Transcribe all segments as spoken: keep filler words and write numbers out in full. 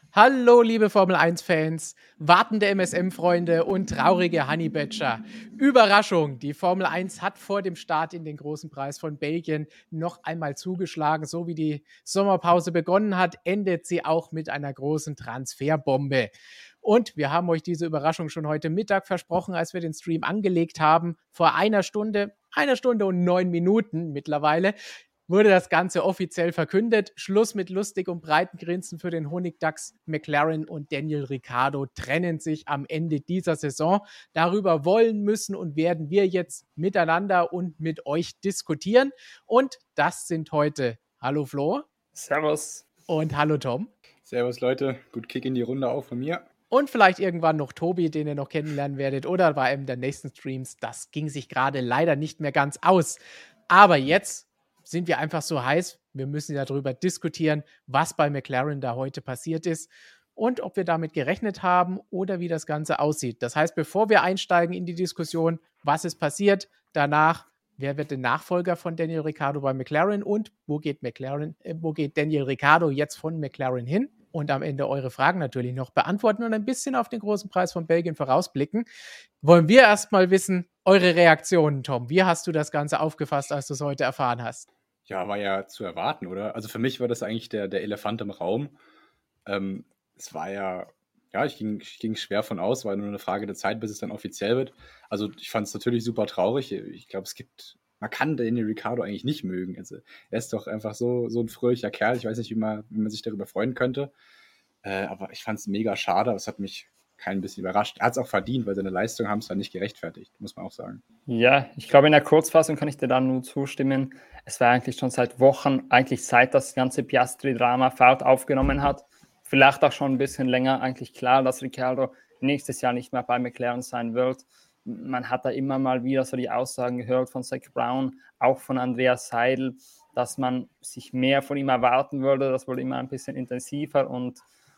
Hallo, liebe Formel eins Fans, wartende M S M-Freunde und traurige Honeybatcher. Überraschung, die Formel eins hat vor dem Start in den großen Preis von Belgien noch einmal zugeschlagen. So wie die Sommerpause begonnen hat, endet sie auch mit einer großen Transferbombe. Und wir haben euch diese Überraschung schon heute Mittag versprochen, als wir den Stream angelegt haben. Vor einer Stunde, einer Stunde und neun Minuten mittlerweile, wurde das Ganze offiziell verkündet. Schluss mit lustig und breiten Grinsen für den Honigdachs. McLaren und Daniel Ricciardo trennen sich am Ende dieser Saison. Darüber wollen, müssen und werden wir jetzt miteinander und mit euch diskutieren. Und das sind heute Hallo Flo. Servus. Und hallo Tom. Servus Leute, gut Kick in die Runde auch von mir. Und vielleicht irgendwann noch Tobi, den ihr noch kennenlernen werdet, oder bei einem der nächsten Streams. Das ging sich gerade leider nicht mehr ganz aus. Aber jetzt sind wir einfach so heiß, wir müssen ja darüber diskutieren, was bei McLaren da heute passiert ist und ob wir damit gerechnet haben oder wie das Ganze aussieht. Das heißt, bevor wir einsteigen in die Diskussion, was ist passiert, danach, wer wird der Nachfolger von Daniel Ricciardo bei McLaren und wo geht McLaren, äh, wo geht Daniel Ricciardo jetzt von McLaren hin? Und am Ende eure Fragen natürlich noch beantworten und ein bisschen auf den großen Preis von Belgien vorausblicken. Wollen wir erstmal wissen, eure Reaktionen, Tom. Wie hast du das Ganze aufgefasst, als du es heute erfahren hast? Ja, war ja zu erwarten, oder? Also für mich war das eigentlich der, der Elefant im Raum. Ähm, es war ja, ja, ich ging, ich ging schwer von aus, war nur eine Frage der Zeit, bis es dann offiziell wird. Also ich fand es natürlich super traurig. Ich glaube, es gibt, man kann Daniel Ricciardo eigentlich nicht mögen. Also er ist doch einfach so, so ein fröhlicher Kerl. Ich weiß nicht, wie man, wie man sich darüber freuen könnte. Äh, aber ich fand es mega schade. Es hat mich kein bisschen überrascht. Er hat es auch verdient, weil seine Leistungen haben es dann nicht gerechtfertigt, muss man auch sagen. Ja, ich glaube, in der Kurzfassung kann ich dir da nur zustimmen. Es war eigentlich schon seit Wochen, eigentlich seit das ganze Piastri-Drama Fahrt aufgenommen hat, vielleicht auch schon ein bisschen länger eigentlich klar, dass Ricciardo nächstes Jahr nicht mehr bei McLaren sein wird. Man hat da immer mal wieder so die Aussagen gehört von Zak Brown, auch von Andreas Seidel, dass man sich mehr von ihm erwarten würde. Das wurde immer ein bisschen intensiver und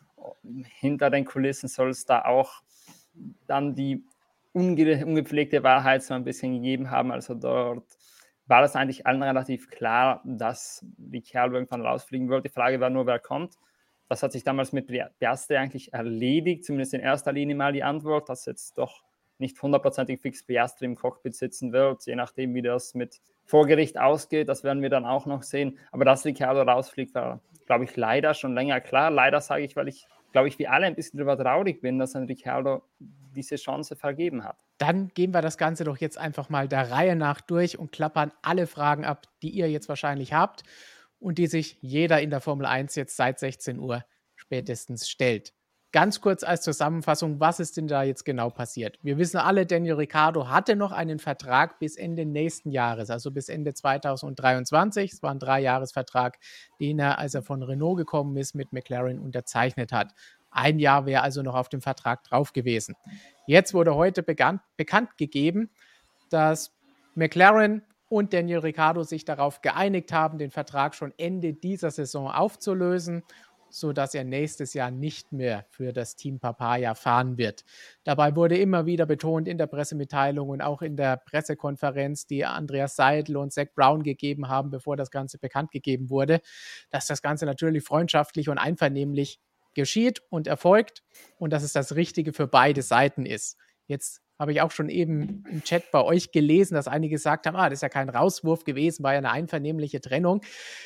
hinter den Kulissen soll es da auch dann die unge- ungepflegte Wahrheit so ein bisschen gegeben haben. Also dort war das eigentlich allen relativ klar, dass Ricciardo irgendwann rausfliegen wird. Die Frage war nur, wer kommt. Das hat sich damals mit Piastri eigentlich erledigt, zumindest in erster Linie mal die Antwort, dass jetzt doch nicht hundertprozentig fix Piastri im Cockpit sitzen wird, je nachdem, wie das mit vor Gericht ausgeht. Das werden wir dann auch noch sehen. Aber dass Ricciardo rausfliegt, war, glaube ich, leider schon länger klar. Leider sage ich, weil ich, glaube ich, wie alle ein bisschen darüber traurig bin, dass ein Ricciardo diese Chance vergeben hat. Dann gehen wir das Ganze doch jetzt einfach mal der Reihe nach durch und klappern alle Fragen ab, die ihr jetzt wahrscheinlich habt und die sich jeder in der Formel eins jetzt seit sechzehn Uhr spätestens stellt. Ganz kurz als Zusammenfassung, was ist denn da jetzt genau passiert? Wir wissen alle, Daniel Ricciardo hatte noch einen Vertrag bis Ende nächsten Jahres, also bis Ende zweitausenddreiundzwanzig. Es war ein Dreijahresvertrag, den er, als er von Renault gekommen ist, mit McLaren unterzeichnet hat. Ein Jahr wäre also noch auf dem Vertrag drauf gewesen. Jetzt wurde heute bekannt, bekannt gegeben, dass McLaren und Daniel Ricciardo sich darauf geeinigt haben, den Vertrag schon Ende dieser Saison aufzulösen, sodass er nächstes Jahr nicht mehr für das Team Papaya fahren wird. Dabei wurde immer wieder betont in der Pressemitteilung und auch in der Pressekonferenz, die Andreas Seidel und Zak Brown gegeben haben, bevor das Ganze bekannt gegeben wurde, dass das Ganze natürlich freundschaftlich und einvernehmlich geschieht und erfolgt und dass es das Richtige für beide Seiten ist. Jetzt habe ich auch schon eben im Chat bei euch gelesen, dass einige gesagt haben, ah, das ist ja kein Rauswurf gewesen, war ja eine einvernehmliche Trennung.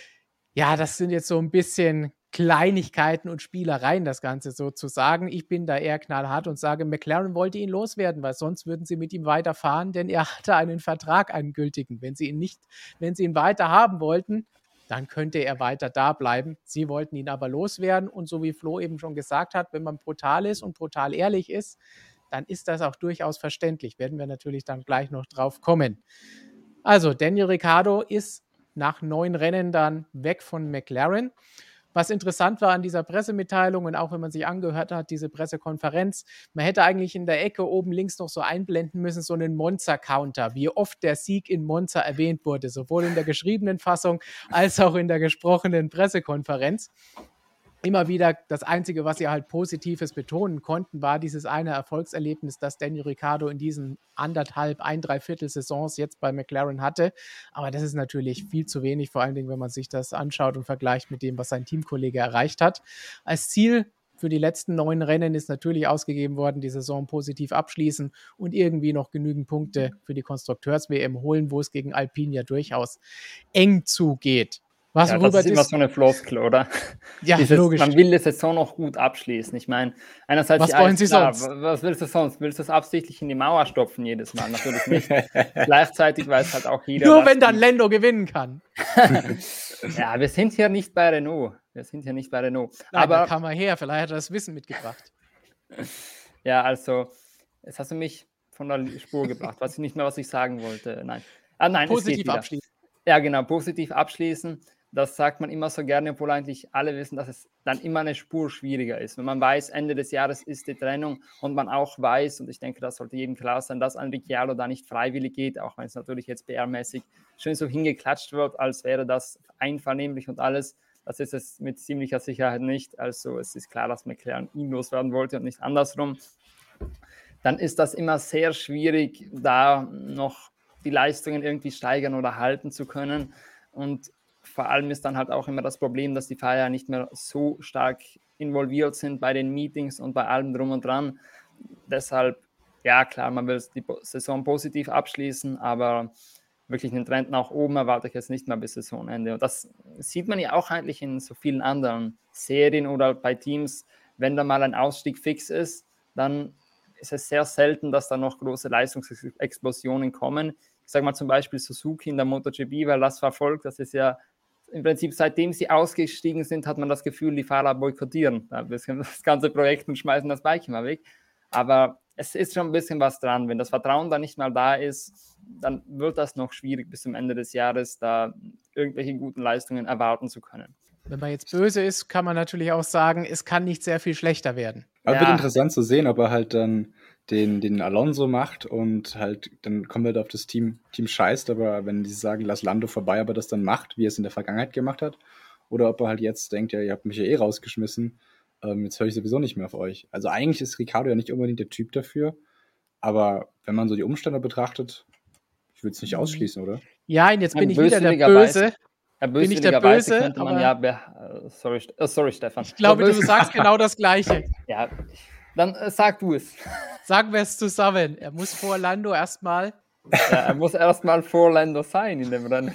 Ja, das sind jetzt so ein bisschen Kleinigkeiten und Spielereien, das Ganze sozusagen. Ich bin da eher knallhart und sage, McLaren wollte ihn loswerden, weil sonst würden sie mit ihm weiterfahren, denn er hatte einen Vertrag, einen gültigen. Wenn sie ihn nicht, wenn sie ihn weiter haben wollten, dann könnte er weiter da bleiben. Sie wollten ihn aber loswerden und so wie Flo eben schon gesagt hat, wenn man brutal ist und brutal ehrlich ist, dann ist das auch durchaus verständlich. Werden wir natürlich dann gleich noch drauf kommen. Also, Daniel Ricciardo ist nach neun Rennen dann weg von McLaren. Was interessant war an dieser Pressemitteilung und auch wenn man sich angehört hat, diese Pressekonferenz, man hätte eigentlich in der Ecke oben links noch so einblenden müssen, so einen Monza-Counter, wie oft der Sieg in Monza erwähnt wurde, sowohl in der geschriebenen Fassung als auch in der gesprochenen Pressekonferenz. Immer wieder das Einzige, was sie halt Positives betonen konnten, war dieses eine Erfolgserlebnis, das Daniel Ricciardo in diesen anderthalb, ein Dreiviertel Saisons jetzt bei McLaren hatte. Aber das ist natürlich viel zu wenig, vor allen Dingen, wenn man sich das anschaut und vergleicht mit dem, was sein Teamkollege erreicht hat. Als Ziel für die letzten neun Rennen ist natürlich ausgegeben worden, die Saison positiv abschließen und irgendwie noch genügend Punkte für die Konstrukteurs-W M holen, wo es gegen Alpine ja durchaus eng zugeht. Was, ja, das ist immer so eine Floskel, oder? Ja, Dieses, logisch. Man will die Saison noch gut abschließen. Ich meine, einerseits, was ja, wollen Sie klar, sonst? Was willst du sonst? Willst du es absichtlich in die Mauer stopfen jedes Mal? Natürlich nicht. Gleichzeitig weiß halt auch jeder, Nur wenn dann Lando gewinnen kann. Ja, wir sind hier nicht bei Renault. Wir sind hier nicht bei Renault. Nein, aber da kam er her, vielleicht hat er das Wissen mitgebracht. Ja, also, jetzt hast du mich von der Spur gebracht. Weiß ich nicht mehr, was ich sagen wollte. Nein. Ah, nein, positiv abschließen. Ja, genau, positiv abschließen. Das sagt man immer so gerne, obwohl eigentlich alle wissen, dass es dann immer eine Spur schwieriger ist. Wenn man weiß, Ende des Jahres ist die Trennung und man auch weiß, und ich denke, das sollte jedem klar sein, dass ein Ricciardo da nicht freiwillig geht, auch wenn es natürlich jetzt B R-mäßig schön so hingeklatscht wird, als wäre das einvernehmlich und alles. Das ist es mit ziemlicher Sicherheit nicht. Also es ist klar, dass McLaren ihn loswerden wollte und nicht andersrum. Dann ist das immer sehr schwierig, da noch die Leistungen irgendwie steigern oder halten zu können. Und vor allem ist dann halt auch immer das Problem, dass die Fahrer nicht mehr so stark involviert sind bei den Meetings und bei allem drum und dran. Deshalb, ja klar, man will die Saison positiv abschließen, aber wirklich einen Trend nach oben erwarte ich jetzt nicht mehr bis Saisonende. Und das sieht man ja auch eigentlich in so vielen anderen Serien oder bei Teams, wenn da mal ein Ausstieg fix ist, dann ist es sehr selten, dass da noch große Leistungsexplosionen kommen. Ich sage mal zum Beispiel Suzuki in der MotoGP, weil das verfolgt, das ist ja im Prinzip, seitdem sie ausgestiegen sind, hat man das Gefühl, die Fahrer boykottieren das ganze Projekt und schmeißen das Bike mal weg. Aber es ist schon ein bisschen was dran. Wenn das Vertrauen da nicht mal da ist, dann wird das noch schwierig, bis zum Ende des Jahres da irgendwelche guten Leistungen erwarten zu können. Wenn man jetzt böse ist, kann man natürlich auch sagen, es kann nicht sehr viel schlechter werden. Aber Ja. Wird interessant zu sehen, ob er halt dann den, den Alonso macht und halt dann komplett auf das Team, Team scheißt, aber wenn die sagen, lass Lando vorbei, aber das dann macht, wie er es in der Vergangenheit gemacht hat, oder ob er halt jetzt denkt, ja, ihr habt mich ja eh rausgeschmissen, ähm, jetzt höre ich sowieso nicht mehr auf euch. Also eigentlich ist Ricciardo ja nicht unbedingt der Typ dafür, aber wenn man so die Umstände betrachtet, ich würde es nicht ausschließen, oder? Ja, und jetzt bin ich wieder der Böswilligerweise- Böse. Ja, Bin ich der böswilligerweise Böse, könnte man aber- ja, be- äh, sorry, St- äh, sorry Stefan. Ich glaube, Aber du böse- sagst genau das Gleiche. Ja, dann äh, sag du es. Sagen wir es zusammen. Er muss vor Lando erstmal. Ja, er muss erstmal vor Lando sein in dem Rennen.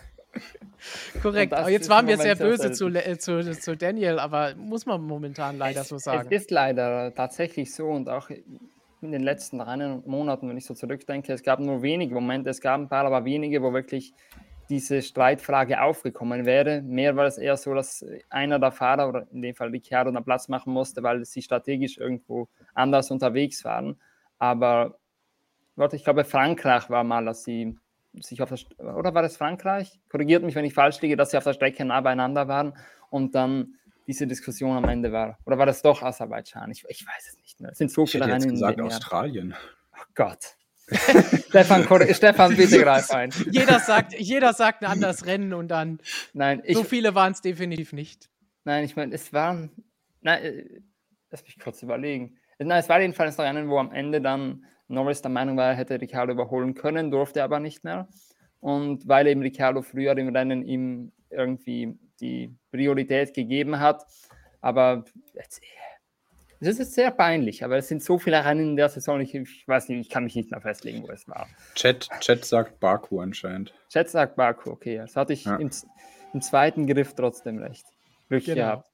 Korrekt. Und das Aber jetzt ist waren im wir sehr Moment sehr böse zu, Le- äh, zu, zu Daniel, aber muss man momentan leider so sagen. Es ist leider tatsächlich so und auch in den letzten Rennen und Monaten, wenn ich so zurückdenke, es gab nur wenige Momente, es gab ein paar, aber wenige, wo wirklich diese Streitfrage aufgekommen wäre. Mehr war es eher so, dass einer der Fahrer, oder in dem Fall Ricciardo, einen Platz machen musste, weil sie strategisch irgendwo anders unterwegs waren. Aber, warte, ich glaube, Frankreich war mal, dass sie sich auf der, St- oder war das Frankreich? Korrigiert mich, wenn ich falsch liege, dass sie auf der Strecke nah beieinander waren und dann diese Diskussion am Ende war. Oder war das doch Aserbaidschan? Ich, ich weiß es nicht mehr. Es sind so Ich viele hätte jetzt Rennen in gesagt dem Jahr. Australien. Oh Gott. Stefan, korri- Stefan, bitte greif ein. Jeder sagt, jeder sagt ein anderes Rennen und dann. Nein, ich, So viele waren es definitiv nicht. nein, ich meine, es waren, nein, äh, lass mich kurz überlegen. Nein, es war jedenfalls ein Rennen, wo am Ende dann Norris der Meinung war, er hätte Ricciardo überholen können, durfte aber nicht mehr. Und weil eben Ricciardo früher im Rennen ihm irgendwie die Priorität gegeben hat. Aber jetzt, es ist jetzt sehr peinlich, aber es sind so viele Rennen in der Saison, ich, ich weiß nicht, ich kann mich nicht mehr festlegen, wo es war. Chat, Chat sagt Baku anscheinend. Chat sagt Baku, okay, das hatte ich Ja. im, im zweiten Griff trotzdem recht. Glück Genau. gehabt.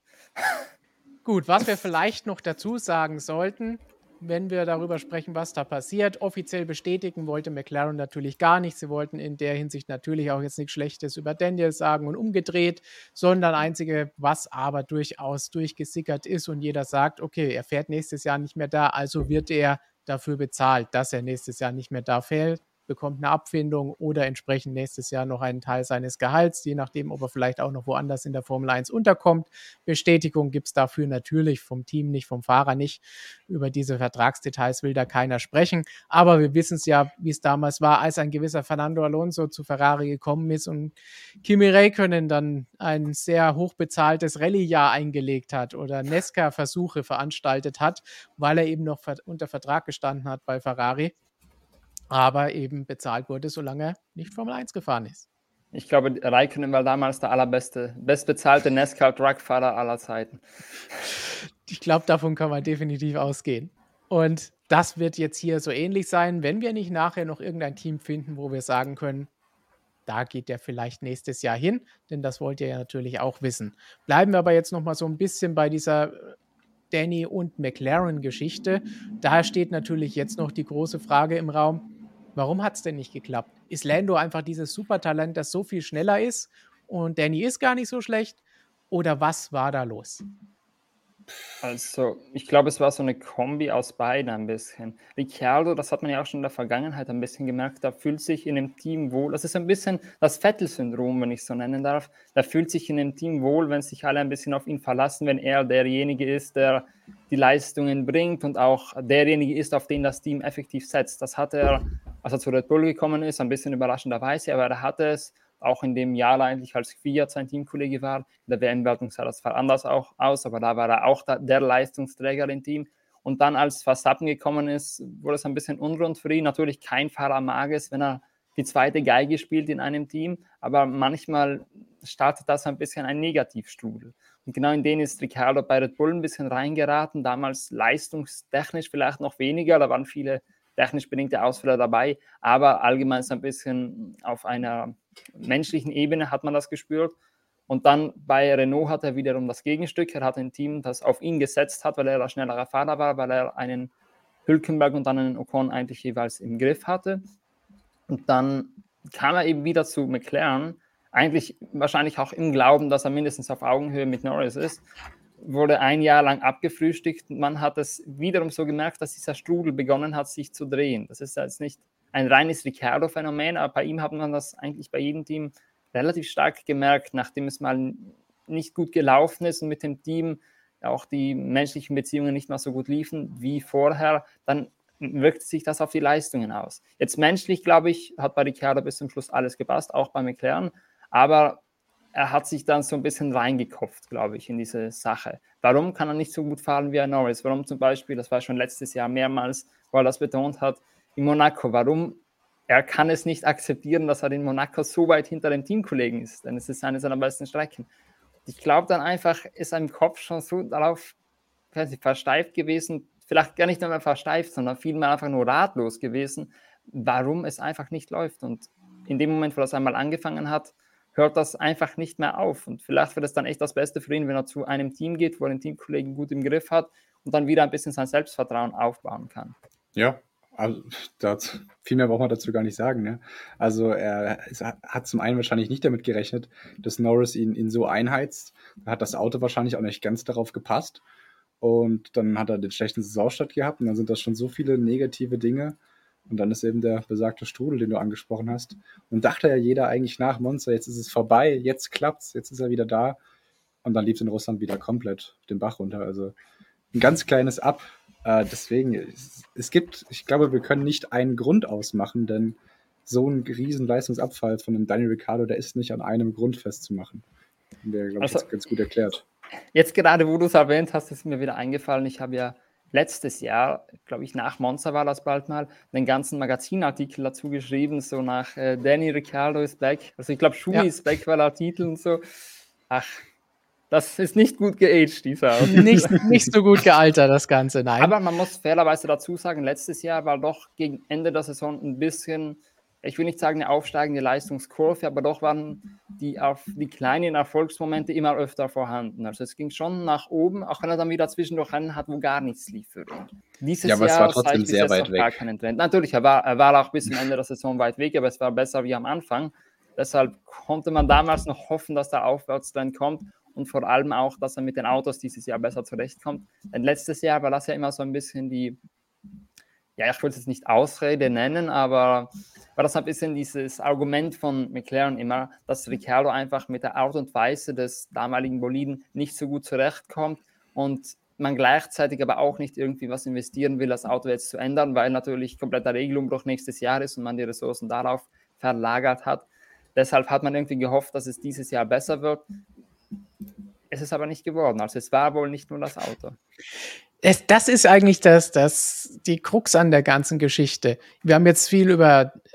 Gut, was wir vielleicht noch dazu sagen sollten, wenn wir darüber sprechen, was da passiert. Offiziell bestätigen wollte McLaren natürlich gar nichts. Sie wollten in der Hinsicht natürlich auch jetzt nichts Schlechtes über Daniel sagen und umgedreht, sondern einzige, was aber durchaus durchgesickert ist und jeder sagt, okay, er fährt nächstes Jahr nicht mehr da, also wird er dafür bezahlt, dass er nächstes Jahr nicht mehr da fährt, bekommt eine Abfindung oder entsprechend nächstes Jahr noch einen Teil seines Gehalts, je nachdem, ob er vielleicht auch noch woanders in der Formel eins unterkommt. Bestätigung gibt es dafür natürlich vom Team nicht, vom Fahrer nicht. Über diese Vertragsdetails will da keiner sprechen. Aber wir wissen es ja, wie es damals war, als ein gewisser Fernando Alonso zu Ferrari gekommen ist und Kimi Räikkönen dann ein sehr hochbezahltes Rallye-Jahr eingelegt hat oder Nesca-Versuche veranstaltet hat, weil er eben noch unter Vertrag gestanden hat bei Ferrari, aber eben bezahlt wurde, solange er nicht Formel eins gefahren ist. Ich glaube, Räikkönen war damals der allerbeste, bestbezahlte NASCAR-Truckfahrer aller Zeiten. Ich glaube, davon kann man definitiv ausgehen. Und das wird jetzt hier so ähnlich sein, wenn wir nicht nachher noch irgendein Team finden, wo wir sagen können, da geht der vielleicht nächstes Jahr hin, denn das wollt ihr ja natürlich auch wissen. Bleiben wir aber jetzt noch mal so ein bisschen bei dieser Danny und McLaren-Geschichte. Da steht natürlich jetzt noch die große Frage im Raum, warum hat es denn nicht geklappt? Ist Lando einfach dieses Supertalent, das so viel schneller ist und Danny ist gar nicht so schlecht? Oder was war da los? Also, ich glaube, es war so eine Kombi aus beiden ein bisschen. Ricciardo, das hat man ja auch schon in der Vergangenheit ein bisschen gemerkt, da fühlt sich in dem Team wohl. Das ist ein bisschen das Vettel-Syndrom, wenn ich es so nennen darf. Da fühlt sich in dem Team wohl, wenn sich alle ein bisschen auf ihn verlassen, wenn er derjenige ist, der die Leistungen bringt und auch derjenige ist, auf den das Team effektiv setzt. Das hat er, als er zu Red Bull gekommen ist, ein bisschen überraschenderweise, aber er hatte es auch in dem Jahr eigentlich, als Kvyat sein Teamkollege war. In der W M-Wertung sah das zwar anders auch aus, aber da war er auch da, der Leistungsträger im Team. Und dann, als Verstappen gekommen ist, wurde es ein bisschen unrund für ihn. Natürlich kein Fahrer mag es, wenn er die zweite Geige spielt in einem Team, aber manchmal startet das ein bisschen ein Negativstrudel. Und genau in den ist Ricciardo bei Red Bull ein bisschen reingeraten, damals leistungstechnisch vielleicht noch weniger, da waren viele technisch bedingte Ausfälle dabei, aber allgemein so ein bisschen auf einer menschlichen Ebene hat man das gespürt. Und dann bei Renault hat er wiederum das Gegenstück. Er hat ein Team, das auf ihn gesetzt hat, weil er der schnellere Fahrer war, weil er einen Hülkenberg und dann einen Ocon eigentlich jeweils im Griff hatte. Und dann kam er eben wieder zu McLaren, eigentlich wahrscheinlich auch im Glauben, dass er mindestens auf Augenhöhe mit Norris ist, wurde ein Jahr lang abgefrühstückt. Man hat es wiederum so gemerkt, dass dieser Strudel begonnen hat, sich zu drehen. Das ist jetzt nicht ein reines Ricciardo-Phänomen, aber bei ihm hat man das eigentlich bei jedem Team relativ stark gemerkt, nachdem es mal nicht gut gelaufen ist und mit dem Team auch die menschlichen Beziehungen nicht mehr so gut liefen wie vorher, dann wirkte sich das auf die Leistungen aus. Jetzt menschlich, glaube ich, hat bei Ricciardo bis zum Schluss alles gepasst, auch bei McLaren, aber er hat sich dann so ein bisschen reingekopft, glaube ich, in diese Sache. Warum kann er nicht so gut fahren wie ein Norris? Warum zum Beispiel, das war schon letztes Jahr mehrmals, wo er das betont hat, in Monaco, warum er kann es nicht akzeptieren, dass er in Monaco so weit hinter dem Teamkollegen ist, denn es ist eine seiner besten Strecken. Ich glaube dann einfach, ist er im Kopf schon so darauf versteift gewesen, vielleicht gar nicht mehr versteift, sondern vielmehr einfach nur ratlos gewesen, warum es einfach nicht läuft. Und in dem Moment, wo das einmal angefangen hat, hört das einfach nicht mehr auf. Und vielleicht wird es dann echt das Beste für ihn, wenn er zu einem Team geht, wo er den Teamkollegen gut im Griff hat und dann wieder ein bisschen sein Selbstvertrauen aufbauen kann. Ja, also das, viel mehr braucht man dazu gar nicht sagen. Ne? Also er hat zum einen wahrscheinlich nicht damit gerechnet, dass Norris ihn, ihn so einheizt. Da hat das Auto wahrscheinlich auch nicht ganz darauf gepasst. Und dann hat er den schlechten Saisonstart gehabt und dann sind das schon so viele negative Dinge. Und dann ist eben der besagte Strudel, den du angesprochen hast. Und dachte ja jeder eigentlich nach Monza, jetzt ist es vorbei, jetzt klappt's, jetzt ist er wieder da. Und dann lief es in Russland wieder komplett den Bach runter. Also ein ganz kleines Ab. Äh, deswegen, es, es gibt, ich glaube, wir können nicht einen Grund ausmachen, denn so ein riesen Leistungsabfall von einem Daniel Ricciardo, der ist nicht an einem Grund festzumachen. Der, glaube ich, Also, jetzt ganz gut erklärt. Jetzt gerade, wo du es erwähnt hast, ist mir wieder eingefallen, ich habe ja letztes Jahr, glaube ich, nach Monza war das bald mal, einen ganzen Magazinartikel dazu geschrieben, so nach äh, Danny Ricciardo is back. Also ich glaube, Schumi ja. ist back, war der Titel und so. Ach, das ist nicht gut geaged, dieser. nicht, nicht so gut gealtert, das Ganze, nein. Aber man muss fairerweise dazu sagen, letztes Jahr war doch gegen Ende der Saison ein bisschen, ich will nicht sagen eine aufsteigende Leistungskurve, aber doch waren die, auf die kleinen Erfolgsmomente immer öfter vorhanden. Also es ging schon nach oben, auch wenn er dann wieder zwischendurch Rennen hat, wo gar nichts lief für ihn. Dieses ja, aber Jahr es war trotzdem sehr weit weg. Gar keinen Trend. Natürlich, er war, er war auch bis zum Ende der Saison weit weg, aber es war besser wie am Anfang. Deshalb konnte man damals noch hoffen, dass der Aufwärtstrend kommt und vor allem auch, dass er mit den Autos dieses Jahr besser zurechtkommt. Denn letztes Jahr war das ja immer so ein bisschen die, ja, ich würde es jetzt nicht Ausrede nennen, aber war das ein bisschen dieses Argument von McLaren immer, dass Ricciardo einfach mit der Art und Weise des damaligen Boliden nicht so gut zurechtkommt und man gleichzeitig aber auch nicht irgendwie was investieren will, das Auto jetzt zu ändern, weil natürlich kompletter Regelumbruch nächstes Jahr ist und man die Ressourcen darauf verlagert hat. Deshalb hat man irgendwie gehofft, dass es dieses Jahr besser wird. Es ist aber nicht geworden. Also es war wohl nicht nur das Auto. Es, das ist eigentlich das, das, die Krux an der ganzen Geschichte. Wir haben jetzt viel über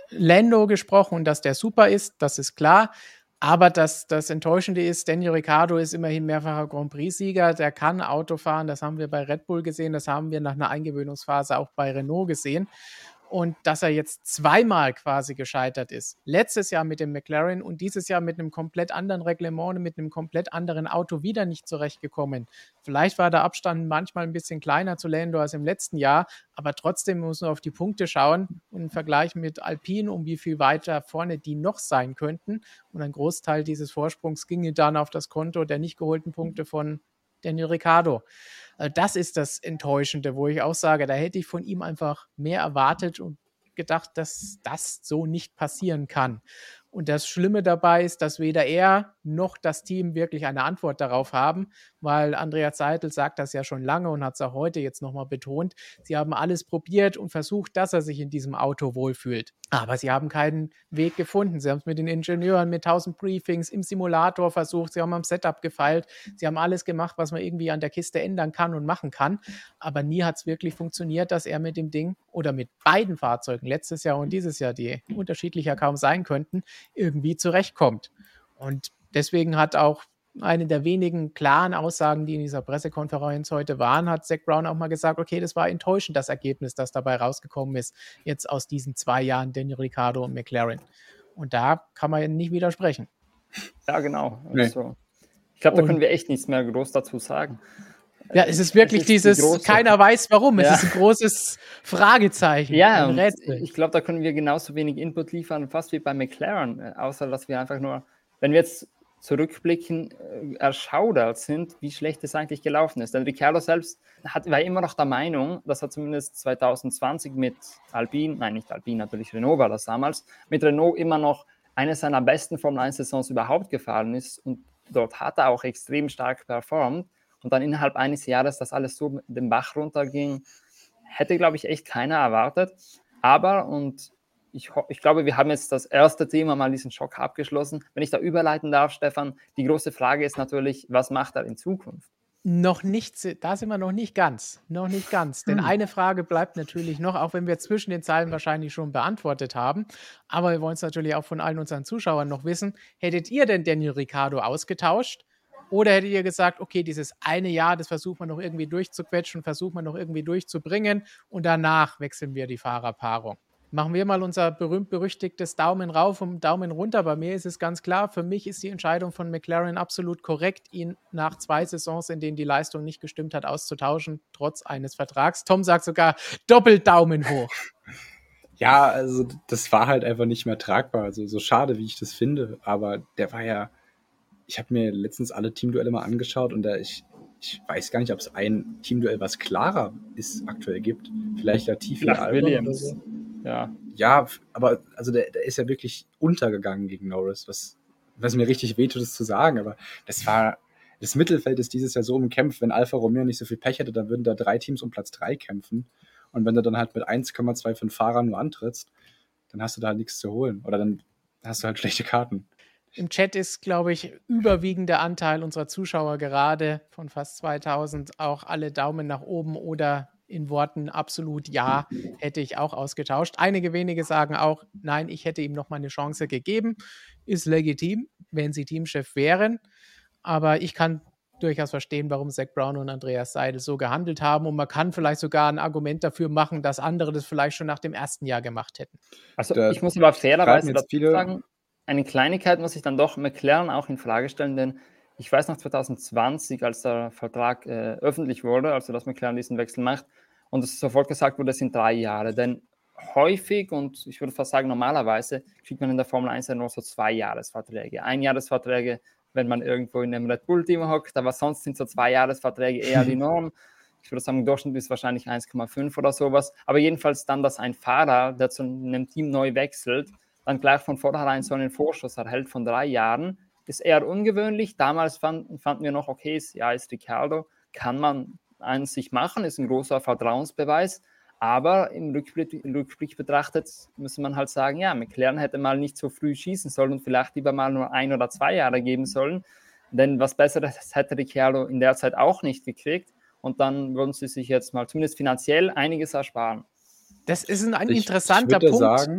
Lando gesprochen und dass der super ist, das ist klar. Aber das, das Enttäuschende ist, Daniel Ricciardo ist immerhin mehrfacher Grand Prix-Sieger, der kann Auto fahren, das haben wir bei Red Bull gesehen, das haben wir nach einer Eingewöhnungsphase auch bei Renault gesehen. Und dass er jetzt zweimal quasi gescheitert ist. Letztes Jahr mit dem McLaren und dieses Jahr mit einem komplett anderen Reglement, mit einem komplett anderen Auto wieder nicht zurechtgekommen. Vielleicht war der Abstand manchmal ein bisschen kleiner zu Lando als im letzten Jahr, aber trotzdem muss man auf die Punkte schauen und im Vergleich mit Alpine, um wie viel weiter vorne die noch sein könnten. Und ein Großteil dieses Vorsprungs ginge dann auf das Konto der nicht geholten Punkte von Daniel Ricciardo. Das ist das Enttäuschende, wo ich auch sage, da hätte ich von ihm einfach mehr erwartet und gedacht, dass das so nicht passieren kann. Und das Schlimme dabei ist, dass weder er noch das Team wirklich eine Antwort darauf haben, weil Andrea Seidl sagt das ja schon lange und hat es auch heute jetzt nochmal betont. Sie haben alles probiert und versucht, dass er sich in diesem Auto wohlfühlt. Aber sie haben keinen Weg gefunden. Sie haben es mit den Ingenieuren, mit tausend Briefings im Simulator versucht. Sie haben am Setup gefeilt. Sie haben alles gemacht, was man irgendwie an der Kiste ändern kann und machen kann. Aber nie hat es wirklich funktioniert, dass er mit dem Ding oder mit beiden Fahrzeugen, letztes Jahr und dieses Jahr, die unterschiedlicher kaum sein könnten, irgendwie zurechtkommt. Und deswegen hat auch eine der wenigen klaren Aussagen, die in dieser Pressekonferenz heute waren, hat Zak Brown auch mal gesagt, okay, das war enttäuschend, das Ergebnis, das dabei rausgekommen ist, jetzt aus diesen zwei Jahren Daniel Ricciardo und McLaren. Und da kann man nicht widersprechen. Ja, genau. Nee. Also, ich glaube, da können wir echt nichts mehr groß dazu sagen. Ja, es ist wirklich es ist dieses, keiner weiß warum, es ja. ist ein großes Fragezeichen. Ja, ein Rätsel. Ich glaube, da können wir genauso wenig Input liefern, fast wie bei McLaren, außer dass wir einfach nur, wenn wir jetzt zurückblicken, äh, erschaudert sind, wie schlecht es eigentlich gelaufen ist. Denn Ricciardo selbst hat, war immer noch der Meinung, dass er zumindest zwanzig zwanzig mit Alpine, nein, nicht Alpine, natürlich Renault war das damals, mit Renault immer noch eine seiner besten Formel eins Saisons überhaupt gefahren ist und dort hat er auch extrem stark performt. Und dann innerhalb eines Jahres, dass alles so den Bach runterging, hätte, glaube ich, echt keiner erwartet. Aber, und ich, ich glaube, wir haben jetzt das erste Thema mal diesen Schock abgeschlossen. Wenn ich da überleiten darf, Stefan, die große Frage ist natürlich, was macht er in Zukunft? Noch nicht, da sind wir noch nicht ganz, noch nicht ganz. Denn hm. eine Frage bleibt natürlich noch, auch wenn wir zwischen den Zeilen wahrscheinlich schon beantwortet haben. Aber wir wollen es natürlich auch von allen unseren Zuschauern noch wissen. Hättet ihr denn Daniel Ricciardo ausgetauscht? Oder hättet ihr gesagt, okay, dieses eine Jahr, das versucht man noch irgendwie durchzuquetschen, versucht man noch irgendwie durchzubringen und danach wechseln wir die Fahrerpaarung. Machen wir mal unser berühmt-berüchtigtes Daumen rauf und Daumen runter. Bei mir ist es ganz klar, für mich ist die Entscheidung von McLaren absolut korrekt, ihn nach zwei Saisons, in denen die Leistung nicht gestimmt hat, auszutauschen, trotz eines Vertrags. Tom sagt sogar doppelt Daumen hoch. Ja, also das war halt einfach nicht mehr tragbar. Also so schade, wie ich das finde, aber der war ja, ich habe mir letztens alle Teamduelle mal angeschaut und da ich, ich weiß gar nicht, ob es ein Teamduell, was klarer ist, aktuell gibt. Vielleicht Latifi Albon oder so. Ja. ja, aber also der, der ist ja wirklich untergegangen gegen Norris, was, was mir richtig wehtut, das zu sagen, aber das war, das Mittelfeld ist dieses Jahr so umkämpft, wenn Alfa Romeo nicht so viel Pech hätte, dann würden da drei Teams um Platz drei kämpfen und wenn du dann halt mit eins Komma fünfundzwanzig Fahrern nur antrittst, dann hast du da halt nichts zu holen oder dann hast du halt schlechte Karten. Im Chat ist, glaube ich, überwiegender Anteil unserer Zuschauer gerade von fast zweitausend auch alle Daumen nach oben oder in Worten absolut ja, hätte ich auch ausgetauscht. Einige wenige sagen auch, nein, ich hätte ihm noch mal eine Chance gegeben. Ist legitim, wenn sie Teamchef wären. Aber ich kann durchaus verstehen, warum Zak Brown und Andreas Seidl so gehandelt haben. Und man kann vielleicht sogar ein Argument dafür machen, dass andere das vielleicht schon nach dem ersten Jahr gemacht hätten. Also da ich muss aber fairerweise dazu viele... sagen, eine Kleinigkeit muss ich dann doch McLaren auch in Frage stellen, denn ich weiß noch zwanzig zwanzig, als der Vertrag äh, öffentlich wurde, also dass McLaren diesen Wechsel macht und es sofort gesagt wurde, es sind drei Jahre. Denn häufig und ich würde fast sagen normalerweise kriegt man in der Formel eins ja nur so zwei Jahresverträge. Einjahresverträge, wenn man irgendwo in einem Red Bull-Team hockt, aber sonst sind so zwei Jahresverträge eher die Norm. Ich würde sagen, im Durchschnitt ist wahrscheinlich eins Komma fünf oder sowas. Aber jedenfalls dann, dass ein Fahrer, der zu einem Team neu wechselt, dann gleich von vornherein so einen Vorschuss erhält von drei Jahren, ist eher ungewöhnlich. Damals fand, fanden wir noch, okay, ja, ist Ricciardo, kann man an sich machen, ist ein großer Vertrauensbeweis, aber im Rückblick, im Rückblick betrachtet muss man halt sagen, ja, McLaren hätte mal nicht so früh schießen sollen und vielleicht lieber mal nur ein oder zwei Jahre geben sollen, denn was Besseres hätte Ricciardo in der Zeit auch nicht gekriegt und dann würden sie sich jetzt mal zumindest finanziell einiges ersparen. Das ist ein, ein interessanter ich, ich Punkt. Sagen,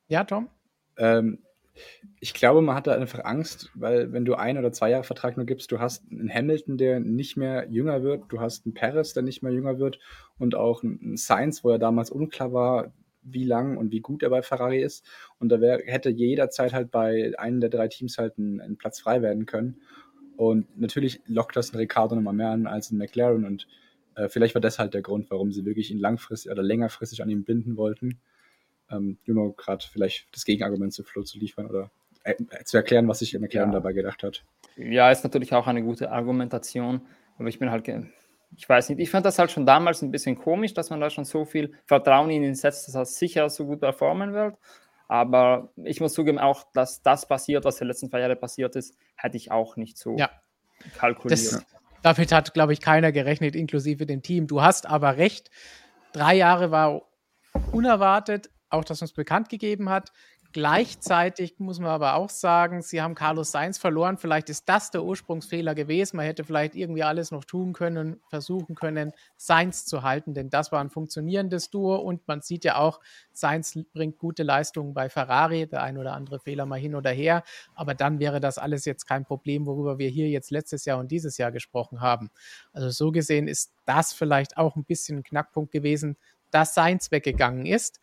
Ja, Tom? Ähm, ich glaube, man hat da einfach Angst, weil wenn du ein oder zwei Jahre Vertrag nur gibst, du hast einen Hamilton, der nicht mehr jünger wird, du hast einen Perez, der nicht mehr jünger wird und auch einen Sainz, wo er damals unklar war, wie lang und wie gut er bei Ferrari ist. Und da wär, hätte jederzeit halt bei einem der drei Teams halt ein, ein Platz frei werden können. Und natürlich lockt das einen Ricardo nochmal mehr an als einen McLaren. Und äh, vielleicht war das halt der Grund, warum sie wirklich ihn langfristig oder längerfristig an ihn binden wollten. Ähm, nur gerade vielleicht das Gegenargument zu Flo zu liefern oder äh, zu erklären, was sich McLaren Ja. dabei gedacht hat. Ja, ist natürlich auch eine gute Argumentation, aber ich bin halt, ge- ich weiß nicht, ich fand das halt schon damals ein bisschen komisch, dass man da schon so viel Vertrauen in ihn setzt, dass er sicher so gut performen wird, aber ich muss zugeben auch, dass das passiert, was die letzten zwei Jahre passiert ist, hätte ich auch nicht so Ja. kalkuliert. Das, damit hat, glaube ich, keiner gerechnet, inklusive dem Team. Du hast aber recht, drei Jahre war unerwartet, auch dass man es bekannt gegeben hat. Gleichzeitig muss man aber auch sagen, sie haben Carlos Sainz verloren. Vielleicht ist das der Ursprungsfehler gewesen. Man hätte vielleicht irgendwie alles noch tun können, versuchen können, Sainz zu halten, denn das war ein funktionierendes Duo und man sieht ja auch, Sainz bringt gute Leistungen bei Ferrari, der ein oder andere Fehler mal hin oder her, aber dann wäre das alles jetzt kein Problem, worüber wir hier jetzt letztes Jahr und dieses Jahr gesprochen haben. Also so gesehen ist das vielleicht auch ein bisschen ein Knackpunkt gewesen, dass Sainz weggegangen ist.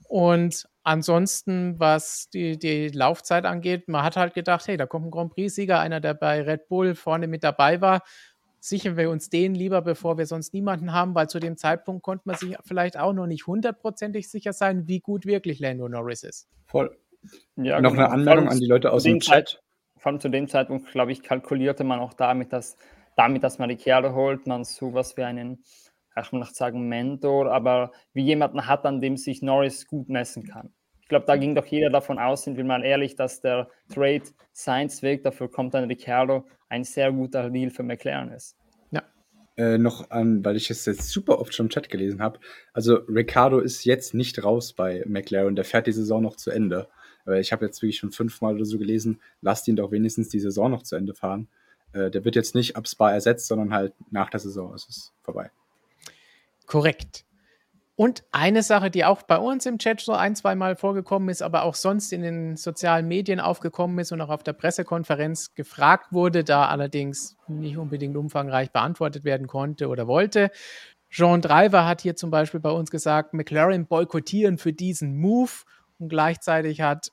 Und ansonsten, was die, die Laufzeit angeht, man hat halt gedacht, hey, da kommt ein Grand Prix-Sieger, einer, der bei Red Bull vorne mit dabei war. Sichern wir uns den lieber, bevor wir sonst niemanden haben, weil zu dem Zeitpunkt konnte man sich vielleicht auch noch nicht hundertprozentig sicher sein, wie gut wirklich Lando Norris ist. Voll. Ja, Noch genau. eine Anmerkung an die Leute aus dem Chat. Zeit, vor allem zu dem Zeitpunkt, glaube ich, kalkulierte man auch damit, dass, damit, dass man Ricciardo holt, man sowas wie einen, ich will nicht sagen Mentor, aber wie jemanden hat, an dem sich Norris gut messen kann. Ich glaube, da ging doch jeder davon aus, sind wir mal ehrlich, dass der Trade Sainz Weg, dafür kommt dann Ricciardo, ein sehr guter Deal für McLaren ist. Ja. Äh, noch an, weil ich es jetzt super oft schon im Chat gelesen habe, also Ricciardo ist jetzt nicht raus bei McLaren, der fährt die Saison noch zu Ende. Aber ich habe jetzt wirklich schon fünfmal oder so gelesen, lasst ihn doch wenigstens die Saison noch zu Ende fahren. Äh, der wird jetzt nicht ab Spa ersetzt, sondern halt nach der Saison ist es vorbei. Korrekt. Und eine Sache, die auch bei uns im Chat so ein, zwei Mal vorgekommen ist, aber auch sonst in den sozialen Medien aufgekommen ist und auch auf der Pressekonferenz gefragt wurde, da allerdings nicht unbedingt umfangreich beantwortet werden konnte oder wollte. Jean Driver hat hier zum Beispiel bei uns gesagt, McLaren boykottieren für diesen Move, und gleichzeitig hat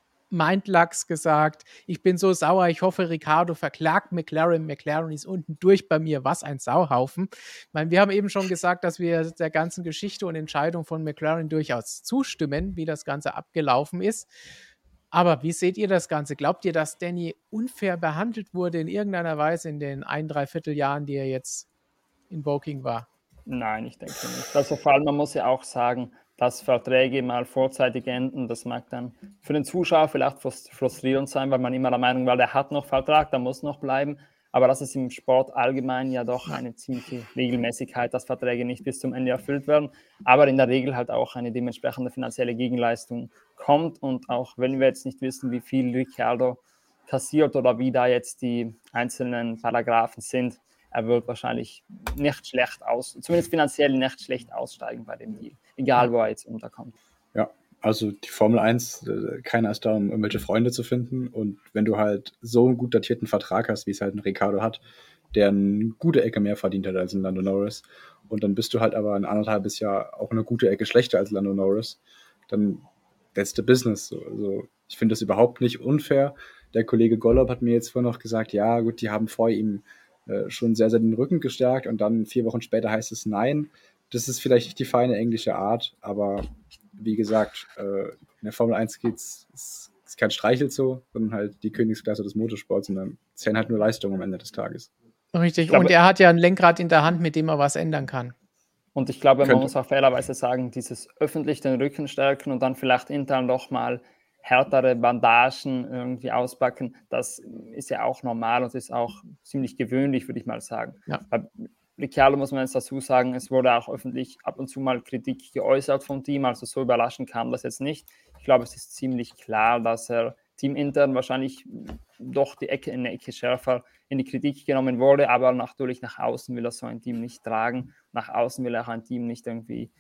Mindlux gesagt, ich bin so sauer, ich hoffe, Ricardo verklagt McLaren, McLaren ist unten durch bei mir, was ein Sauhaufen. Ich meine, wir haben eben schon gesagt, dass wir der ganzen Geschichte und Entscheidung von McLaren durchaus zustimmen, wie das Ganze abgelaufen ist. Aber wie seht ihr das Ganze? Glaubt ihr, dass Danny unfair behandelt wurde in irgendeiner Weise in den ein, dreiviertel Jahren, die er jetzt in Woking war? Nein, ich denke nicht. Also vor allem, man muss ja auch sagen, dass Verträge mal vorzeitig enden, das mag dann für den Zuschauer vielleicht frustrierend sein, weil man immer der Meinung war, der hat noch Vertrag, der muss noch bleiben. Aber das ist im Sport allgemein ja doch eine ziemliche Regelmäßigkeit, dass Verträge nicht bis zum Ende erfüllt werden, aber in der Regel halt auch eine dementsprechende finanzielle Gegenleistung kommt. Und auch wenn wir jetzt nicht wissen, wie viel Ricciardo kassiert oder wie da jetzt die einzelnen Paragraphen sind, er wird wahrscheinlich nicht schlecht aus, zumindest finanziell nicht schlecht aussteigen bei dem Deal, egal wo er jetzt unterkommt. Ja, also die Formel eins, keiner ist da, um irgendwelche Freunde zu finden, und wenn du halt so einen gut datierten Vertrag hast, wie es halt ein Ricardo hat, der eine gute Ecke mehr verdient hat als ein Lando Norris, und dann bist du halt aber ein anderthalbes Jahr auch eine gute Ecke schlechter als Lando Norris, dann that's the business. Also ich finde das überhaupt nicht unfair. Der Kollege Gollob hat mir jetzt vorhin noch gesagt, ja gut, die haben vor ihm äh, schon sehr, sehr den Rücken gestärkt, und dann vier Wochen später heißt es nein. Das ist vielleicht nicht die feine englische Art, aber wie gesagt, äh, in der Formel eins geht's, ist, ist kein Streichelzoo, sondern halt die Königsklasse des Motorsports, und dann zählen halt nur Leistungen am Ende des Tages. Richtig, glaube, und er hat ja ein Lenkrad in der Hand, mit dem er was ändern kann. Und ich glaube, man muss auch fairerweise sagen, dieses öffentlich den Rücken stärken und dann vielleicht intern doch mal härtere Bandagen irgendwie auspacken, das ist ja auch normal und ist auch ziemlich gewöhnlich, würde ich mal sagen. Ja. Bei Ricciardo muss man jetzt dazu sagen, es wurde auch öffentlich ab und zu mal Kritik geäußert vom Team, also so überraschend kam das jetzt nicht. Ich glaube, es ist ziemlich klar, dass er teamintern wahrscheinlich doch die Ecke in der Ecke schärfer in die Kritik genommen wurde, aber natürlich nach außen will er so ein Team nicht tragen. Nach außen will er auch ein Team nicht irgendwie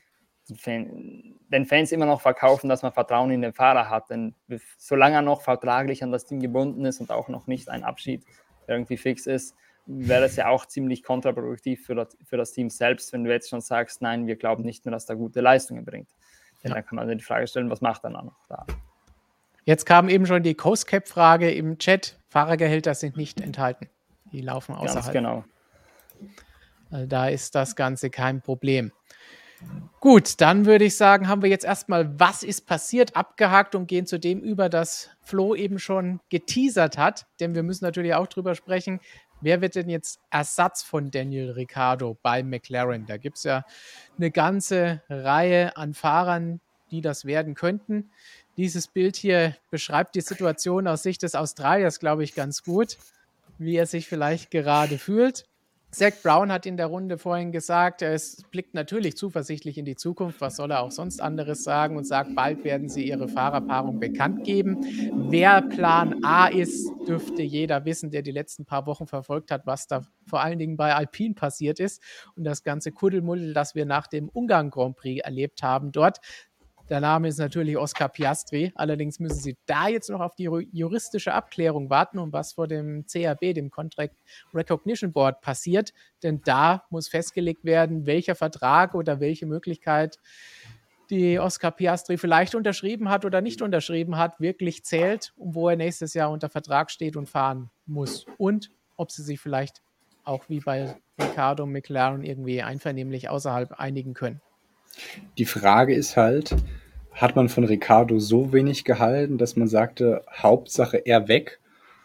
Fan, den Fans immer noch verkaufen, dass man Vertrauen in den Fahrer hat. Denn solange er noch vertraglich an das Team gebunden ist und auch noch nicht ein Abschied irgendwie fix ist, wäre es ja auch ziemlich kontraproduktiv für das, für das Team selbst, wenn du jetzt schon sagst, nein, wir glauben nicht mehr, dass er gute Leistungen bringt. Denn ja. Dann kann man sich die Frage stellen, was macht er dann noch da? Jetzt kam eben schon die Coast-Cap-Frage im Chat. Fahrergehälter sind nicht enthalten. Die laufen außerhalb. Ganz genau. Also da ist das Ganze kein Problem. Gut, dann würde ich sagen, haben wir jetzt erstmal, was ist passiert, abgehakt und gehen zu dem über, das Flo eben schon geteasert hat. Denn wir müssen natürlich auch drüber sprechen, wer wird denn jetzt Ersatz von Daniel Ricciardo bei McLaren? Da gibt es ja eine ganze Reihe an Fahrern, die das werden könnten. Dieses Bild hier beschreibt die Situation aus Sicht des Australiers, glaube ich, ganz gut, wie er sich vielleicht gerade fühlt. Zach Brown hat in der Runde vorhin gesagt, er blickt natürlich zuversichtlich in die Zukunft. Was soll er auch sonst anderes sagen? Und sagt, bald werden sie ihre Fahrerpaarung bekannt geben. Wer Plan A ist, dürfte jeder wissen, der die letzten paar Wochen verfolgt hat, was da vor allen Dingen bei Alpine passiert ist. Und das ganze Kuddelmuddel, das wir nach dem Ungarn Grand Prix erlebt haben dort. Der Name ist natürlich Oscar Piastri. Allerdings müssen sie da jetzt noch auf die juristische Abklärung warten, um was vor dem C R B, dem Contract Recognition Board, passiert. Denn da muss festgelegt werden, welcher Vertrag oder welche Möglichkeit die Oscar Piastri vielleicht unterschrieben hat oder nicht unterschrieben hat, wirklich zählt und wo er nächstes Jahr unter Vertrag steht und fahren muss. Und ob sie sich vielleicht auch wie bei Ricciardo und McLaren irgendwie einvernehmlich außerhalb einigen können. Die Frage ist halt, hat man von Ricciardo so wenig gehalten, dass man sagte, Hauptsache er weg?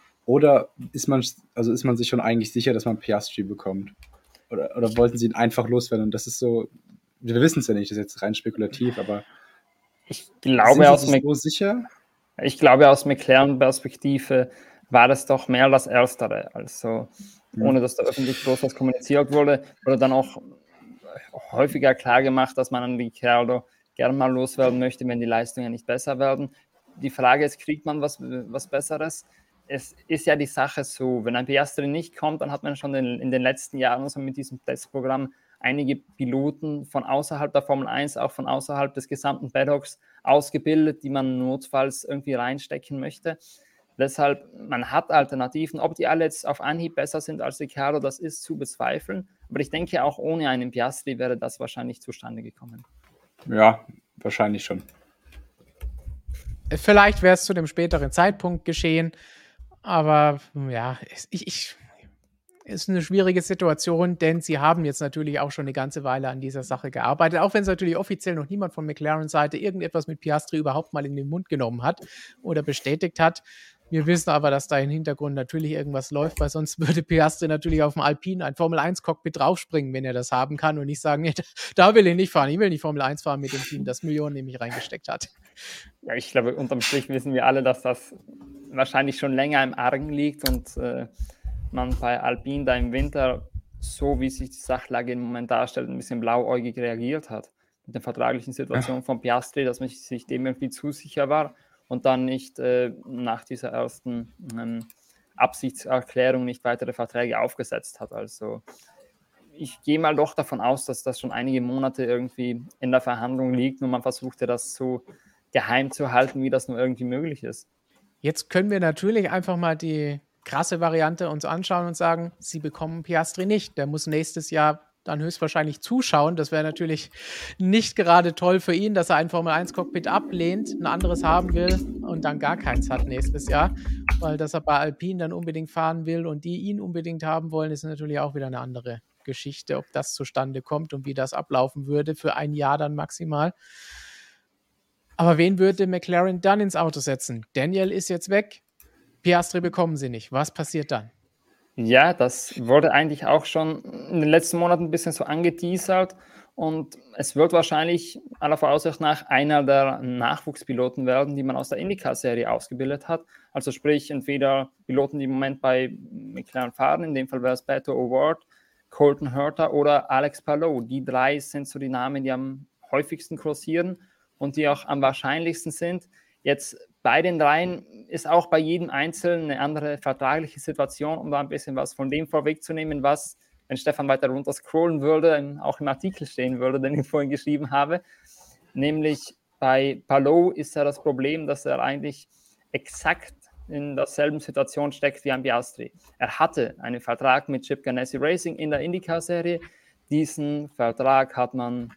Oder ist man, also ist man sich schon eigentlich sicher, dass man Piastri bekommt? Oder, oder wollten sie ihn einfach loswerden? Und das ist so, wir wissen es ja nicht, das ist jetzt rein spekulativ, aber ich glaube, aus Mac- so sicher? Ich glaube, aus McLaren-Perspektive war das doch mehr das Erstere. Also, hm. ohne dass da öffentlich groß was kommuniziert wurde, wurde dann auch häufiger klar gemacht, dass man an Ricciardo gerne mal loswerden möchte, wenn die Leistungen nicht besser werden. Die Frage ist, kriegt man was, was Besseres? Es ist ja die Sache so, wenn ein Piastri nicht kommt, dann hat man schon in, in den letzten Jahren so mit diesem Testprogramm einige Piloten von außerhalb der Formel eins, auch von außerhalb des gesamten Paddocks ausgebildet, die man notfalls irgendwie reinstecken möchte. Deshalb, man hat Alternativen. Ob die alle jetzt auf Anhieb besser sind als Ricciardo, das ist zu bezweifeln. Aber ich denke, auch ohne einen Piastri wäre das wahrscheinlich zustande gekommen. Ja, wahrscheinlich schon. Vielleicht wäre es zu dem späteren Zeitpunkt geschehen. Aber ja, ich, ich, ist eine schwierige Situation, denn sie haben jetzt natürlich auch schon eine ganze Weile an dieser Sache gearbeitet. Auch wenn es natürlich offiziell noch niemand von McLaren-Seite irgendetwas mit Piastri überhaupt mal in den Mund genommen hat oder bestätigt hat. Wir wissen aber, dass da im Hintergrund natürlich irgendwas läuft, weil sonst würde Piastri natürlich auf dem Alpine ein Formel eins Cockpit draufspringen, wenn er das haben kann und nicht sagen, nee, da will ich nicht fahren. Ich will nicht Formel eins fahren mit dem Team, das Millionen nämlich reingesteckt hat. Ja, ich glaube, unterm Strich wissen wir alle, dass das wahrscheinlich schon länger im Argen liegt und äh, man bei Alpine da im Winter, so wie sich die Sachlage im Moment darstellt, ein bisschen blauäugig reagiert hat. Mit der vertraglichen Situation von Piastri, dass man sich dem irgendwie zu sicher war und dann nicht äh, nach dieser ersten ähm, Absichtserklärung nicht weitere Verträge aufgesetzt hat. Also ich gehe mal doch davon aus, dass das schon einige Monate irgendwie in der Verhandlung liegt und man versuchte das so geheim zu halten, wie das nur irgendwie möglich ist. Jetzt können wir natürlich einfach mal die krasse Variante uns anschauen und sagen, sie bekommen Piastri nicht. Der muss nächstes Jahr dann höchstwahrscheinlich zuschauen. Das wäre natürlich nicht gerade toll für ihn, dass er ein Formel eins Cockpit ablehnt, ein anderes haben will und dann gar keins hat nächstes Jahr. Weil dass er bei Alpine dann unbedingt fahren will und die ihn unbedingt haben wollen, ist natürlich auch wieder eine andere Geschichte, ob das zustande kommt und wie das ablaufen würde für ein Jahr dann maximal. Aber wen würde McLaren dann ins Auto setzen? Daniel ist jetzt weg, Piastri bekommen sie nicht. Was passiert dann? Ja, das wurde eigentlich auch schon in den letzten Monaten ein bisschen so angeteasert und es wird wahrscheinlich aller Voraussicht nach einer der Nachwuchspiloten werden, die man aus der IndyCar-Serie ausgebildet hat. Also sprich entweder Piloten, die im Moment bei McLaren fahren, in dem Fall wäre es Beto O'Ward, Colton Herta oder Alex Palou. Die drei sind so die Namen, die am häufigsten kursieren und die auch am wahrscheinlichsten sind. Jetzt bei den dreien ist auch bei jedem Einzelnen eine andere vertragliche Situation, um da ein bisschen was von dem vorwegzunehmen, was wenn Stefan weiter runter scrollen würde, auch im Artikel stehen würde, den ich vorhin geschrieben habe. Nämlich bei Palou ist ja das Problem, dass er eigentlich exakt in derselben Situation steckt wie ein Piastri. Er hatte einen Vertrag mit Chip Ganassi Racing in der IndyCar-Serie. Diesen Vertrag hat man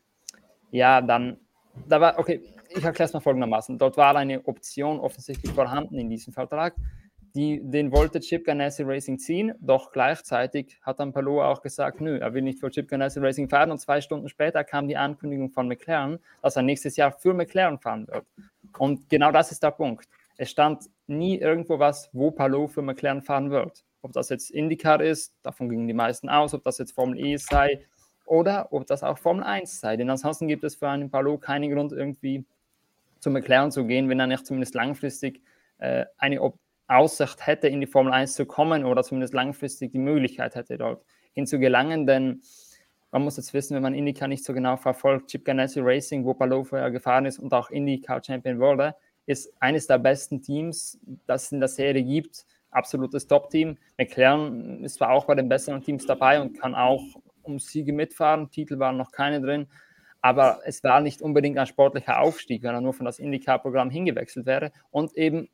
ja dann, da war, okay, ich erkläre es mal folgendermaßen. Dort war eine Option offensichtlich vorhanden in diesem Vertrag. Die, den wollte Chip Ganassi Racing ziehen, doch gleichzeitig hat dann Palou auch gesagt, nö, er will nicht für Chip Ganassi Racing fahren, und zwei Stunden später kam die Ankündigung von McLaren, dass er nächstes Jahr für McLaren fahren wird. Und genau das ist der Punkt. Es stand nie irgendwo was, wo Palou für McLaren fahren wird. Ob das jetzt IndyCar ist, davon gingen die meisten aus, ob das jetzt Formel E sei oder ob das auch Formel eins sei. Denn ansonsten gibt es für einen Palou keinen Grund, irgendwie zu McLaren zu gehen, wenn er nicht zumindest langfristig äh, eine Op- Aussicht hätte, in die Formel eins zu kommen oder zumindest langfristig die Möglichkeit hätte, dort hinzugelangen. Denn man muss jetzt wissen, wenn man IndyCar nicht so genau verfolgt, Chip Ganassi Racing, wo Palou vorher gefahren ist und auch IndyCar-Champion wurde, ist eines der besten Teams, das es in der Serie gibt. Absolutes Top-Team. McLaren ist zwar auch bei den besseren Teams dabei und kann auch um Siege mitfahren. Titel waren noch keine drin. Aber es war nicht unbedingt ein sportlicher Aufstieg, wenn er nur von das IndyCar-Programm hingewechselt wäre. Und eben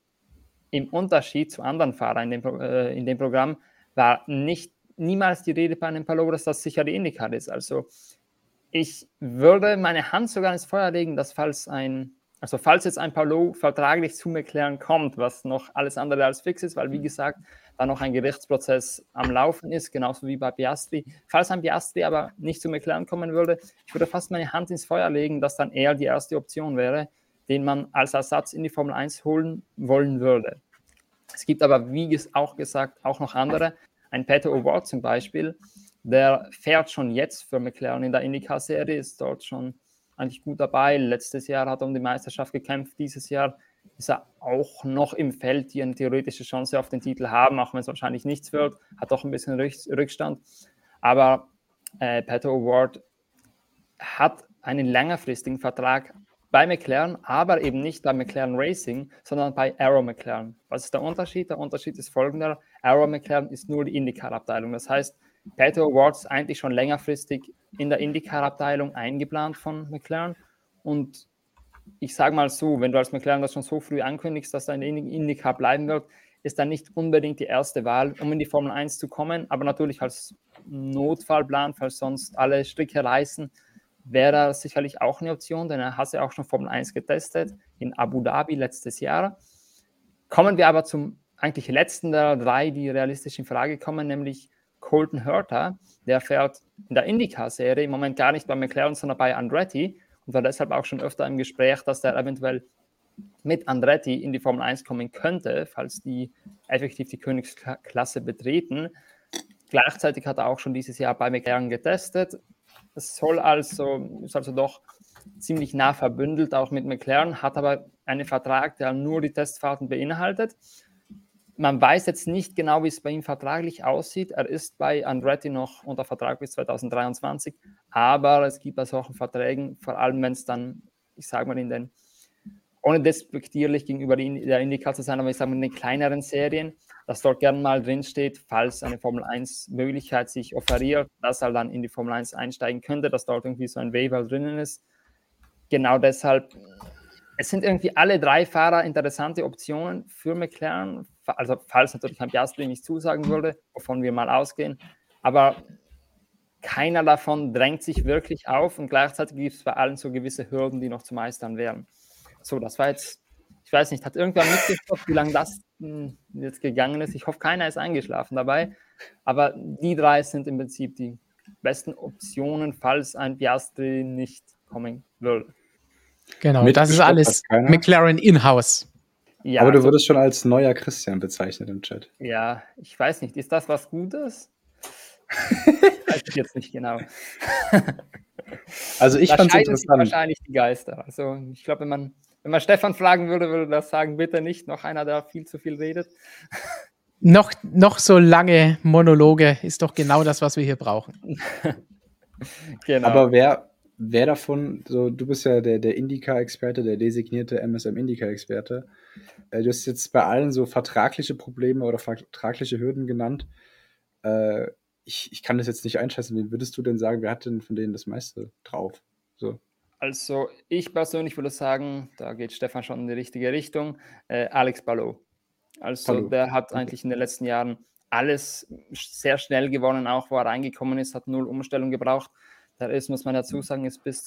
im Unterschied zu anderen Fahrern in dem, äh, in dem Programm war nicht, niemals die Rede bei einem Palou, dass das sicher die IndyCar ist. Also ich würde meine Hand sogar ins Feuer legen, dass falls ein Also falls jetzt ein Palou vertraglich zu McLaren kommt, was noch alles andere als fix ist, weil wie gesagt, da noch ein Gerichtsprozess am Laufen ist, genauso wie bei Piastri. Falls ein Piastri aber nicht zu McLaren kommen würde, ich würde fast meine Hand ins Feuer legen, dass dann eher die erste Option wäre, den man als Ersatz in die Formel eins holen wollen würde. Es gibt aber, wie auch gesagt, auch noch andere. Ein Pato O'Ward zum Beispiel, der fährt schon jetzt für McLaren in der IndyCar-Serie, ist dort schon eigentlich gut dabei. Letztes Jahr hat er um die Meisterschaft gekämpft. Dieses Jahr ist er auch noch im Feld, die eine theoretische Chance auf den Titel haben, auch wenn es wahrscheinlich nichts wird. Hat doch ein bisschen Rückstand. Aber äh, Pato O'Ward hat einen längerfristigen Vertrag bei McLaren, aber eben nicht bei McLaren Racing, sondern bei Arrow McLaren. Was ist der Unterschied? Der Unterschied ist folgender. Arrow McLaren ist nur die IndyCar-Abteilung. Das heißt, Pato O'Ward ist eigentlich schon längerfristig in der IndyCar-Abteilung eingeplant von McLaren. Und ich sage mal so, wenn du als McLaren das schon so früh ankündigst, dass er in der IndyCar bleiben wird, ist dann nicht unbedingt die erste Wahl, um in die Formel eins zu kommen. Aber natürlich als Notfallplan, falls sonst alle Stricke reißen, wäre das sicherlich auch eine Option, denn er hat ja auch schon Formel eins getestet in Abu Dhabi letztes Jahr. Kommen wir aber zum eigentlich letzten der drei, die realistisch in Frage kommen, nämlich Colton Herta. Der fährt in der IndyCar-Serie im Moment gar nicht bei McLaren, sondern bei Andretti und war deshalb auch schon öfter im Gespräch, dass der eventuell mit Andretti in die Formel eins kommen könnte, falls die effektiv die Königsklasse betreten. Gleichzeitig hat er auch schon dieses Jahr bei McLaren getestet. Es soll also, ist also doch ziemlich nah verbündelt, auch mit McLaren, hat aber einen Vertrag, der nur die Testfahrten beinhaltet. Man weiß jetzt nicht genau, wie es bei ihm vertraglich aussieht. Er ist bei Andretti noch unter Vertrag bis zwanzig dreiundzwanzig, aber es gibt bei solchen Verträgen, vor allem wenn es dann, ich sage mal in den, ohne despektierlich gegenüber der IndyCar zu sein, aber ich sage mal in den kleineren Serien, dass dort gerne mal drinsteht, falls eine Formel eins Möglichkeit sich offeriert, dass er dann in die Formel eins einsteigen könnte, dass dort irgendwie so ein Waiver drinnen ist. Genau deshalb, es sind irgendwie alle drei Fahrer interessante Optionen für McLaren, also falls natürlich ein Piastri nicht zusagen würde, wovon wir mal ausgehen, aber keiner davon drängt sich wirklich auf und gleichzeitig gibt es bei allen so gewisse Hürden, die noch zu meistern wären. So, das war jetzt, ich weiß nicht, hat irgendwann mitgeschafft, wie lange das mh, jetzt gegangen ist. Ich hoffe, keiner ist eingeschlafen dabei, aber die drei sind im Prinzip die besten Optionen, falls ein Piastri nicht kommen würde. Genau, das ist alles McLaren in-house. Ja, aber du also, wurdest schon als neuer Christian bezeichnet im Chat. Ja, ich weiß nicht, ist das was Gutes? Weiß ich jetzt nicht genau. Also ich fand es interessant. Wahrscheinlich die Geister. Also ich glaube, wenn man, wenn man Stefan fragen würde, würde er sagen, bitte nicht noch einer, der viel zu viel redet. Noch, noch so lange Monologe ist doch genau das, was wir hier brauchen. Genau. Aber wer, wer davon, so du bist ja der, der IndyCar-Experte, der designierte M S M-IndyCar-Experte, äh, du hast jetzt bei allen so vertragliche Probleme oder vertragliche Hürden genannt. Äh, ich, ich kann das jetzt nicht einschätzen. Wie würdest du denn sagen, wer hat denn von denen das meiste drauf? So. Also ich persönlich würde sagen, da geht Stefan schon in die richtige Richtung, äh, Alex Palou. Also Palou. der hat Okay. eigentlich in den letzten Jahren alles sehr schnell gewonnen, auch wo er reingekommen ist, hat null Umstellung gebraucht. Der ist, muss man dazu sagen, ist bis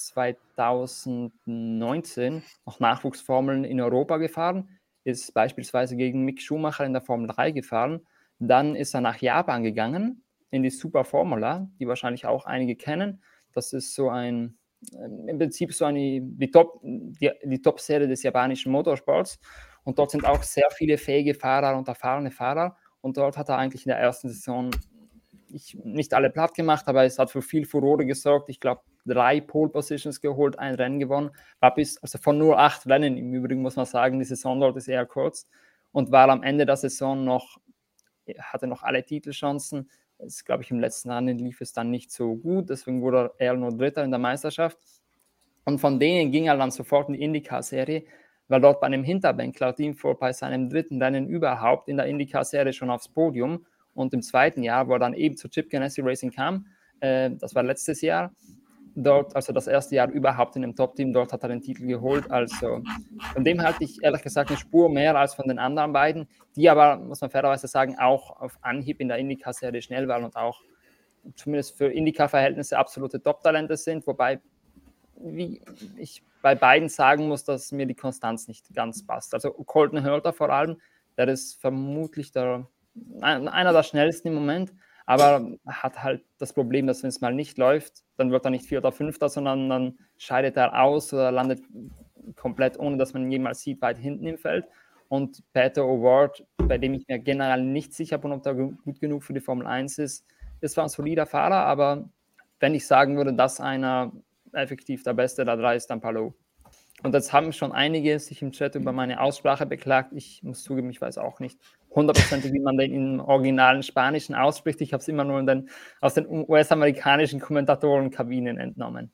zweitausendneunzehn noch Nachwuchsformeln in Europa gefahren, ist beispielsweise gegen Mick Schumacher in der Formel drei gefahren. Dann ist er nach Japan gegangen, in die Super Formula, die wahrscheinlich auch einige kennen. Das ist so ein, im Prinzip so eine, die Top, die, die Top-Serie des japanischen Motorsports. Und dort sind auch sehr viele fähige Fahrer und erfahrene Fahrer. Und dort hat er eigentlich in der ersten Saison ich, nicht alle platt gemacht, aber es hat für viel Furore gesorgt. Ich glaube, drei Pole Positions geholt, ein Rennen gewonnen. War bis, also von nur acht Rennen, im Übrigen muss man sagen, die Saison dort ist eher kurz. Und war am Ende der Saison noch, hatte noch alle Titelchancen. Das, glaube ich, im letzten Rennen lief es dann nicht so gut. Deswegen wurde er nur Dritter in der Meisterschaft. Und von denen ging er dann sofort in die IndyCar-Serie, weil dort bei einem Hinterbänkler Team Ford bei seinem dritten Rennen überhaupt in der IndyCar-Serie schon aufs Podium. Und im zweiten Jahr, wo er dann eben zu Chip Ganassi Racing kam, äh, das war letztes Jahr, dort, also das erste Jahr überhaupt in dem Top-Team, dort hat er den Titel geholt. Also von dem halte ich ehrlich gesagt eine Spur mehr als von den anderen beiden, die aber, muss man fairerweise sagen, auch auf Anhieb in der IndyCar-Serie schnell waren und auch zumindest für IndyCar-Verhältnisse absolute Top-Talente sind, wobei wie ich bei beiden sagen muss, dass mir die Konstanz nicht ganz passt. Also Colton Herta vor allem, der ist vermutlich der einer der schnellsten im Moment, aber hat halt das Problem, dass wenn es mal nicht läuft, dann wird er nicht Vierter, Fünfter, sondern dann scheidet er aus oder landet komplett, ohne dass man ihn jemals sieht, weit hinten im Feld. Und Pato O'Ward, bei dem ich mir generell nicht sicher bin, ob er gut genug für die Formel eins ist, ist zwar ein solider Fahrer, aber wenn ich sagen würde, dass einer effektiv der Beste der drei ist, dann Palou. Und jetzt haben schon einige sich im Chat über meine Aussprache beklagt. Ich muss zugeben, ich weiß auch nicht hundertprozentig, wie man den im originalen Spanischen ausspricht. Ich habe es immer nur in den, aus den U S-amerikanischen Kommentatorenkabinen entnommen.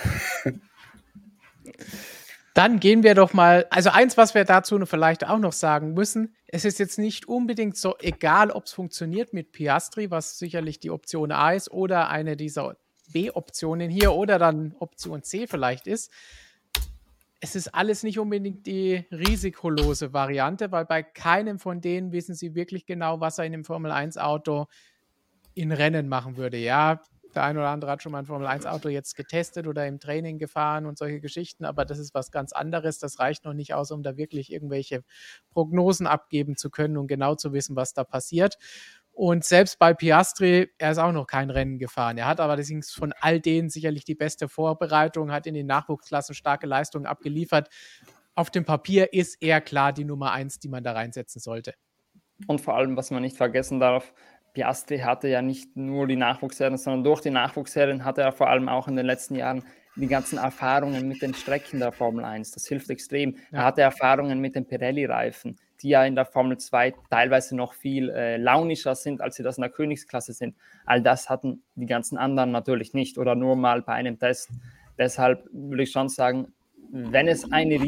Dann gehen wir doch mal, also eins, was wir dazu vielleicht auch noch sagen müssen, es ist jetzt nicht unbedingt so egal, ob es funktioniert mit Piastri, was sicherlich die Option A ist, oder eine dieser B-Optionen hier oder dann Option C vielleicht ist. Es ist alles nicht unbedingt die risikolose Variante, weil bei keinem von denen wissen sie wirklich genau, was er in einem Formel eins Auto in Rennen machen würde. Ja, der eine oder andere hat schon mal ein Formel eins Auto jetzt getestet oder im Training gefahren und solche Geschichten, aber das ist was ganz anderes. Das reicht noch nicht aus, um da wirklich irgendwelche Prognosen abgeben zu können und genau zu wissen, was da passiert. Und selbst bei Piastri, er ist auch noch kein Rennen gefahren. Er hat aber allerdings von all denen sicherlich die beste Vorbereitung, hat in den Nachwuchsklassen starke Leistungen abgeliefert. Auf dem Papier ist er klar die Nummer eins, die man da reinsetzen sollte. Und vor allem, was man nicht vergessen darf, Piastri hatte ja nicht nur die Nachwuchsserien, sondern durch die Nachwuchsserien hatte er vor allem auch in den letzten Jahren die ganzen Erfahrungen mit den Strecken der Formel eins. Das hilft extrem. Ja. Er hatte Erfahrungen mit den Pirelli-Reifen, die ja in der Formel zwei teilweise noch viel äh, launischer sind, als sie das in der Königsklasse sind. All das hatten die ganzen anderen natürlich nicht oder nur mal bei einem Test. Deshalb würde ich schon sagen, wenn es eine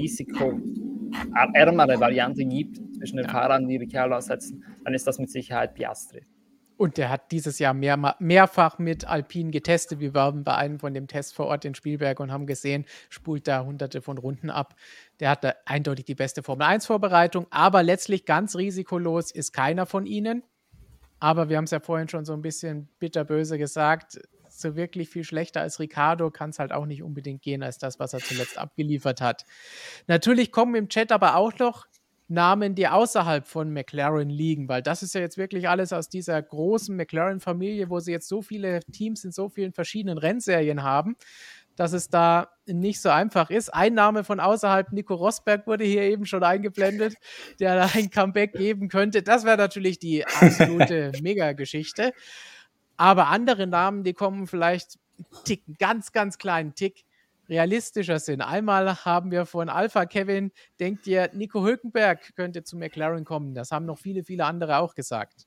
risikoärmere Variante gibt zwischen den ja. Fahrern, die Ricciardo ersetzen, dann ist das mit Sicherheit Piastri. Und der hat dieses Jahr mehr, mehrfach mit Alpine getestet. Wir waren bei einem von dem Test vor Ort in Spielberg und haben gesehen, spult da hunderte von Runden ab. Der hat da eindeutig die beste Formel eins Vorbereitung, aber letztlich ganz risikolos ist keiner von ihnen. Aber wir haben es ja vorhin schon so ein bisschen bitterböse gesagt, so wirklich viel schlechter als Ricciardo kann es halt auch nicht unbedingt gehen, als das, was er zuletzt abgeliefert hat. Natürlich kommen im Chat aber auch noch Namen, die außerhalb von McLaren liegen, weil das ist ja jetzt wirklich alles aus dieser großen McLaren-Familie, wo sie jetzt so viele Teams in so vielen verschiedenen Rennserien haben, dass es da nicht so einfach ist. Ein Name von außerhalb, Nico Rosberg, wurde hier eben schon eingeblendet, der da ein Comeback geben könnte. Das wäre natürlich die absolute Mega-Geschichte. Aber andere Namen, die kommen vielleicht einen Tick, ganz, ganz kleinen Tick realistischer sind. Einmal haben wir von Alpha Kevin, denkt ihr, Nico Hülkenberg könnte zu McLaren kommen? Das haben noch viele, viele andere auch gesagt.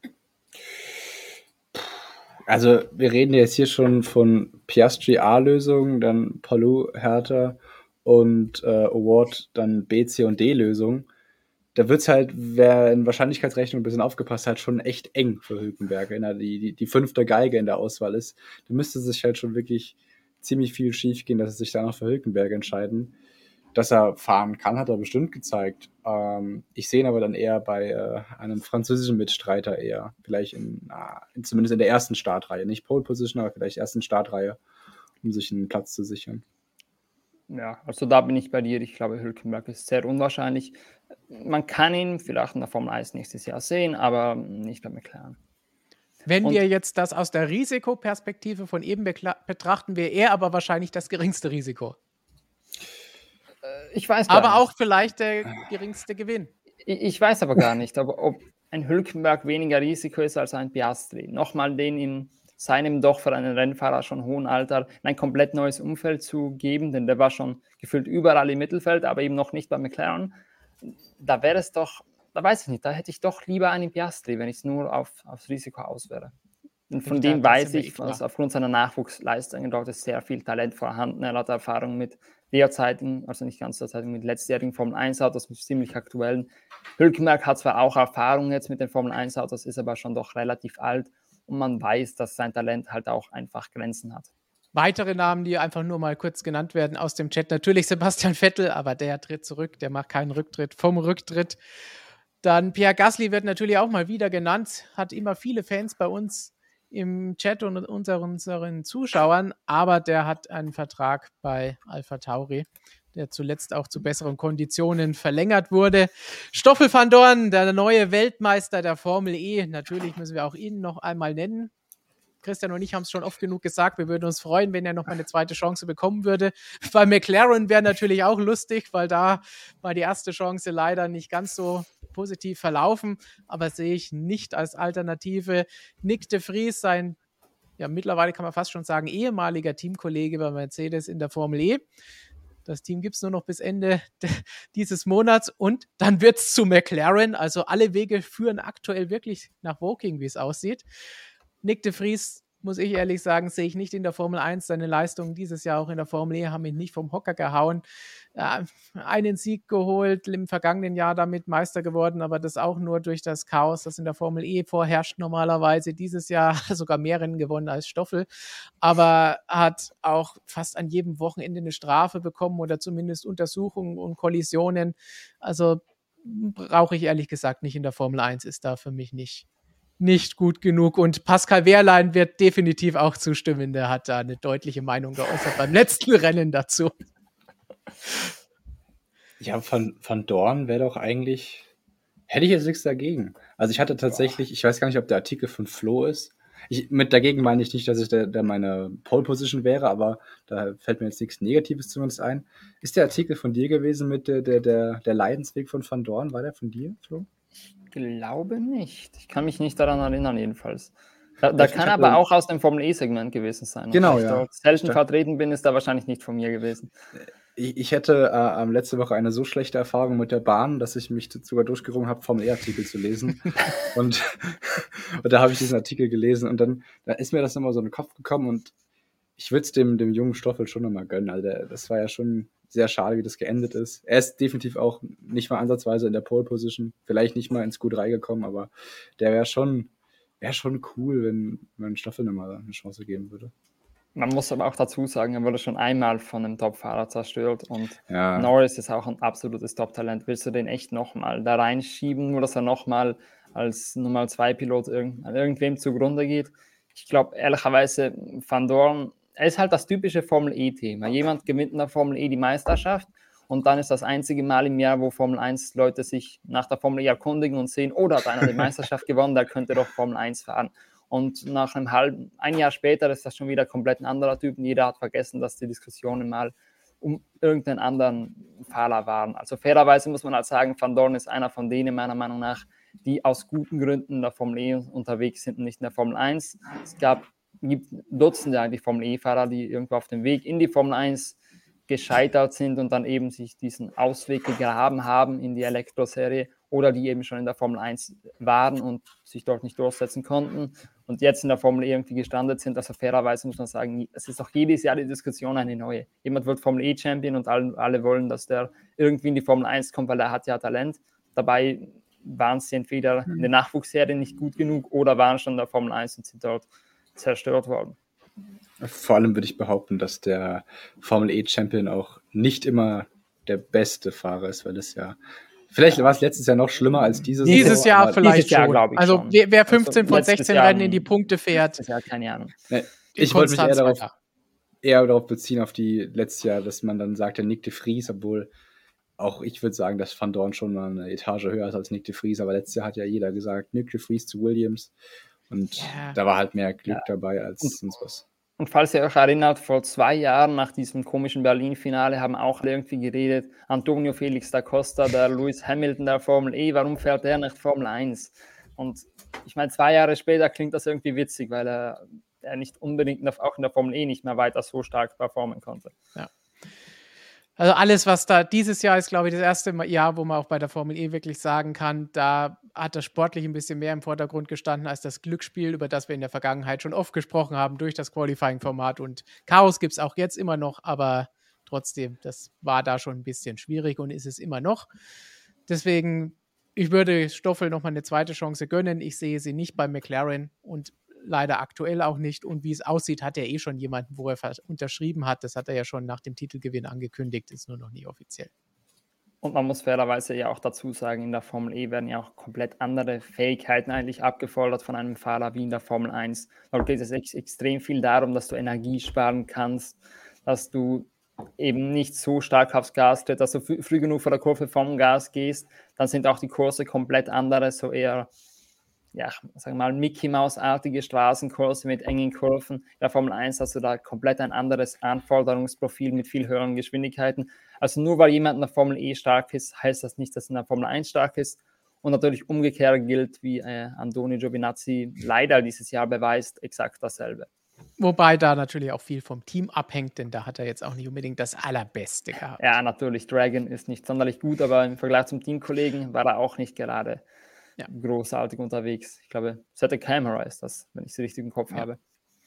Also wir reden jetzt hier schon von Piastri A-Lösung, dann Palou, Herta und äh, O'Ward dann B, C und D-Lösung. da wird es halt, wer in Wahrscheinlichkeitsrechnung ein bisschen aufgepasst hat, schon echt eng für Hülkenberg, wenn er die, die, die fünfte Geige in der Auswahl ist. Da müsste sich halt schon wirklich ziemlich viel schief gehen, dass es sich danach für Hülkenberg entscheiden. Dass er fahren kann, hat er bestimmt gezeigt. Ähm, ich sehe ihn aber dann eher bei äh, einem französischen Mitstreiter eher. Vielleicht in, na, in, zumindest in der ersten Startreihe. Nicht Pole Position, aber vielleicht ersten Startreihe, um sich einen Platz zu sichern. Ja, also da bin ich bei dir. Ich glaube, Hülkenberg ist sehr unwahrscheinlich. Man kann ihn vielleicht in der Formel eins nächstes Jahr sehen, aber nicht bei McLaren. Wenn Und wir jetzt das aus der Risikoperspektive von eben bekla- betrachten, wäre er aber wahrscheinlich das geringste Risiko. ich weiß gar Aber nicht. auch vielleicht der geringste Gewinn. Ich, ich weiß aber gar nicht, aber ob ein Hülkenberg weniger Risiko ist als ein Piastri. Nochmal den in seinem doch für einen Rennfahrer schon hohen Alter in ein komplett neues Umfeld zu geben, denn der war schon gefühlt überall im Mittelfeld, aber eben noch nicht bei McLaren. Da wäre es doch, da weiß ich nicht, da hätte ich doch lieber einen Piastri, wenn ich es nur auf, aufs Risiko aus wäre. Und von Und dem da- da weiß sind wir ich, eh dass klar. aufgrund seiner Nachwuchsleistungen dort ist sehr viel Talent vorhanden. Er hat Erfahrung mit derzeitigen, also nicht ganz derzeitigen, mit letztjährigen Formel eins Autos, mit ziemlich aktuellen. Hülkenberg hat zwar auch Erfahrung jetzt mit den Formel eins Autos, ist aber schon doch relativ alt und man weiß, dass sein Talent halt auch einfach Grenzen hat. Weitere Namen, die einfach nur mal kurz genannt werden aus dem Chat. Natürlich Sebastian Vettel, aber der tritt zurück, der macht keinen Rücktritt vom Rücktritt. Dann Pierre Gasly wird natürlich auch mal wieder genannt, hat immer viele Fans bei uns im Chat und unter unseren Zuschauern, aber der hat einen Vertrag bei AlphaTauri, der zuletzt auch zu besseren Konditionen verlängert wurde. Stoffel van Dorn, der neue Weltmeister der Formel E, natürlich müssen wir auch ihn noch einmal nennen. Christian und ich haben es schon oft genug gesagt, wir würden uns freuen, wenn er noch mal eine zweite Chance bekommen würde. Bei McLaren wäre natürlich auch lustig, weil da war die erste Chance leider nicht ganz so positiv verlaufen, aber sehe ich nicht als Alternative. Nick de Vries, sein, ja mittlerweile kann man fast schon sagen, ehemaliger Teamkollege bei Mercedes in der Formel E. Das Team gibt es nur noch bis Ende de- dieses Monats und dann wird es zu McLaren. Also alle Wege führen aktuell wirklich nach Woking, wie es aussieht. Nick de Vries, muss ich ehrlich sagen, sehe ich nicht in der Formel eins. Seine Leistungen dieses Jahr auch in der Formel E haben ihn nicht vom Hocker gehauen. Äh, einen Sieg geholt, im vergangenen Jahr damit Meister geworden, aber das auch nur durch das Chaos, das in der Formel E vorherrscht normalerweise. Dieses Jahr sogar mehr Rennen gewonnen als Stoffel, aber hat auch fast an jedem Wochenende eine Strafe bekommen oder zumindest Untersuchungen und Kollisionen. Also brauche ich ehrlich gesagt nicht in der Formel eins, ist da für mich nicht nicht gut genug. Und Pascal Wehrlein wird definitiv auch zustimmen. Der hat da eine deutliche Meinung geäußert beim letzten Rennen dazu. Ja, von, von Dorn wäre doch eigentlich, hätte ich jetzt nichts dagegen. Also ich hatte tatsächlich, ich weiß gar nicht, ob der Artikel von Flo ist. Ich, mit dagegen meine ich nicht, dass ich der, der meine Pole Position wäre, aber da fällt mir jetzt nichts Negatives zumindest ein. Ist der Artikel von dir gewesen mit der, der, der, der Leidensweg von Van Dorn? War der von dir, Flo? Glaube nicht. Ich kann mich nicht daran erinnern, jedenfalls. Da, da Ich- ich kann hatte- aber auch aus dem Formel E-Segment gewesen sein. Und Genau, da ich ja. dort selten Stimmt. vertreten bin, ist da wahrscheinlich nicht von mir gewesen. Ich, ich hätte äh, ähm, letzte Woche eine so schlechte Erfahrung mit der Bahn, dass ich mich sogar durchgerungen habe, Formel E-Artikel zu lesen. und, und da habe ich diesen Artikel gelesen und dann da ist mir das nochmal so in den Kopf gekommen und ich würde es dem, dem jungen Stoffel schon nochmal gönnen. Also der, das war ja schon sehr schade, wie das geendet ist. Er ist definitiv auch nicht mal ansatzweise in der Pole Position, vielleicht nicht mal ins Q drei gekommen, aber der wäre schon, wär schon cool, wenn man Stoffel nochmal eine Chance geben würde. Man muss aber auch dazu sagen, er wurde schon einmal von einem Top-Fahrer zerstört und Ja. Norris ist auch ein absolutes Top-Talent. Willst du den echt nochmal da reinschieben, nur dass er nochmal als Nummer zwei Pilot irgend, an irgendwem zugrunde geht? Ich glaube, ehrlicherweise, Van Dorn, er ist halt das typische Formel-E-Thema. Jemand gewinnt in der Formel E die Meisterschaft und dann ist das einzige Mal im Jahr, wo Formel eins Leute sich nach der Formel E erkundigen und sehen, oh, da hat einer die Meisterschaft gewonnen, der könnte doch Formel eins fahren. Und nach einem halben, ein Jahr später ist das schon wieder komplett ein anderer Typ. Und jeder hat vergessen, dass die Diskussionen mal um irgendeinen anderen Fahrer waren. Also fairerweise muss man halt sagen, Van Dorn ist einer von denen, meiner Meinung nach, die aus guten Gründen in der Formel E unterwegs sind und nicht in der Formel eins. Es gab, gibt Dutzende eigentlich Formel E-Fahrer, die irgendwo auf dem Weg in die Formel eins gescheitert sind und dann eben sich diesen Ausweg gegraben haben in die Elektroserie oder die eben schon in der Formel eins waren und sich dort nicht durchsetzen konnten und jetzt in der Formel E irgendwie gestrandet sind. Also fairerweise muss man sagen, es ist auch jedes Jahr die Diskussion eine neue. Jemand wird Formel E-Champion und alle, alle wollen, dass der irgendwie in die Formel eins kommt, weil er hat ja Talent. dabei waren sie entweder in der Nachwuchsserie nicht gut genug oder waren schon in der Formel eins und sind dort zerstört worden. Vor allem würde ich behaupten, dass der Formel-E-Champion auch nicht immer der beste Fahrer ist, weil es ja, vielleicht war es letztes Jahr noch schlimmer als dieses Jahr. Dieses Jahr aber vielleicht dieses Jahr, schon. glaube ich Also schon. wer, wer fünfzehn Also von letztes sechzehn Jahr- Rennen in die Punkte fährt, Das ist ja keine Ahnung. Ne, die ich wollte mich eher Konstanz darauf, weiter. eher darauf beziehen, auf die letztes Jahr, dass man dann sagt, der Nick de Vries, obwohl auch ich würde sagen, dass Van Dorn schon mal eine Etage höher ist als Nick de Vries, aber letztes Jahr hat ja jeder gesagt, Nick de Vries zu Williams und Ja. da war halt mehr Glück Ja. dabei als sonst was. Und falls ihr euch erinnert, vor zwei Jahren nach diesem komischen Berlin-Finale haben auch alle irgendwie geredet, Antonio Felix da Costa, der Lewis Hamilton der Formel E, warum fährt er nicht Formel eins? Und ich meine, zwei Jahre später klingt das irgendwie witzig, weil er, er nicht unbedingt in der, auch in der Formel E nicht mehr weiter so stark performen konnte. Also alles, was da dieses Jahr ist, glaube ich, das erste Mal- Jahr, wo man auch bei der Formel E wirklich sagen kann, da hat das sportlich ein bisschen mehr im Vordergrund gestanden als das Glücksspiel, über das wir in der Vergangenheit schon oft gesprochen haben, durch das Qualifying-Format. Und Chaos gibt es auch jetzt immer noch, aber trotzdem, das war da schon ein bisschen schwierig und ist es immer noch. Deswegen, ich würde Stoffel nochmal eine zweite Chance gönnen. Ich sehe sie nicht bei McLaren und leider aktuell auch nicht. Und wie es aussieht, hat er eh schon jemanden, wo er ver- unterschrieben hat. Das hat er ja schon nach dem Titelgewinn angekündigt, ist nur noch nie offiziell. Und man muss fairerweise ja auch dazu sagen, in der Formel E werden ja auch komplett andere Fähigkeiten eigentlich abgefordert von einem Fahrer wie in der Formel eins. Dort geht es ex- extrem viel darum, dass du Energie sparen kannst, dass du eben nicht so stark aufs Gas trittst, dass du früh, früh genug vor der Kurve vom Gas gehst. Dann sind auch die Kurse komplett andere, so eher, ja, sagen wir mal, Mickey-Maus-artige Straßenkurse mit engen Kurven. In der Formel eins hast du da komplett ein anderes Anforderungsprofil mit viel höheren Geschwindigkeiten. Also nur weil jemand in der Formel E stark ist, heißt das nicht, dass er in der Formel eins stark ist. Und natürlich umgekehrt gilt, wie äh, Antonio Giovinazzi leider dieses Jahr beweist, exakt dasselbe. Wobei da natürlich auch viel vom Team abhängt, denn da hat er jetzt auch nicht unbedingt das Allerbeste gehabt. Ja, natürlich, Dragon ist nicht sonderlich gut, aber im Vergleich zum Teamkollegen war er auch nicht gerade Ja. großartig unterwegs. Ich glaube, Sette Camera ist das, wenn ich es richtig im Kopf Ja. habe.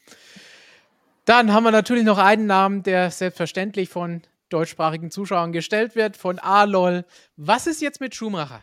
Dann haben wir natürlich noch einen Namen, der selbstverständlich von deutschsprachigen Zuschauern gestellt wird, von A-Lol. Was ist jetzt mit Schumacher?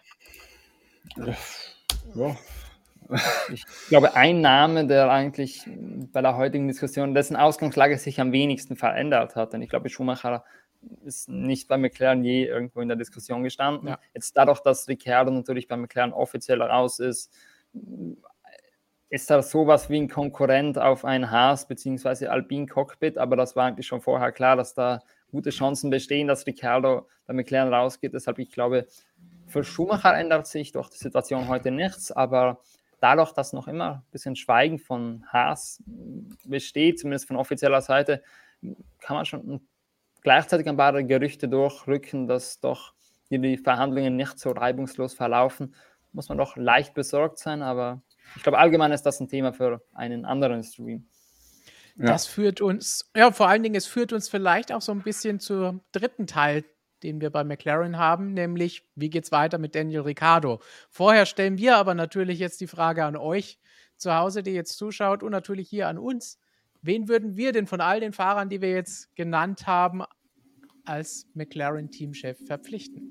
Ja. Ich glaube, ein Name, der eigentlich bei der heutigen Diskussion, dessen Ausgangslage sich am wenigsten verändert hat, denn ich glaube, Schumacher ist nicht bei McLaren je irgendwo in der Diskussion gestanden. Ja. Jetzt dadurch, dass Ricciardo natürlich bei McLaren offiziell raus ist, ist da sowas wie ein Konkurrent auf ein Haas bzw. Alpine Cockpit, aber das war eigentlich schon vorher klar, dass da gute Chancen bestehen, dass Ricciardo bei McLaren rausgeht. Deshalb, ich glaube, für Schumacher ändert sich durch die Situation heute nichts, aber dadurch, dass noch immer ein bisschen Schweigen von Haas besteht, zumindest von offizieller Seite, kann man schon gleichzeitig ein paar Gerüchte durchrücken, dass doch die Verhandlungen nicht so reibungslos verlaufen. Muss man doch leicht besorgt sein, aber ich glaube, allgemein ist das ein Thema für einen anderen Stream. Ja. Das führt uns, ja, vor allen Dingen, es führt uns vielleicht auch so ein bisschen zum dritten Teil, den wir bei McLaren haben, nämlich, wie geht's weiter mit Daniel Ricciardo? Vorher stellen wir aber natürlich jetzt die Frage an euch zu Hause, die jetzt zuschaut, und natürlich hier an uns. Wen würden wir denn von all den Fahrern, die wir jetzt genannt haben, als McLaren-Teamchef verpflichten?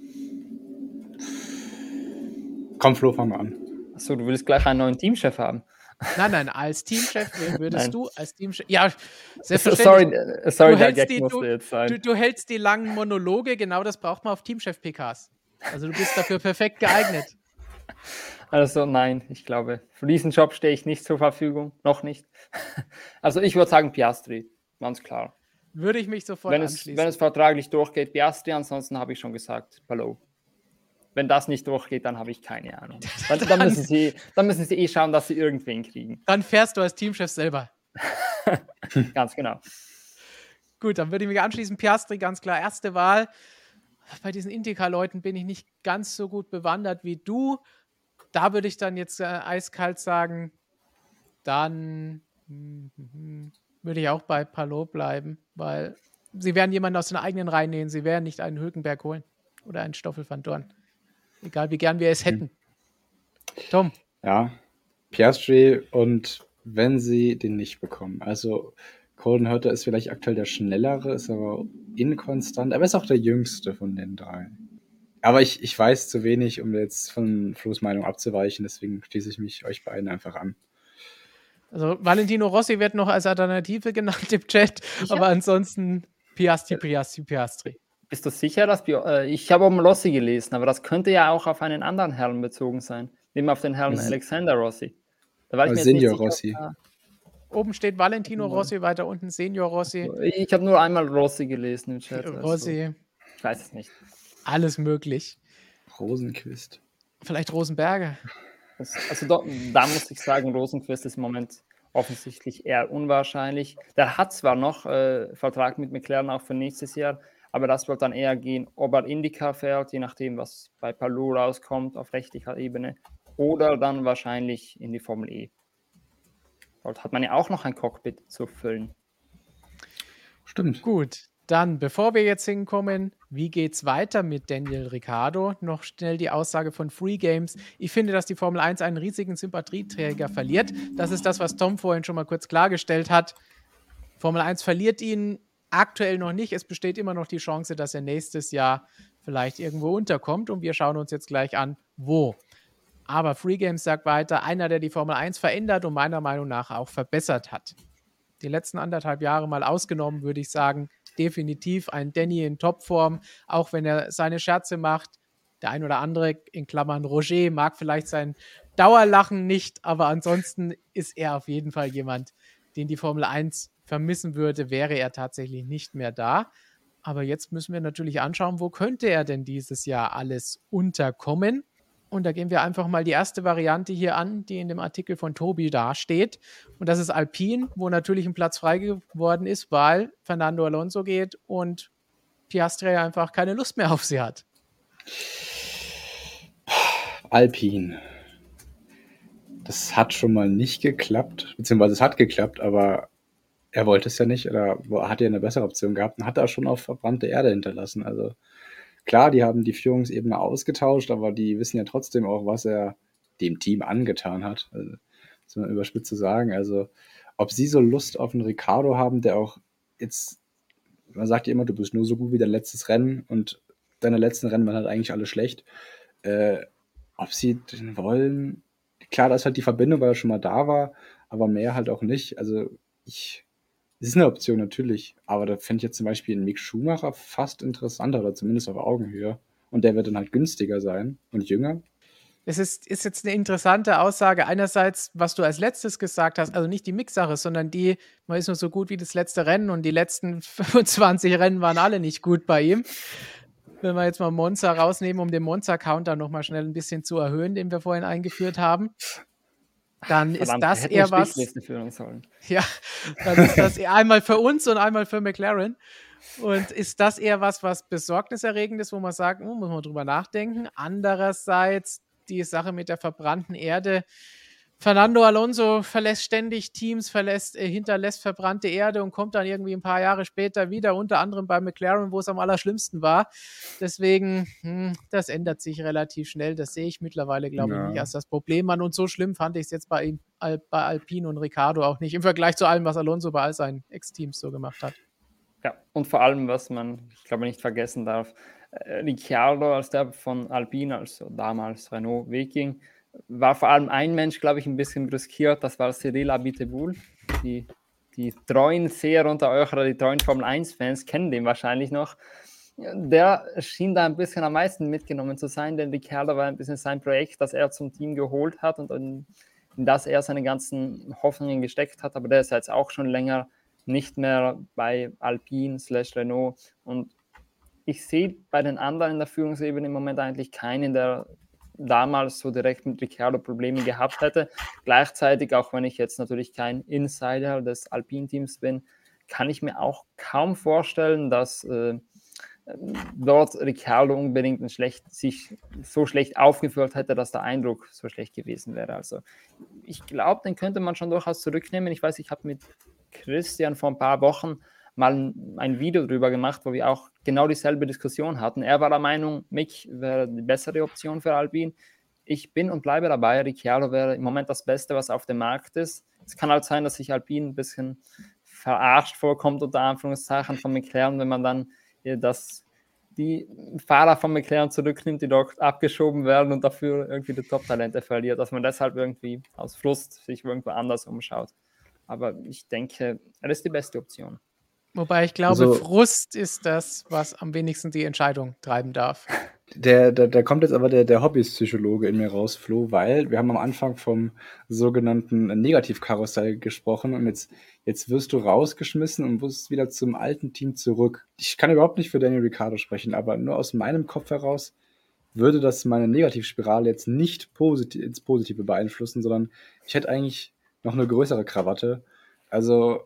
Komm, Flo, fangen wir an. Achso, du willst gleich einen neuen Teamchef haben. Nein, nein, als Teamchef, wen würdest Nein. du als Teamchef? Ja, Sorry, selbstverständlich. äh, sorry Du der hältst Gag die- musste jetzt sein. Du, du hältst die langen Monologe, genau das braucht man auf Teamchef-P Ks. Also du bist dafür perfekt geeignet. Also nein, ich glaube, für diesen Job stehe ich nicht zur Verfügung, noch nicht. Also ich würde sagen Piastri, ganz klar. Würde ich mich sofort Wenn es, anschließen. wenn es vertraglich durchgeht, Piastri, ansonsten habe ich schon gesagt, Palou. Wenn das nicht durchgeht, dann habe ich keine Ahnung. Dann, dann, müssen sie, dann müssen sie eh schauen, dass sie irgendwen kriegen. Dann fährst du als Teamchef selber. Ganz genau. Gut, dann würde ich mich anschließen. Piastri, ganz klar, erste Wahl. Bei diesen Indica-Leuten bin ich nicht ganz so gut bewandert wie du. Da würde ich dann jetzt äh, eiskalt sagen, dann hm, hm, hm, würde ich auch bei Palou bleiben, weil sie werden jemanden aus den eigenen Reihen nehmen. Sie werden nicht einen Hülkenberg holen oder einen Stoffel van Dorn. Egal, wie gern wir es hätten. Tom, Ja, Piastri, und wenn sie den nicht bekommen. Also Colton Herta ist vielleicht aktuell der Schnellere, ist aber inkonstant, aber ist auch der Jüngste von den drei. Aber ich, ich weiß zu wenig, um jetzt von Flo's Meinung abzuweichen, deswegen schließe ich mich euch beiden einfach an. Also Valentino Rossi wird noch als Alternative genannt im Chat, Sicher? aber ansonsten Piastri, Piastri, Piastri. Bist du sicher, dass Bio- äh, ich habe um Rossi gelesen, aber das könnte ja auch auf einen anderen Herrn bezogen sein. Nehmen wir auf den Herrn Also- Alexander Rossi. Da war ich Also mir jetzt Senior nicht sicher. Rossi. ob Oben steht Valentino Rossi, weiter unten Senior Rossi. da- Ich habe nur einmal Rossi gelesen im Chat. Also Rossi, ich weiß es nicht. alles möglich. Rosenquist. Vielleicht Rosenberger. Das, also da, da muss ich sagen, Rosenquist ist im Moment offensichtlich eher unwahrscheinlich. Der hat zwar noch äh, Vertrag mit McLaren auch für nächstes Jahr, aber das wird dann eher gehen, ob er IndyCar fährt, je nachdem, was bei Palou rauskommt auf rechtlicher Ebene, oder dann wahrscheinlich in die Formel E. Dort hat man ja auch noch ein Cockpit zu füllen. Stimmt. Gut, dann, bevor wir jetzt hinkommen, wie geht's weiter mit Daniel Ricciardo? Noch schnell die Aussage von Free Games. Ich finde, dass die Formel eins einen riesigen Sympathieträger verliert. Das ist das, was Tom vorhin schon mal kurz klargestellt hat. Formel eins verliert ihn aktuell noch nicht. Es besteht immer noch die Chance, dass er nächstes Jahr vielleicht irgendwo unterkommt. Und wir schauen uns jetzt gleich an, wo. Aber Free Games sagt weiter, einer, der die Formel eins verändert und meiner Meinung nach auch verbessert hat. Die letzten anderthalb Jahre mal ausgenommen, würde ich sagen, definitiv ein Danny in Topform, auch wenn er seine Scherze macht. Der ein oder andere, in Klammern Roger, mag vielleicht sein Dauerlachen nicht, aber ansonsten ist er auf jeden Fall jemand, den die Formel eins vermissen würde, wäre er tatsächlich nicht mehr da. Aber jetzt müssen wir natürlich anschauen, wo könnte er denn dieses Jahr alles unterkommen? Und da gehen wir einfach mal die erste Variante hier an, die in dem Artikel von Tobi dasteht. Und das ist Alpine, wo natürlich ein Platz frei geworden ist, weil Fernando Alonso geht und Piastri einfach keine Lust mehr auf sie hat. Alpine. Das hat schon mal nicht geklappt, beziehungsweise es hat geklappt, aber er wollte es ja nicht oder hat ja eine bessere Option gehabt und hat da schon auf verbrannte Erde hinterlassen. Also klar, die haben die Führungsebene ausgetauscht, aber die wissen ja trotzdem auch, was er dem Team angetan hat. Also, das muss man überspitzt zu sagen. Also, ob sie so Lust auf einen Ricciardo haben, der auch jetzt, man sagt ja immer, du bist nur so gut wie dein letztes Rennen und deine letzten Rennen waren halt eigentlich alle schlecht. Äh, ob sie den wollen, klar, da ist halt die Verbindung, weil er schon mal da war, aber mehr halt auch nicht. Also, ich. Das ist eine Option natürlich, aber da finde ich jetzt zum Beispiel einen Mick Schumacher fast interessanter oder zumindest auf Augenhöhe. Und der wird dann halt günstiger sein und jünger. Es ist, ist jetzt eine interessante Aussage. Einerseits, was du als letztes gesagt hast, also nicht die Mix-Sache, sondern die, man ist nur so gut wie das letzte Rennen und die letzten fünfundzwanzig Rennen waren alle nicht gut bei ihm. Wenn wir jetzt mal Monza rausnehmen, um den Monza-Counter nochmal schnell ein bisschen zu erhöhen, den wir vorhin eingeführt haben, dann Verdammt, ist das wir hätten eher eine was. Strichliste führen sollen. Ja, dann ist das eher einmal für uns und einmal für McLaren. Und ist das eher was, was besorgniserregend ist, wo man sagt, oh, muss man drüber nachdenken. Andererseits die Sache mit der verbrannten Erde. Fernando Alonso verlässt ständig Teams, verlässt, äh, hinterlässt verbrannte Erde und kommt dann irgendwie ein paar Jahre später wieder, unter anderem bei McLaren, wo es am allerschlimmsten war. Deswegen, hm, das ändert sich relativ schnell. Das sehe ich mittlerweile, glaube Ja. ich, nicht als das Problem an. Und so schlimm fand ich es jetzt bei, ihm, Al- bei Alpine und Ricciardo auch nicht, im Vergleich zu allem, was Alonso bei all seinen Ex-Teams so gemacht hat. Ja, und vor allem, was man, ich glaube, nicht vergessen darf, äh, Ricciardo, als der von Alpine, also damals Renault, wegging, war vor allem ein Mensch, glaube ich, ein bisschen brüskiert, das war Cyril Abiteboul. Die, die treuen Seher unter euch oder die treuen Formel eins Fans kennen den wahrscheinlich noch. Der schien da ein bisschen am meisten mitgenommen zu sein, denn Ricciardo war ein bisschen sein Projekt, das er zum Team geholt hat und in, in das er seine ganzen Hoffnungen gesteckt hat, aber der ist jetzt auch schon länger nicht mehr bei Alpine slash Renault und ich sehe bei den anderen in der Führungsebene im Moment eigentlich keinen, der damals so direkt mit Ricciardo Probleme gehabt hätte. Gleichzeitig, auch wenn ich jetzt natürlich kein Insider des Alpine-Teams bin, kann ich mir auch kaum vorstellen, dass äh, dort Ricciardo unbedingt ein schlecht, sich so schlecht aufgeführt hätte, dass der Eindruck so schlecht gewesen wäre. Also ich glaube, den könnte man schon durchaus zurücknehmen. Ich weiß, ich habe mit Christian vor ein paar Wochen mal ein, ein Video drüber gemacht, wo wir auch genau dieselbe Diskussion hatten. Er war der Meinung, Mick wäre die bessere Option für Alpine. Ich bin und bleibe dabei, Ricciardo wäre im Moment das Beste, was auf dem Markt ist. Es kann halt sein, dass sich Alpine ein bisschen verarscht vorkommt, unter Anführungszeichen von McLaren, wenn man dann das, die Fahrer von McLaren zurücknimmt, die dort abgeschoben werden und dafür irgendwie die Top-Talente verliert, dass man deshalb irgendwie aus Frust sich irgendwo anders umschaut. Aber ich denke, er ist die beste Option. Wobei ich glaube, Also- Frust ist das, was am wenigsten die Entscheidung treiben darf. Der, der, da kommt jetzt aber der, der Hobbypsychologe in mir raus, Flo, weil wir haben am Anfang vom sogenannten Negativkarussell gesprochen und jetzt, jetzt wirst du rausgeschmissen und wirst wieder zum alten Team zurück. Ich kann überhaupt nicht für Daniel Ricciardo sprechen, aber nur aus meinem Kopf heraus würde das meine Negativspirale jetzt nicht posit- ins Positive beeinflussen, sondern ich hätte eigentlich noch eine größere Krawatte. Also,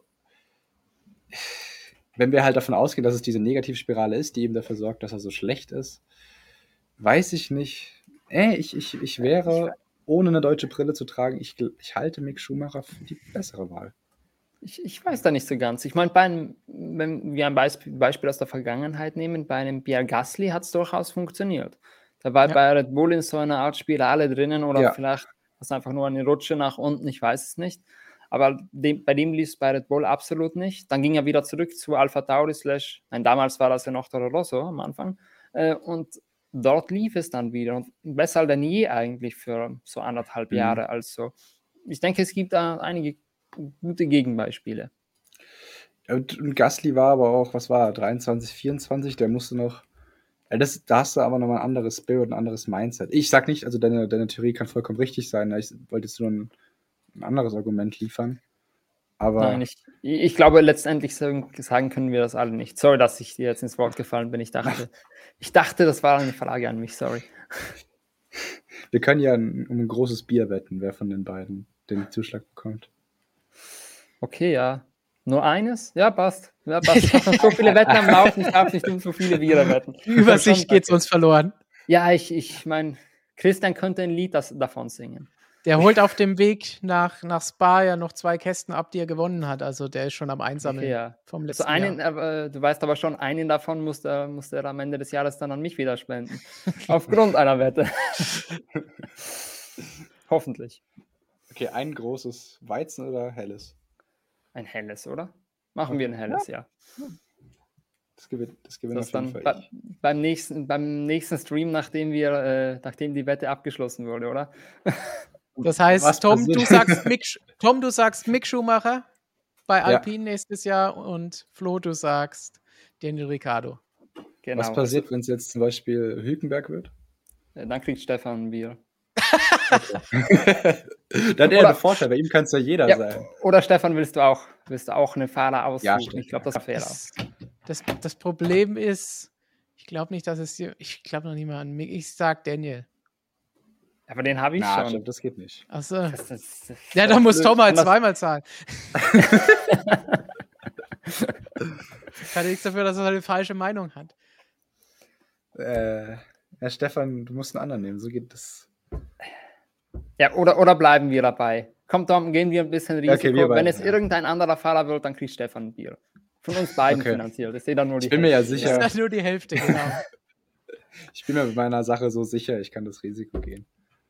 wenn wir halt davon ausgehen, dass es diese Negativspirale ist, die eben dafür sorgt, dass er so schlecht ist, weiß ich nicht. Äh, ich, ich, ich wäre, ohne eine deutsche Brille zu tragen, ich, gl- ich halte Mick Schumacher für die bessere Wahl. Ich, ich weiß da nicht so ganz. Ich meine, bei einem, wenn wir ein Beispiel, Beispiel aus der Vergangenheit nehmen, bei einem Pierre Gasly hat es durchaus funktioniert. Da war Ja. bei Red Bull in so einer Art Spirale drinnen oder Ja. vielleicht war es einfach nur eine Rutsche nach unten, ich weiß es nicht. Aber dem, bei dem lief es bei Red Bull absolut nicht. Dann ging er wieder zurück zu Alpha Tauri slash, nein, damals war das ja noch Toro Rosso am Anfang. Äh, und dort lief es dann wieder. Und besser denn je eigentlich für so anderthalb Mhm. Jahre. Also ich denke, es gibt da einige gute Gegenbeispiele. Und, und Gasly war aber auch, was war er, dreiundzwanzig, vierundzwanzig, der musste noch, ja, das, da hast du aber nochmal ein anderes Spirit, ein anderes Mindset. Ich sag nicht, also deine, deine Theorie kann vollkommen richtig sein, ich wollte jetzt nur ein, ein anderes Argument liefern. Aber Nein, ich, ich glaube, letztendlich sagen, sagen können wir das alle nicht. Sorry, dass ich dir jetzt ins Wort gefallen bin. Ich dachte, ich dachte, das war eine Frage an mich, sorry. wir können ja ein, um ein großes Bier wetten, wer von den beiden den Zuschlag bekommt. Okay, ja. Nur eines? Ja, passt. Ja, passt. Ich habe noch so viele Wetten am Laufen, ich darf nicht um so viele Biere wetten. Die Übersicht geht uns verloren. Ja, ich, ich meine, Christian könnte ein Lied das, davon singen. Der holt auf dem Weg nach, nach Spa ja noch zwei Kästen ab, die er gewonnen hat. Also der ist schon am Einsammeln Okay, ja. vom Also letzten einen, Jahr. äh, du weißt aber schon, einen davon musste er, musste er am Ende des Jahres dann an mich wieder spenden. Aufgrund einer Wette. Hoffentlich. Okay, ein großes Weizen oder helles? Ein helles, oder? Machen wir ein helles, ja. Das gewinnt, das gewinnt Das auf jeden dann Fall bei, ich. beim, nächsten, beim nächsten Stream, nachdem wir, äh, nachdem die Wette abgeschlossen wurde, oder? Das heißt, Was Tom, passiert? du sagst Mick, Sch- Tom, du sagst Mick Schumacher bei Ja. Alpine nächstes Jahr und Flo, du sagst Daniel Ricciardo. Genau. Was passiert, wenn es jetzt zum Beispiel Hülkenberg wird? Also, äh, dann kriegt Stefan ein Bier. Dann eher Oder- der Vorteil, bei ihm kann es ja jeder Ja, sein. oder Stefan, willst du auch, willst du auch eine Fahrer aussuchen? stimmt. Ich glaube, das war fair. Das, das, das Problem ist, ich glaube nicht, dass es hier, ich glaube noch nicht mal an Mick. Ich sag Daniel. Aber den habe ich Na, schon. stimmt, das geht nicht. Achso. Das, das, das, Ja, da muss blöd. Tom halt Kann das- zweimal zahlen. Ich kann nichts dafür, dass er eine falsche Meinung hat. Äh, ja, Stefan, du musst einen anderen nehmen, so geht das. Ja, oder, oder bleiben wir dabei? Komm, Tom, gehen wir ein bisschen Risiko. okay, wir Wenn beide, es ja. irgendein anderer Fahrer wird, dann kriegt Stefan ein Bier. Von uns beiden Okay. finanziert. Ich sehe dann nur die Ich bin mir ja Hälfte. sicher. Das ist nur die Hälfte, genau. Ich bin mir mit meiner Sache so sicher, ich kann das Risiko gehen.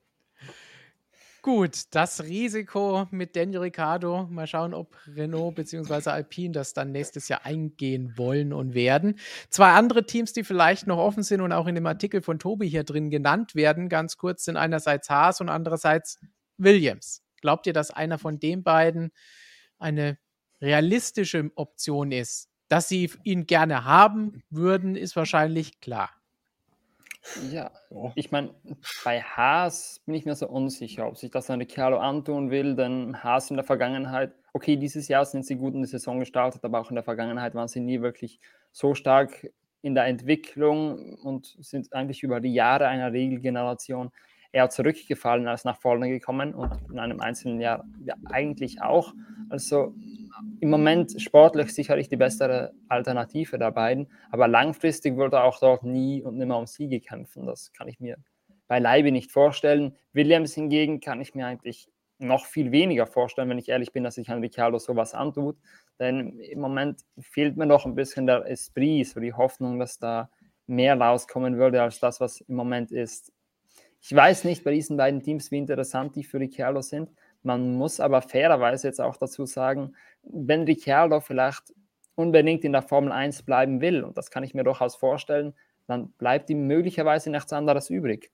Gut, das Risiko mit Daniel Ricciardo. Mal schauen, ob Renault bzw. Alpine das dann nächstes Jahr eingehen wollen und werden. Zwei andere Teams, die vielleicht noch offen sind und auch in dem Artikel von Tobi hier drin genannt werden, ganz kurz, sind einerseits Haas und andererseits Williams. Glaubt ihr, dass einer von den beiden eine realistische Option ist? Dass sie ihn gerne haben würden, ist wahrscheinlich klar. Ja, Oh. ich meine, bei Haas bin ich mir so unsicher, ob sich das an Ricciardo antun will, denn Haas in der Vergangenheit, okay, dieses Jahr sind sie gut in die Saison gestartet, aber auch in der Vergangenheit waren sie nie wirklich so stark in der Entwicklung und sind eigentlich über die Jahre einer Regelgeneration eher zurückgefallen als nach vorne gekommen und in einem einzelnen Jahr ja, eigentlich auch. Also im Moment sportlich sicherlich die bessere Alternative der beiden, aber langfristig wird er auch dort nie und nimmer um Siege kämpfen. Das kann ich mir beileibe nicht vorstellen. Williams hingegen kann ich mir eigentlich noch viel weniger vorstellen, wenn ich ehrlich bin, dass sich an Ricciardo sowas antut, denn im Moment fehlt mir noch ein bisschen der Esprit, so die Hoffnung, dass da mehr rauskommen würde als das, was im Moment ist. Ich weiß nicht bei diesen beiden Teams, wie interessant die für Ricciardo sind. Man muss aber fairerweise jetzt auch dazu sagen, wenn Ricciardo vielleicht unbedingt in der Formel eins bleiben will, und das kann ich mir durchaus vorstellen, dann bleibt ihm möglicherweise nichts anderes übrig.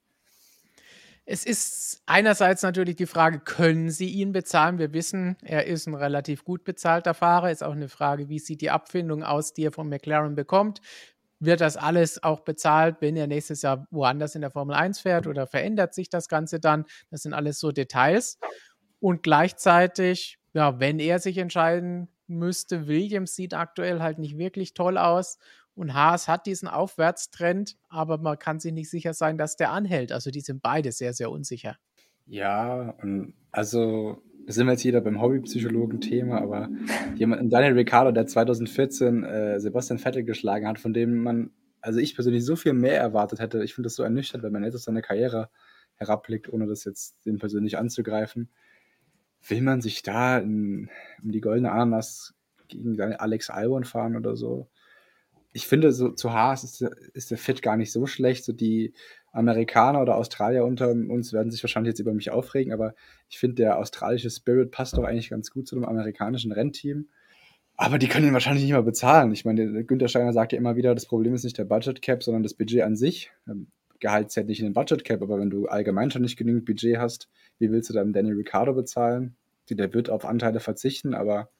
Es ist einerseits natürlich die Frage, können sie ihn bezahlen? Wir wissen, er ist ein relativ gut bezahlter Fahrer. Ist auch eine Frage, wie sieht die Abfindung aus, die er von McLaren bekommt? Wird das alles auch bezahlt, wenn er nächstes Jahr woanders in der Formel eins fährt, oder verändert sich das Ganze dann? Das sind alles so Details. Und gleichzeitig, ja, wenn er sich entscheiden müsste, Williams sieht aktuell halt nicht wirklich toll aus. Und Haas hat diesen Aufwärtstrend, aber man kann sich nicht sicher sein, dass der anhält. Also die sind beide sehr, sehr unsicher. Ja, und also sind wir jetzt wieder beim Hobbypsychologen-Thema, aber jemand, Daniel Ricciardo, der zwanzig vierzehn äh, Sebastian Vettel geschlagen hat, von dem man, also ich persönlich so viel mehr erwartet hätte. Ich finde das so ernüchternd, wenn man jetzt auf seine Karriere herabblickt, ohne das jetzt den persönlich anzugreifen. Will man sich da in, um die goldene Ananas gegen Alex Albon fahren oder so? Ich finde, so zu Haas ist der, ist der Fit gar nicht so schlecht. So die Amerikaner oder Australier unter uns werden sich wahrscheinlich jetzt über mich aufregen, aber ich finde, der australische Spirit passt doch eigentlich ganz gut zu dem amerikanischen Rennteam. Aber die können ihn wahrscheinlich nicht mehr bezahlen. Ich meine, der Günther Steiner sagt ja immer wieder, das Problem ist nicht der Budget Cap, sondern das Budget an sich. Gehalt zählt nicht in den Budget Cap, aber wenn du allgemein schon nicht genügend Budget hast, wie willst du dann Daniel Ricciardo bezahlen? Der wird auf Anteile verzichten, aber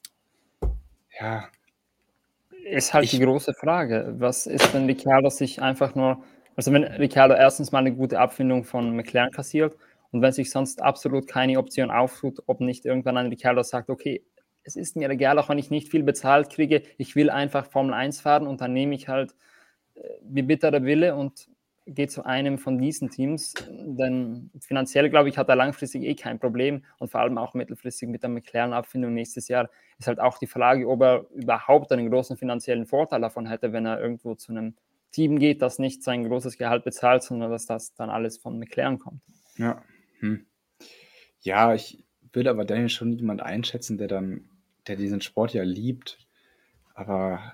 ja. Ist halt Ich- die große Frage. Was ist, wenn Ricciardo sich einfach nur, also wenn Ricciardo erstens mal eine gute Abfindung von McLaren kassiert und wenn sich sonst absolut keine Option auftut, ob nicht irgendwann ein Ricciardo sagt, okay, es ist mir egal, auch wenn ich nicht viel bezahlt kriege, ich will einfach Formel eins fahren und dann nehme ich halt äh, wie bitter der Wille und gehe zu einem von diesen Teams, denn finanziell, glaube ich, hat er langfristig eh kein Problem und vor allem auch mittelfristig mit der McLaren-Abfindung nächstes Jahr ist halt auch die Frage, ob er überhaupt einen großen finanziellen Vorteil davon hätte, wenn er irgendwo zu einem Team geht, das nicht sein großes Gehalt bezahlt, sondern dass das dann alles von McLaren kommt. Ja, hm. ja, ich würde aber Daniel schon jemand einschätzen, der dann, der diesen Sport ja liebt. Aber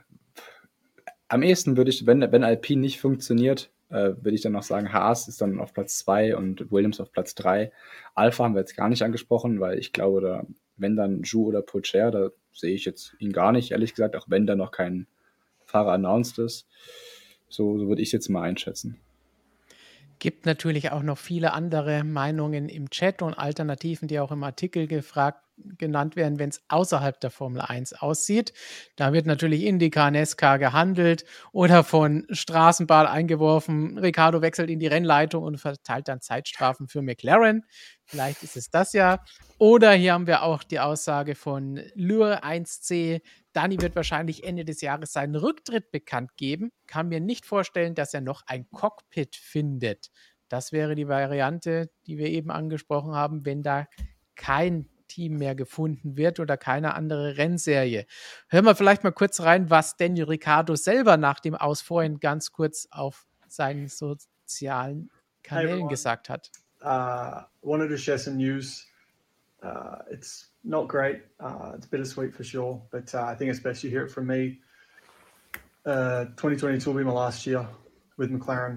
am ehesten würde ich, wenn, wenn Alpine nicht funktioniert, äh, würde ich dann noch sagen, Haas ist dann auf Platz zwei und Williams auf Platz drei. Alpha haben wir jetzt gar nicht angesprochen, weil ich glaube, da, wenn dann Zhou oder Pourchaire, da sehe ich jetzt ihn gar nicht, ehrlich gesagt, auch wenn da noch kein Fahrer announced ist. So, so würde ich es jetzt mal einschätzen. Gibt natürlich auch noch viele andere Meinungen im Chat und Alternativen, die auch im Artikel gefragt, genannt werden, wenn es außerhalb der Formel eins aussieht. Da wird natürlich IndyCar, NASCAR gehandelt oder von Straßenbahn eingeworfen. Ricciardo wechselt in die Rennleitung und verteilt dann Zeitstrafen für McLaren. Vielleicht ist es das ja. Oder hier haben wir auch die Aussage von Lure eins C. Dani wird wahrscheinlich Ende des Jahres seinen Rücktritt bekannt geben. Kann mir nicht vorstellen, dass er noch ein Cockpit findet. Das wäre die Variante, die wir eben angesprochen haben, wenn da kein Team mehr gefunden wird oder keine andere Rennserie. Hören wir vielleicht mal kurz rein, was Daniel Ricciardo selber nach dem Aus vorhin ganz kurz auf seinen sozialen Kanälen Hey gesagt hat. Uh, wanted to share some news. Uh, it's not great. Uh, it's bittersweet for sure, but uh, I think it's best you hear it from me. Uh, twenty twenty-two will be my last year with McLaren.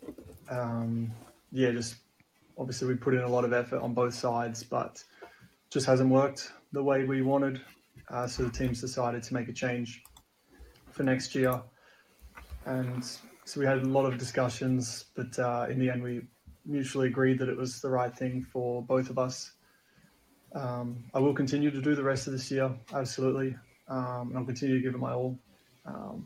Um, yeah, just obviously we put in a lot of effort on both sides, but just hasn't worked the way we wanted. Uh, so the team's decided to make a change for next year. And so we had a lot of discussions, but uh, in the end we mutually agreed that it was the right thing for both of us. Um, I will continue to do the rest of this year, absolutely. Um, and I'll continue to give it my all. Um,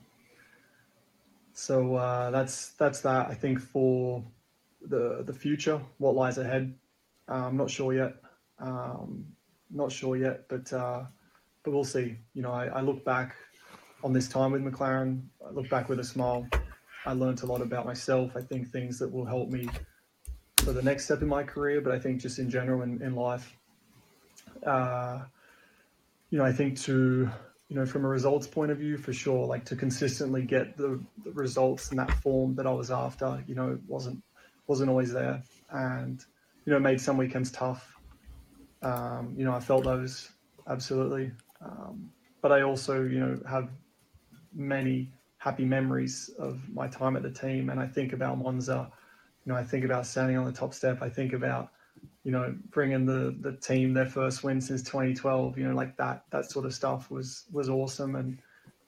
so uh, that's that's that. I think for the the future, what lies ahead, uh, I'm not sure yet. Um, not sure yet, but uh, but we'll see. You know, I, I look back on this time with McLaren. I look back with a smile. I learned a lot about myself. I think things that will help me for the next step in my career, but I think just in general in, in life. Uh, you know, I think to, you know, from a results point of view, for sure, like to consistently get the, the results in that form that I was after, you know, wasn't wasn't always there. And, you know, it made some weekends tough. Um, you know, I felt those, absolutely. Um, but I also, you know, have many happy memories of my time at the team. And I think about Monza, you know, I think about standing on the top step. I think about, you know, bringing the the team their first win since twenty twelve. You know, like that that sort of stuff was was awesome. And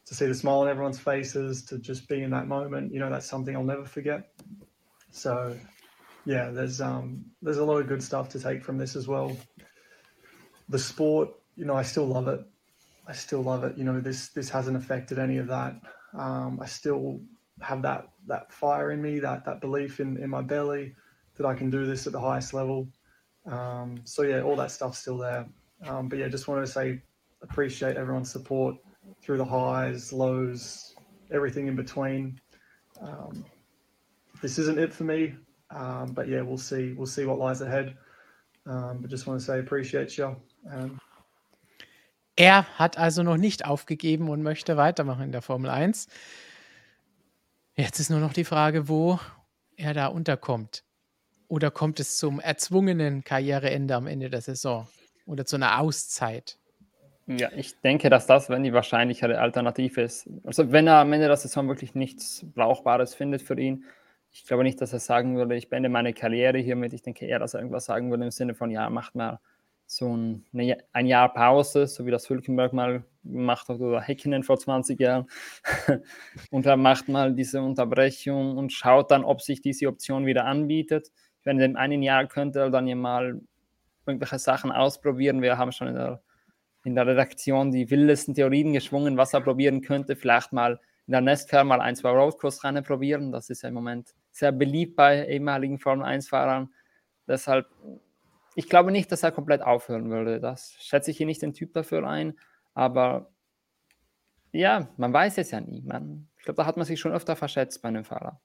to see the smile on everyone's faces, to just be in that moment, you know, that's something I'll never forget. So, yeah, there's um, there's a lot of good stuff to take from this as well. The sport, you know, I still love it. I still love it. You know, this this hasn't affected any of that. Um, I still have that that fire in me, that that belief in, in my belly that I can do this at the highest level. Um, so, yeah, all that stuff's still there. Um, but, yeah, just wanted to say appreciate everyone's support through the highs, lows, everything in between. Um, this isn't it for me, um, but yeah, we'll see. We'll see what lies ahead. Um, but just want to say appreciate you. Um, Er hat also noch nicht aufgegeben und möchte weitermachen in der Formel eins. Jetzt ist nur noch die Frage, wo er da unterkommt. Oder kommt es zum erzwungenen Karriereende am Ende der Saison? Oder zu einer Auszeit? Ja, ich denke, dass das, wenn die wahrscheinlichere Alternative ist. Also wenn er am Ende der Saison wirklich nichts Brauchbares findet für ihn, ich glaube nicht, dass er sagen würde, ich beende meine Karriere hiermit. Ich denke eher, dass er irgendwas sagen würde im Sinne von, ja, macht mal so ein, eine, ein Jahr Pause, so wie das Hülkenberg mal gemacht hat oder Häkkinen vor zwanzig Jahren. Und er macht mal diese Unterbrechung und schaut dann, ob sich diese Option wieder anbietet. Ich meine, in dem einen Jahr könnte er dann ja mal irgendwelche Sachen ausprobieren. Wir haben schon in der, in der Redaktion die wildesten Theorien geschwungen, was er probieren könnte. Vielleicht mal in der NASCAR mal ein, zwei Roadcourse-Rennen probieren. Das ist ja im Moment sehr beliebt bei ehemaligen Formel eins Fahrern. Deshalb, ich glaube nicht, dass er komplett aufhören würde. Das schätze ich hier nicht den Typ dafür ein. Aber ja, man weiß es ja nie. Man, ich glaube, da hat man sich schon öfter verschätzt bei einem Fahrer.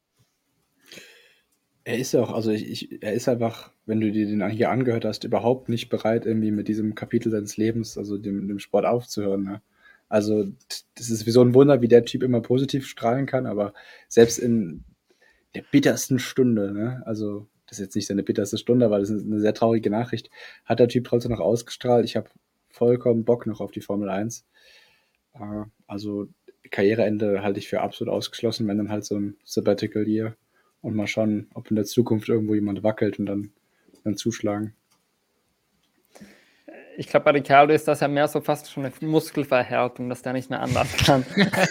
Er ist auch, also ich, ich, er ist einfach, wenn du dir den hier angehört hast, überhaupt nicht bereit, irgendwie mit diesem Kapitel seines Lebens, also dem, dem Sport aufzuhören. Ne? Also das ist wie so ein Wunder, wie der Typ immer positiv strahlen kann, aber selbst in der bittersten Stunde, ne? Also das ist jetzt nicht seine bitterste Stunde, aber das ist eine sehr traurige Nachricht, hat der Typ trotzdem noch ausgestrahlt. Ich habe vollkommen Bock noch auf die Formel eins. Äh, also Karriereende halte ich für absolut ausgeschlossen, wenn dann halt so ein Sabbatical Year. Und mal schauen, ob in der Zukunft irgendwo jemand wackelt und dann, dann zuschlagen. Ich glaube, bei Ricciardo ist das ja mehr so fast schon eine Muskelverhärtung, dass der nicht mehr anders kann.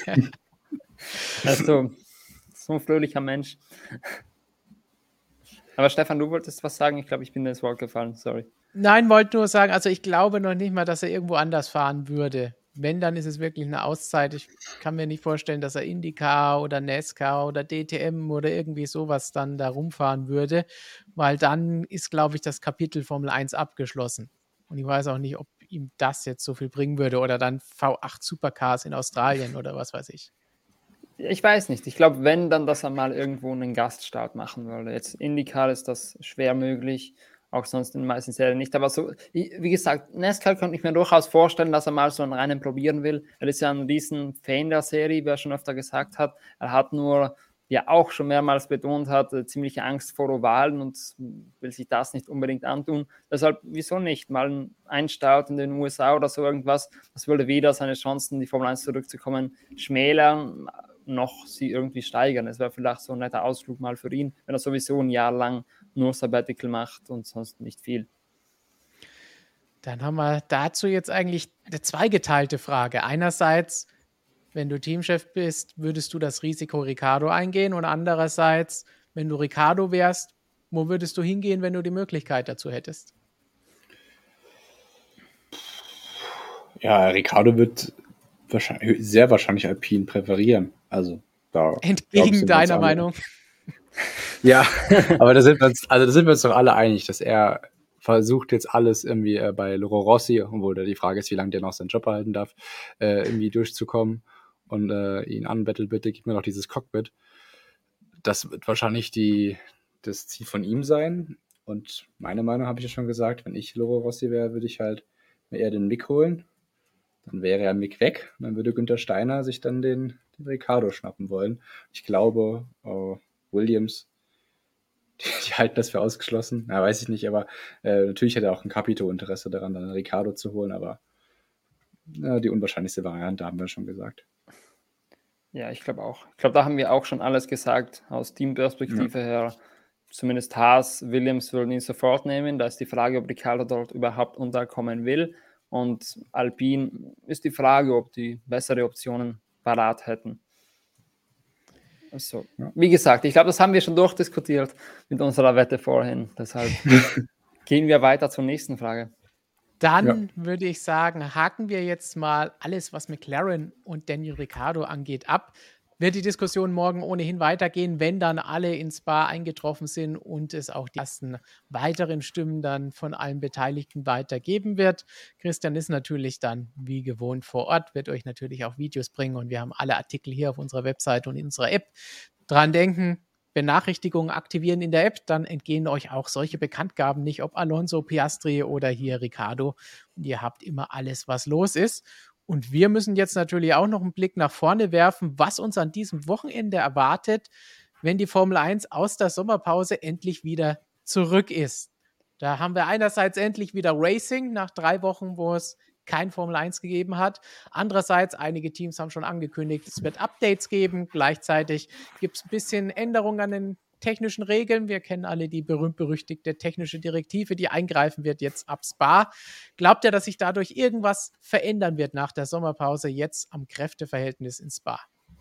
Also, so ein fröhlicher Mensch. Aber Stefan, du wolltest was sagen? Ich glaube, ich bin dir ins Wort gefallen, sorry. Nein, wollte nur sagen, also ich glaube noch nicht mal, dass er irgendwo anders fahren würde. Wenn, dann ist es wirklich eine Auszeit. Ich kann mir nicht vorstellen, dass er IndyCar oder NASCAR oder D T M oder irgendwie sowas dann da rumfahren würde, weil dann ist, glaube ich, das Kapitel Formel eins abgeschlossen. Und ich weiß auch nicht, ob ihm das jetzt so viel bringen würde oder dann V acht Supercars in Australien oder was weiß ich. Ich weiß nicht. Ich glaube, wenn, dann, dass er mal irgendwo einen Gaststart machen würde. Jetzt IndyCar ist das schwer möglich. Auch sonst in den meisten Serien nicht. Aber so, wie gesagt, NASCAR könnte ich mir durchaus vorstellen, dass er mal so einen Rennen probieren will. Er ist ja ein riesen Fan der Serie, wie er schon öfter gesagt hat. Er hat nur, wie er auch schon mehrmals betont hat, ziemliche Angst vor Ovalen und will sich das nicht unbedingt antun. Deshalb, wieso nicht? Mal ein Start in den U S A oder so irgendwas. Das würde weder seine Chancen, in die Formel eins zurückzukommen, schmälern, noch sie irgendwie steigern. Es wäre vielleicht so ein netter Ausflug mal für ihn, wenn er sowieso ein Jahr lang nur Sabbatical macht und sonst nicht viel. Dann haben wir dazu jetzt eigentlich eine zweigeteilte Frage. Einerseits, wenn du Teamchef bist, würdest du das Risiko Ricciardo eingehen und andererseits, wenn du Ricciardo wärst, wo würdest du hingehen, wenn du die Möglichkeit dazu hättest? Ja, Ricciardo wird wahrscheinlich, sehr wahrscheinlich Alpine präferieren. Also da entgegen deiner Meinung. Ja, aber da sind wir uns, also da sind wir uns doch alle einig, dass er versucht jetzt alles irgendwie äh, bei Loro Rossi, obwohl da die Frage ist, wie lange der noch seinen Job behalten darf, äh, irgendwie durchzukommen und äh, ihn anbettelt, bitte gib mir noch dieses Cockpit. Das wird wahrscheinlich die, das Ziel von ihm sein. Und meine Meinung habe ich ja schon gesagt, wenn ich Loro Rossi wäre, würde ich halt mir eher den Mick holen. Dann wäre ja Mick weg und dann würde Günther Steiner sich dann den, den Ricciardo schnappen wollen. Ich glaube, uh, Williams, die, die halten das für ausgeschlossen. Na, weiß ich nicht, aber äh, natürlich hat er auch ein Capito-Interesse daran, dann Ricciardo zu holen, aber äh, die unwahrscheinlichste Variante haben wir schon gesagt. Ja, ich glaube auch. Ich glaube, da haben wir auch schon alles gesagt, aus Teamperspektive ja. her. Zumindest Haas, Williams würden ihn sofort nehmen. Da ist die Frage, ob Ricciardo dort überhaupt unterkommen will. Und Alpine ist die Frage, ob die bessere Optionen parat hätten. Also, wie gesagt, ich glaube, das haben wir schon durchdiskutiert mit unserer Wette vorhin. Deshalb gehen wir weiter zur nächsten Frage. Dann Ja. würde ich sagen, haken wir jetzt mal alles, was McLaren und Daniel Ricciardo angeht, ab. Wird die Diskussion morgen ohnehin weitergehen, wenn dann alle ins Spa eingetroffen sind und es auch die ersten weiteren Stimmen dann von allen Beteiligten weitergeben wird. Christian ist natürlich dann wie gewohnt vor Ort, wird euch natürlich auch Videos bringen und wir haben alle Artikel hier auf unserer Webseite und in unserer App. Dran denken, Benachrichtigungen aktivieren in der App, dann entgehen euch auch solche Bekanntgaben nicht, ob Alonso, Piastri oder hier Ricciardo. Und ihr habt immer alles, was los ist. Und wir müssen jetzt natürlich auch noch einen Blick nach vorne werfen, was uns an diesem Wochenende erwartet, wenn die Formel eins aus der Sommerpause endlich wieder zurück ist. Da haben wir einerseits endlich wieder Racing nach drei Wochen, wo es kein Formel eins gegeben hat. Andererseits, einige Teams haben schon angekündigt, es wird Updates geben. Gleichzeitig gibt es ein bisschen Änderungen an den technischen Regeln. Wir kennen alle die berühmt-berüchtigte technische Direktive, die eingreifen wird jetzt ab Spa. Glaubt ihr, dass sich dadurch irgendwas verändern wird nach der Sommerpause jetzt am Kräfteverhältnis in Spa?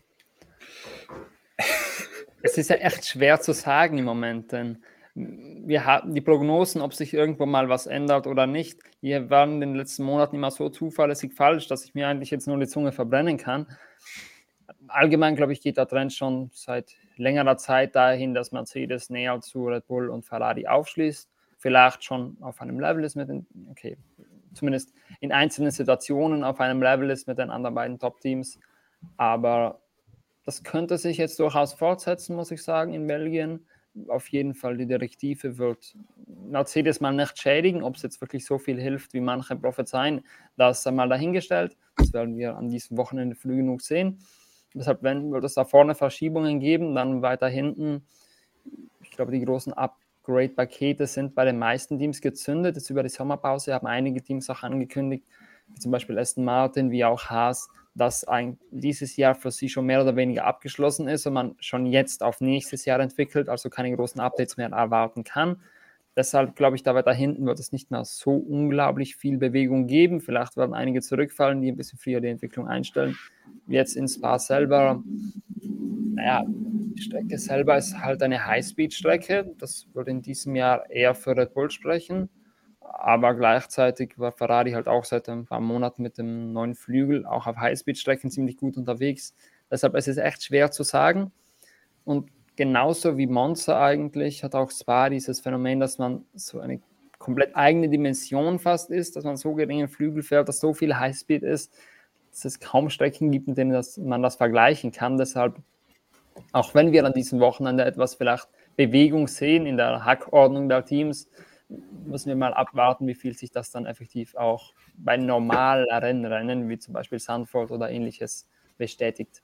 Es ist ja echt schwer zu sagen im Moment, denn wir haben die Prognosen, ob sich irgendwo mal was ändert oder nicht, die waren in den letzten Monaten immer so zuverlässig falsch, dass ich mir eigentlich jetzt nur die Zunge verbrennen kann. Allgemein, glaube ich, geht der Trend schon seit längerer Zeit dahin, dass Mercedes näher zu Red Bull und Ferrari aufschließt. Vielleicht schon auf einem Level ist mit den, okay, zumindest in einzelnen Situationen auf einem Level ist mit den anderen beiden Top-Teams. Aber das könnte sich jetzt durchaus fortsetzen, muss ich sagen, in Belgien. Auf jeden Fall, die Direktive wird Mercedes mal nicht schädigen. Ob es jetzt wirklich so viel hilft, wie manche prophezeien, das ist mal dahingestellt. Das werden wir an diesem Wochenende früh genug sehen. Deshalb, wenn wird es da vorne Verschiebungen geben, dann weiter hinten. Ich glaube, die großen Upgrade-Pakete sind bei den meisten Teams gezündet. Jetzt über die Sommerpause haben einige Teams auch angekündigt, wie zum Beispiel Aston Martin, wie auch Haas, dass ein, dieses Jahr für sie schon mehr oder weniger abgeschlossen ist und man schon jetzt auf nächstes Jahr entwickelt, also keine großen Updates mehr erwarten kann. Deshalb glaube ich, da weiter hinten wird es nicht mehr so unglaublich viel Bewegung geben. Vielleicht werden einige zurückfallen, die ein bisschen früher die Entwicklung einstellen. Jetzt in Spa selber, naja, die Strecke selber ist halt eine High-Speed-Strecke. Das würde in diesem Jahr eher für Red Bull sprechen. Aber gleichzeitig war Ferrari halt auch seit ein paar Monaten mit dem neuen Flügel auch auf Highspeed-Strecken ziemlich gut unterwegs. Deshalb ist es echt schwer zu sagen. Und genauso wie Monza eigentlich hat auch Spa dieses Phänomen, dass man so eine komplett eigene Dimension fast ist, dass man so geringen Flügel fährt, dass so viel Highspeed ist, dass es kaum Strecken gibt, in denen das, man das vergleichen kann. Deshalb, auch wenn wir an diesem Wochenende etwas vielleicht Bewegung sehen in der Hackordnung der Teams, müssen wir mal abwarten, wie viel sich das dann effektiv auch bei normalen Rennen, wie zum Beispiel Zandvoort oder ähnliches, bestätigt.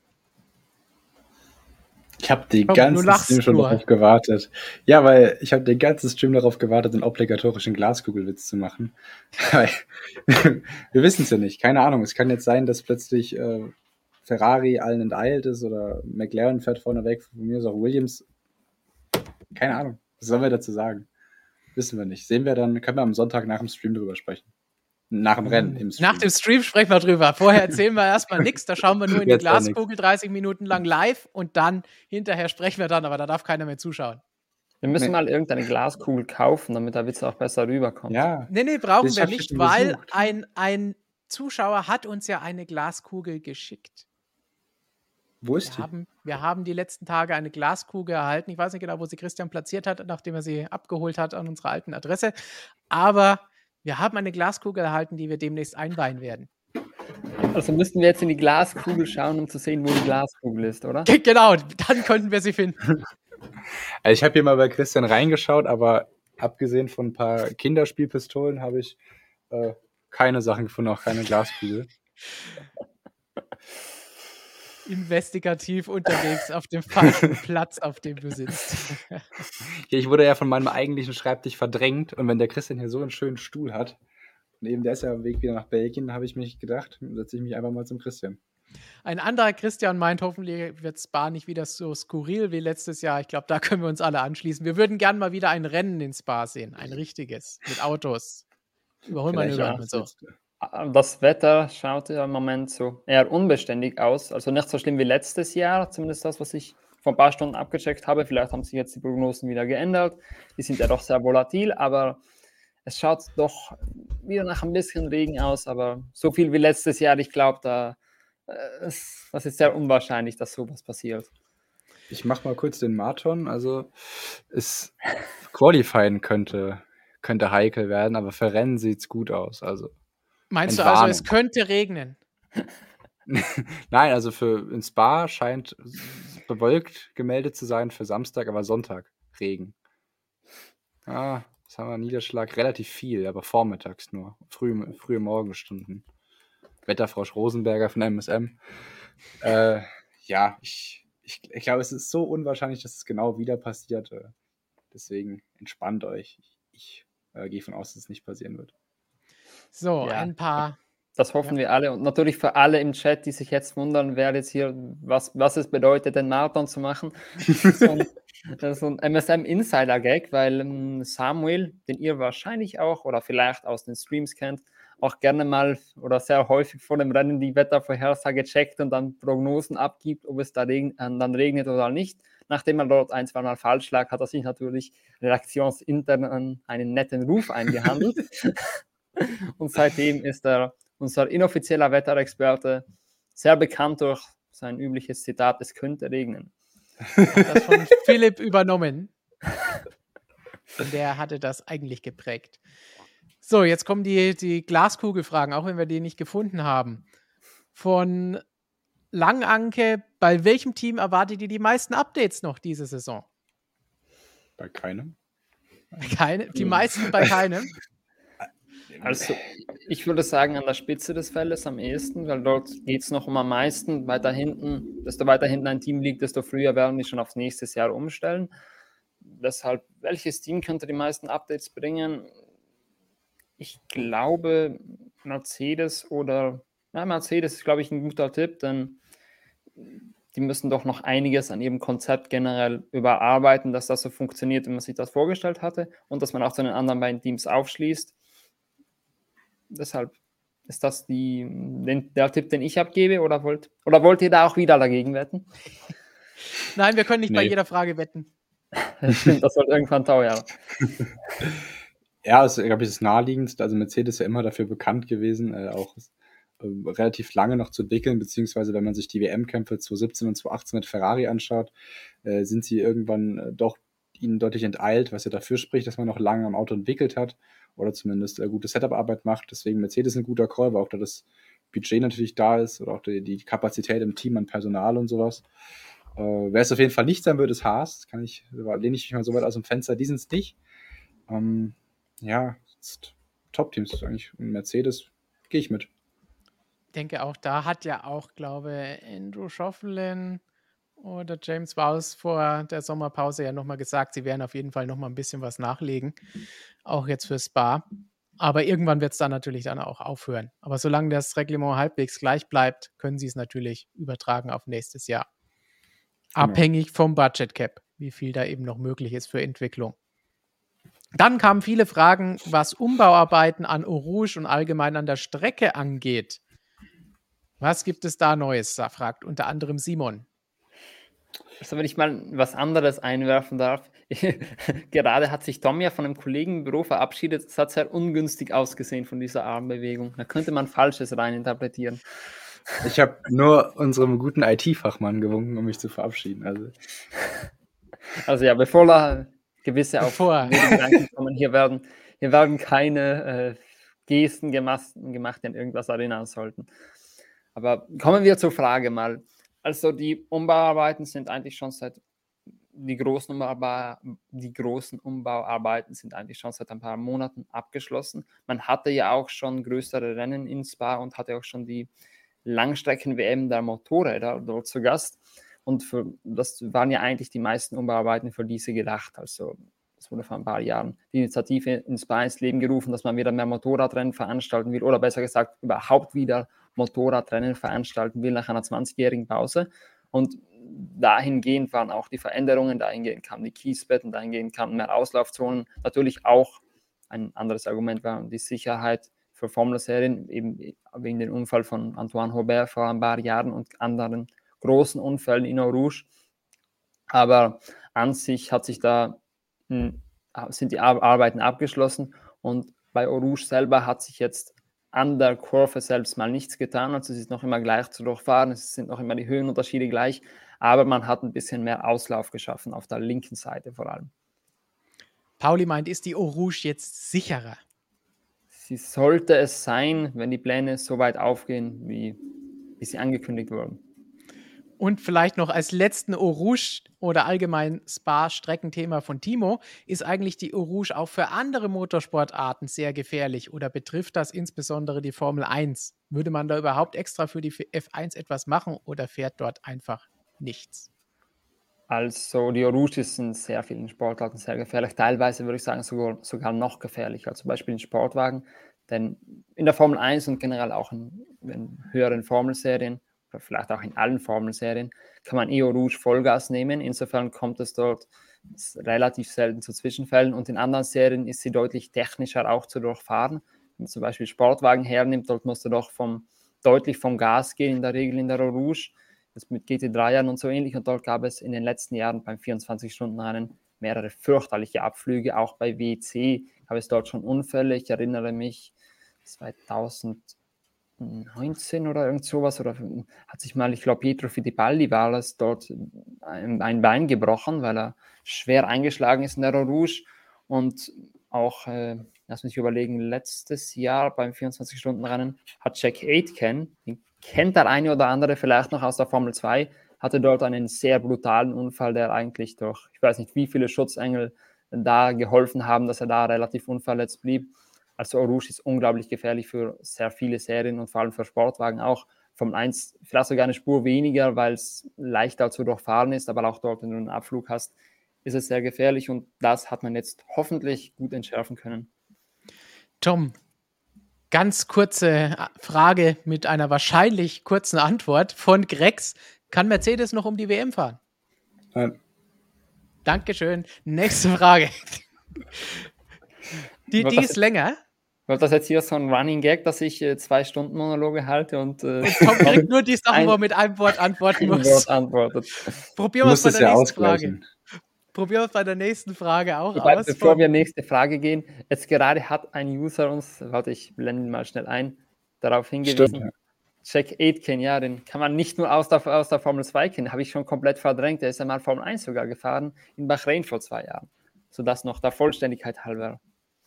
Ich habe den ganzen Stream schon darauf gewartet. Ja, weil ich habe den ganzen Stream darauf gewartet, den obligatorischen Glaskugelwitz zu machen. Wir wissen es ja nicht, keine Ahnung. Es kann jetzt sein, dass plötzlich äh, Ferrari allen enteilt ist oder McLaren fährt vorne weg, von mir ist auch Williams. Keine Ahnung, was sollen wir dazu sagen? Wissen wir nicht. Sehen wir dann, können wir am Sonntag nach dem Stream drüber sprechen. Nach dem Rennen im Stream. Nach dem Stream sprechen wir drüber. Vorher erzählen wir erstmal nichts. Da schauen wir nur in die Glaskugel dreißig Minuten lang live und dann hinterher sprechen wir dann, aber da darf keiner mehr zuschauen. Wir müssen nee. mal irgendeine Glaskugel kaufen, damit der Witz auch besser rüberkommt. Ja. Nee, nee, brauchen wir nicht, weil ein, ein Zuschauer hat uns ja eine Glaskugel geschickt. Wo ist wir die? Haben, wir haben die letzten Tage eine Glaskugel erhalten. Ich weiß nicht genau, wo sie Christian platziert hat, nachdem er sie abgeholt hat an unserer alten Adresse. Aber wir haben eine Glaskugel erhalten, die wir demnächst einweihen werden. Also müssten wir jetzt in die Glaskugel schauen, um zu sehen, wo die Glaskugel ist, oder? Genau, dann könnten wir sie finden. Also ich habe hier mal bei Christian reingeschaut, aber abgesehen von ein paar Kinderspielpistolen habe ich äh, keine Sachen gefunden, auch keine Glaskugel. Investigativ unterwegs auf dem falschen Platz, auf dem du sitzt. Ich wurde ja von meinem eigentlichen Schreibtisch verdrängt und wenn der Christian hier so einen schönen Stuhl hat und eben der ist ja am Weg wieder nach Belgien, habe ich mich gedacht, setze ich mich einfach mal zum Christian. Ein anderer Christian meint, hoffentlich wird Spa nicht wieder so skurril wie letztes Jahr. Ich glaube, da können wir uns alle anschließen. Wir würden gern mal wieder ein Rennen in Spa sehen, ein richtiges, mit Autos. Überholmanöver und so. Das Wetter schaut ja im Moment so eher unbeständig aus. Also nicht so schlimm wie letztes Jahr, zumindest das, was ich vor ein paar Stunden abgecheckt habe. Vielleicht haben sich jetzt die Prognosen wieder geändert. Die sind ja doch sehr volatil, aber es schaut doch wieder nach ein bisschen Regen aus. Aber so viel wie letztes Jahr, ich glaube, da, äh, ist, das ist sehr unwahrscheinlich, dass sowas passiert. Ich mache mal kurz den Marathon. Also es Qualifying könnte, könnte heikel werden, aber für Rennen sieht es gut aus. Also Meinst du also, Entwarnung. es könnte regnen? Nein, also für in Spa scheint bewölkt gemeldet zu sein für Samstag, aber Sonntag Regen. Ah, was haben wir? Niederschlag relativ viel, aber vormittags nur. Früh, frühe Morgenstunden. Wetterfrosch Rosenberger von M S M. Äh, ja, ich, ich, ich glaube, es ist so unwahrscheinlich, dass es genau wieder passiert. Äh, deswegen entspannt euch. Ich, ich äh, gehe von aus, dass es nicht passieren wird. So, Ja. ein paar. Das hoffen wir alle. Und natürlich für alle im Chat, die sich jetzt wundern, wer jetzt hier, was, was es bedeutet, den Marathon zu machen. Das ist so ein, das ist so ein M S M-Insider-Gag, weil ähm, Samuel, den ihr wahrscheinlich auch oder vielleicht aus den Streams kennt, auch gerne mal oder sehr häufig vor dem Rennen die Wettervorhersage checkt und dann Prognosen abgibt, ob es da regn, äh, dann regnet oder nicht. Nachdem er dort ein, zwei Mal falsch lag, hat er sich natürlich redaktionsintern einen netten Ruf eingehandelt. Und seitdem ist er unser inoffizieller Wetterexperte, sehr bekannt durch sein übliches Zitat, es könnte regnen. Hat das von Philipp übernommen. Und der hatte das eigentlich geprägt. So, jetzt kommen die, die Glaskugelfragen, auch wenn wir die nicht gefunden haben. Von Langanke, bei welchem Team erwartet ihr die meisten Updates noch diese Saison? Bei keinem. Bei keinem? Die meisten bei keinem? Also ich würde sagen an der Spitze des Feldes am ehesten, weil dort geht es noch um am meisten. Weiter hinten, desto weiter hinten ein Team liegt, desto früher werden die schon aufs nächste Jahr umstellen. Deshalb, welches Team könnte die meisten Updates bringen? Ich glaube Mercedes oder, na, Mercedes ist, glaube ich, ein guter Tipp, denn die müssen doch noch einiges an ihrem Konzept generell überarbeiten, dass das so funktioniert, wie man sich das vorgestellt hatte und dass man auch zu den anderen beiden Teams aufschließt. Deshalb ist das die, den, der Tipp, den ich abgebe, oder wollt, oder wollt ihr da auch wieder dagegen wetten? Nein, wir können nicht Nee. bei jeder Frage wetten. Stimmt, das wird irgendwann teuer. Ja, es, glaube ich, ist naheliegend. Also Mercedes ist ja immer dafür bekannt gewesen, äh, auch äh, relativ lange noch zu entwickeln, beziehungsweise wenn man sich die W M-Kämpfe zwanzig siebzehn und zwanzig achtzehn mit Ferrari anschaut, äh, sind sie irgendwann äh, doch ihnen deutlich enteilt, was ja dafür spricht, dass man noch lange am Auto entwickelt hat oder zumindest äh, gute Setup-Arbeit macht. Deswegen Mercedes ein guter Call, weil auch da das Budget natürlich da ist oder auch die, die Kapazität im Team an Personal und sowas. Äh, wer es auf jeden Fall nicht sein wird, ist Haas. Kann ich, lehne ich mich mal so weit aus dem Fenster. Die sind es nicht. Ähm, ja, Top-Teams eigentlich. Und Mercedes gehe ich mit. Ich denke auch, da hat ja auch, glaube ich, Andrew Schoffelin oder James Vowles vor der Sommerpause ja nochmal gesagt, sie werden auf jeden Fall nochmal ein bisschen was nachlegen. Auch jetzt für Spa. Aber irgendwann wird es dann natürlich dann auch aufhören. Aber solange das Reglement halbwegs gleich bleibt, können sie es natürlich übertragen auf nächstes Jahr. Genau. Abhängig vom Budget Cap, wie viel da eben noch möglich ist für Entwicklung. Dann kamen viele Fragen, was Umbauarbeiten an Eau Rouge und allgemein an der Strecke angeht. Was gibt es da Neues? Da fragt unter anderem Simon. Also wenn ich mal was anderes einwerfen darf. Gerade hat sich Tom ja von einem Kollegen im Büro verabschiedet. Das hat sehr ungünstig ausgesehen von dieser Armbewegung. Da könnte man Falsches reininterpretieren. Ich habe nur unserem guten I T-Fachmann gewunken, um mich zu verabschieden. Also, also ja, bevor da gewisse Bevor. auf Gedanken kommen, hier werden, hier werden keine äh, Gesten gemacht, gemacht, die an irgendwas erinnern sollten. Aber kommen wir zur Frage mal. Also die Umbauarbeiten sind eigentlich schon seit, die großen, Umbau, die großen Umbauarbeiten sind eigentlich schon seit ein paar Monaten abgeschlossen. Man hatte ja auch schon größere Rennen in Spa und hatte auch schon die Langstrecken-W M der Motorräder dort zu Gast. Und für, das waren ja eigentlich die meisten Umbauarbeiten für diese gedacht. Also es wurde vor ein paar Jahren die Initiative in Spa ins Leben gerufen, dass man wieder mehr Motorradrennen veranstalten will oder besser gesagt überhaupt wieder Motorradrennen veranstalten will nach einer zwanzigjährigen Pause. Und dahingehend waren auch die Veränderungen, dahingehend kamen die Kiesbetten, dahingehend kamen mehr Auslaufzonen. Natürlich auch ein anderes Argument war die Sicherheit für Formelserien, eben wegen dem Unfall von Antoine Hubert vor ein paar Jahren und anderen großen Unfällen in Eau Rouge. Aber an sich hat sich da, mh, sind die Arbeiten abgeschlossen und bei Eau Rouge selber hat sich jetzt an der Kurve selbst mal nichts getan, also es ist noch immer gleich zu durchfahren, es sind noch immer die Höhenunterschiede gleich, aber man hat ein bisschen mehr Auslauf geschaffen, auf der linken Seite vor allem. Pauli meint, ist die Eau Rouge jetzt sicherer? Sie sollte es sein, wenn die Pläne so weit aufgehen, wie, wie sie angekündigt wurden. Und vielleicht noch als letzten Eau Rouge oder allgemein Spa-Streckenthema von Timo, ist eigentlich die Eau Rouge auch für andere Motorsportarten sehr gefährlich oder betrifft das insbesondere die Formel eins? Würde man da überhaupt extra für die F eins etwas machen oder fährt dort einfach nichts? Also die Eau Rouge ist in sehr vielen Sportarten sehr gefährlich, teilweise würde ich sagen sogar, sogar noch gefährlicher, zum Beispiel in Sportwagen, denn in der Formel eins und generell auch in, in höheren Formelserien, oder vielleicht auch in allen Formelserien, kann man Eau Rouge Vollgas nehmen. Insofern kommt es dort relativ selten zu Zwischenfällen und in anderen Serien ist sie deutlich technischer auch zu durchfahren. Wenn man zum Beispiel Sportwagen hernimmt, dort musst du doch vom, deutlich vom Gas gehen, in der Regel in der Eau Rouge. Das mit G T drei-Ern und so ähnlich und dort gab es in den letzten Jahren beim vierundzwanzig-Stunden-Rennen mehrere fürchterliche Abflüge. Auch bei W E C gab es dort schon Unfälle. Ich erinnere mich, zweitausendneunzehn oder irgend sowas, oder hat sich mal, ich glaube, Pietro Fittipaldi war das, dort ein, ein Bein gebrochen, weil er schwer eingeschlagen ist in der Eau Rouge. Und auch, äh, lass mich überlegen, letztes Jahr beim vierundzwanzig-Stunden-Rennen hat Jack Aitken, den kennt der eine oder andere vielleicht noch aus der Formel zwei, hatte dort einen sehr brutalen Unfall, der eigentlich durch, ich weiß nicht, wie viele Schutzengel da geholfen haben, dass er da relativ unverletzt blieb. Also Eau Rouge ist unglaublich gefährlich für sehr viele Serien und vor allem für Sportwagen auch. Formel eins vielleicht sogar eine Spur weniger, weil es leichter zu durchfahren ist, aber auch dort, wenn du einen Abflug hast, ist es sehr gefährlich und das hat man jetzt hoffentlich gut entschärfen können. Tom, ganz kurze Frage mit einer wahrscheinlich kurzen Antwort von Grex. Kann Mercedes noch um die W M fahren? Nein. Dankeschön. Nächste Frage. Die, die ist länger. Wird das jetzt hier so ein Running Gag, dass ich äh, zwei Stunden Monologe halte und, äh, und Tom kriegt nur die Sachen, wo er mit einem Wort antworten muss. Wort antwortet. Probieren wir es bei der ja nächsten Frage. Probieren wir es bei der nächsten Frage auch Wobei, aus. Bevor wir nächste Frage gehen, jetzt gerade hat ein User uns, warte, ich blende ihn mal schnell ein, darauf hingewiesen. Stimmt, ja. Jack Aitken, ja, den kann man nicht nur aus der, aus der Formel zwei kennen, habe ich schon komplett verdrängt. Der ist einmal Formel eins sogar gefahren, in Bahrain vor zwei Jahren. Sodass noch der Vollständigkeit halber.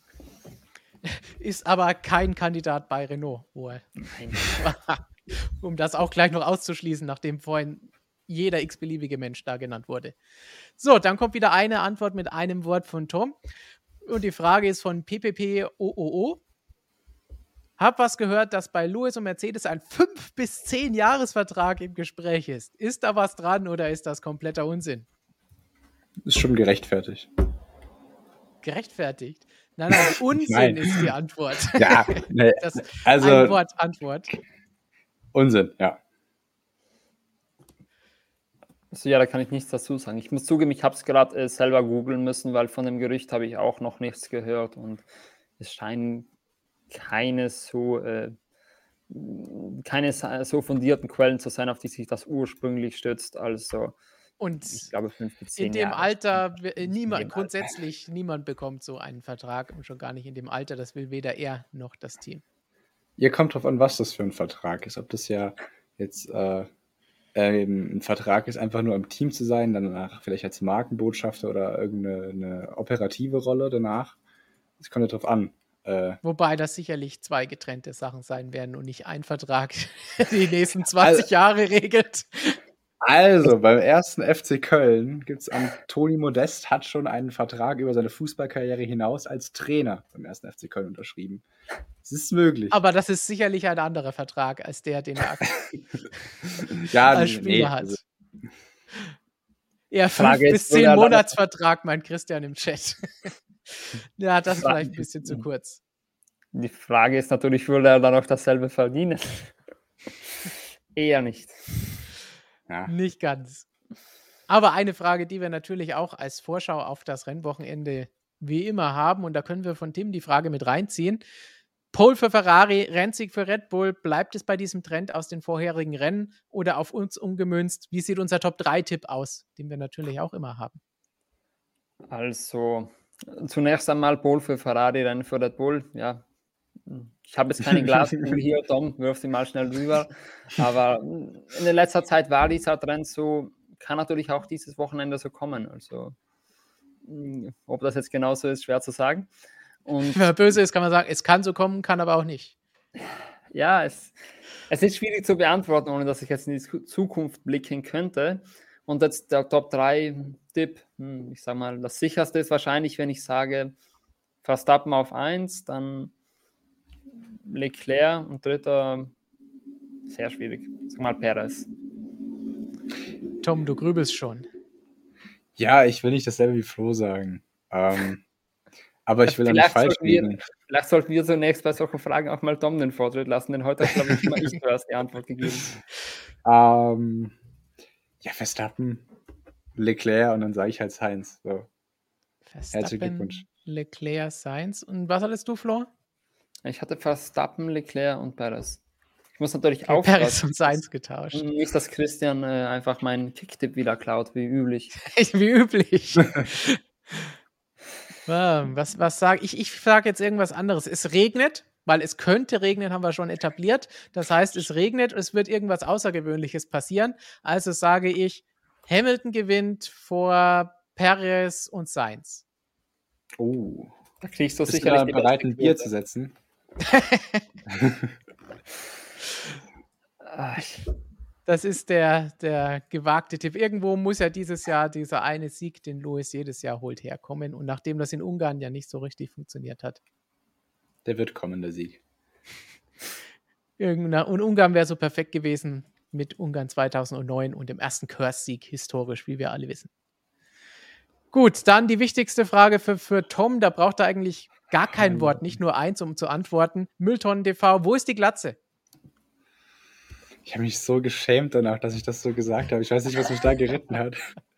Ist aber kein Kandidat bei Renault wohl. Nein. Um das auch gleich noch auszuschließen, nachdem vorhin jeder x-beliebige Mensch da genannt wurde. So, dann kommt wieder eine Antwort mit einem Wort von Tom. Und die Frage ist von P P P O O O. Hab was gehört, dass bei Lewis und Mercedes ein fünf bis zehn Jahresvertrag im Gespräch ist. Ist da was dran oder ist das kompletter Unsinn? Ist schon gerechtfertigt. Gerechtfertigt? Nein, nein, Unsinn Nein. ist die Antwort. Ja, nee, das also ein Wort Antwort. Unsinn, ja. Also ja, da kann ich nichts dazu sagen. Ich muss zugeben, ich habe es gerade äh, selber googeln müssen, weil von dem Gerücht habe ich auch noch nichts gehört und es scheinen keine so, äh, keine so fundierten Quellen zu sein, auf die sich das ursprünglich stützt. Also und ich glaube fünf bis zehn in dem Jahre. Alter, äh, niemand, dem grundsätzlich Alter. Niemand bekommt so einen Vertrag und schon gar nicht in dem Alter. Das will weder er noch das Team. Ihr kommt drauf an, was das für ein Vertrag ist. Ob das ja jetzt äh, ähm, ein Vertrag ist, einfach nur im Team zu sein, danach vielleicht als Markenbotschafter oder irgendeine eine operative Rolle danach. Das kommt ja drauf an. Äh, Wobei das sicherlich zwei getrennte Sachen sein werden und nicht ein Vertrag, die nächsten zwanzig also, Jahre regelt. Also, beim ersten F C Köln gibt es an, Toni Modest hat schon einen Vertrag über seine Fußballkarriere hinaus als Trainer beim ersten F C Köln unterschrieben. Das ist möglich. Aber das ist sicherlich ein anderer Vertrag als der, den er ja, als Spieler nee, hat. Also. Ja, fünf bis zehn Monatsvertrag, meint Christian im Chat. Ja, das ist vielleicht ein bisschen zu kurz. Die Frage ist natürlich, würde er dann auch dasselbe verdienen? Eher nicht. Ja. Nicht ganz. Aber eine Frage, die wir natürlich auch als Vorschau auf das Rennwochenende wie immer haben, und da können wir von Tim die Frage mit reinziehen. Pole für Ferrari, Rennsieg für Red Bull. Bleibt es bei diesem Trend aus den vorherigen Rennen oder auf uns umgemünzt? Wie sieht unser Top drei Tipp aus, den wir natürlich auch immer haben? Also, zunächst einmal Pole für Ferrari, Rennen für Red Bull. Ja, ich habe jetzt keine Glaskugel hier, Tom, wirf sie mal schnell rüber. Aber in der letzter Zeit war dieser Trend so, kann natürlich auch dieses Wochenende so kommen. Also, ob das jetzt genauso ist, schwer zu sagen. Und wenn man böse ist, kann man sagen, es kann so kommen, kann aber auch nicht. Ja, es, es ist schwierig zu beantworten, ohne dass ich jetzt in die Zukunft blicken könnte. Und jetzt der Top drei Tipp, ich sage mal, das sicherste ist wahrscheinlich, wenn ich sage, Verstappen auf eins, dann Leclerc und dritter, sehr schwierig, sag mal Perez. Tom, du grübelst schon. Ja, ich will nicht dasselbe wie Flo sagen. Ähm, aber ich will ja nicht falsch liegen. Vielleicht sollten wir zunächst bei solchen Fragen auch mal Tom den Vortritt lassen, denn heute habe ich, glaube ich, ich zuerst die Antwort gegeben. Ähm, ja, Verstappen, Leclerc und dann sage ich halt Sainz. So. Herzlichen Glückwunsch. Leclerc, Sainz. Und was hattest du, Flo? Ich hatte Verstappen, Leclerc und Perez. Ich muss natürlich okay, aufpassen. Perez und Sainz getauscht. Nicht, dass Christian äh, einfach meinen Kicktipp wieder klaut, wie üblich. wie üblich. was was sage ich? Ich sage jetzt irgendwas anderes. Es regnet, weil es könnte regnen, haben wir schon etabliert. Das heißt, es regnet und es wird irgendwas Außergewöhnliches passieren. Also sage ich, Hamilton gewinnt vor Perez und Sainz. Oh. Da kriegst du Bist sicherlich du bereit, ein Bier zu setzen? Das ist der, der gewagte Tipp. Irgendwo muss ja dieses Jahr dieser eine Sieg, den Lewis jedes Jahr holt, herkommen. Und nachdem das in Ungarn ja nicht so richtig funktioniert hat. Der wird kommen, der Sieg. Und Ungarn wäre so perfekt gewesen mit Ungarn zweitausendneun und dem ersten Curse-Sieg historisch, wie wir alle wissen. Gut, dann die wichtigste Frage für, für Tom. Da braucht er eigentlich gar kein Wort, nicht nur eins, um zu antworten. Mülltonnen T V, wo ist die Glatze? Ich habe mich so geschämt danach, dass ich das so gesagt habe. Ich weiß nicht, was mich da geritten hat.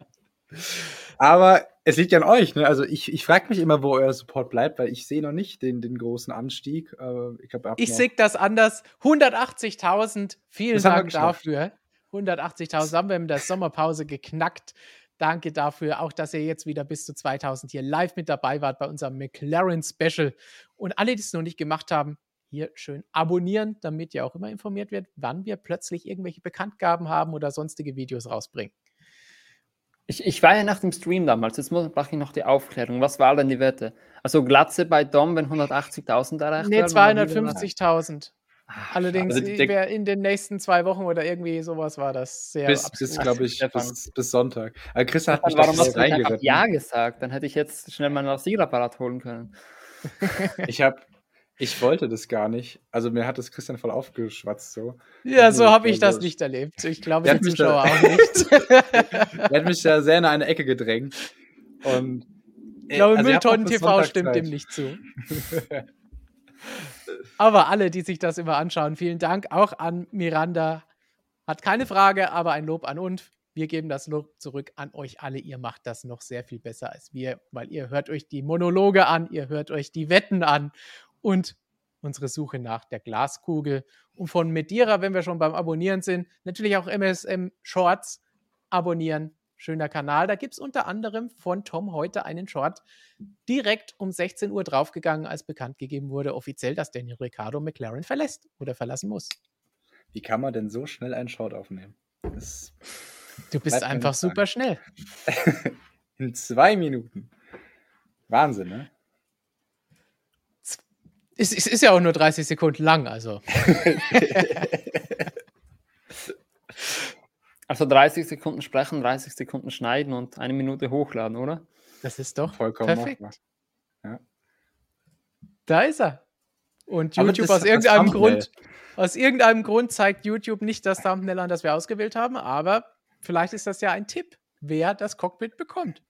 Aber es liegt ja an euch. Ne? Also ich, ich frage mich immer, wo euer Support bleibt, weil ich sehe noch nicht den, den großen Anstieg. Äh, ich glaub, ich sehe das anders. hundertachtzigtausend, vielen das Dank dafür. hundertachtzigtausend haben wir in der Sommerpause geknackt. Danke dafür, auch dass ihr jetzt wieder bis zu zweitausend hier live mit dabei wart bei unserem McLaren-Special. Und alle, die es noch nicht gemacht haben, hier schön abonnieren, damit ihr auch immer informiert werdet, wann wir plötzlich irgendwelche Bekanntgaben haben oder sonstige Videos rausbringen. Ich, ich war ja nach dem Stream damals, jetzt brauche ich noch die Aufklärung. Was war denn die Wette? Also Glatze bei Dom, wenn hundertachtzigtausend erreicht nee, werden? Nee, zweihundertfünfzigtausend. Ach, allerdings also die, der, in den nächsten zwei Wochen oder irgendwie sowas war das sehr bis, bis glaube ich, bis, bis Sonntag. Aber Christian hat mich warum hast das du nicht einfach Ja gesagt? Dann hätte ich jetzt schnell meinen Rasierapparat holen können. ich habe Ich wollte das gar nicht. Also mir hat das Christian voll aufgeschwatzt so. Ja, so habe ich das nicht erlebt. Ich glaube, die Zuschauer auch nicht. Er hat mich da sehr in eine Ecke gedrängt. Und ich glaube, also Mülltonnen T V stimmt dem nicht zu. Aber alle, die sich das immer anschauen, vielen Dank. Auch an Miranda. Hat keine Frage, aber ein Lob an uns. Wir geben das Lob zurück an euch alle. Ihr macht das noch sehr viel besser als wir, weil ihr hört euch die Monologe an, ihr hört euch die Wetten an und unsere Suche nach der Glaskugel. Und von Medira, wenn wir schon beim Abonnieren sind, natürlich auch M S M Shorts abonnieren. Schöner Kanal. Da gibt es unter anderem von Tom heute einen Short direkt um sechzehn Uhr draufgegangen, als bekannt gegeben wurde, offiziell, dass Daniel Ricciardo McLaren verlässt oder verlassen muss. Wie kann man denn so schnell einen Short aufnehmen? Das du bist einfach super schnell. In zwei Minuten. Wahnsinn, ne? Es, es ist ja auch nur dreißig Sekunden lang, also. Also dreißig Sekunden sprechen, dreißig Sekunden schneiden und eine Minute hochladen, oder? Das ist doch vollkommen perfekt. Ja. Da ist er. Und YouTube aus irgendeinem Grund, aus irgendeinem Grund zeigt YouTube nicht das Thumbnail an, das wir ausgewählt haben, aber vielleicht ist das ja ein Tipp, wer das Cockpit bekommt.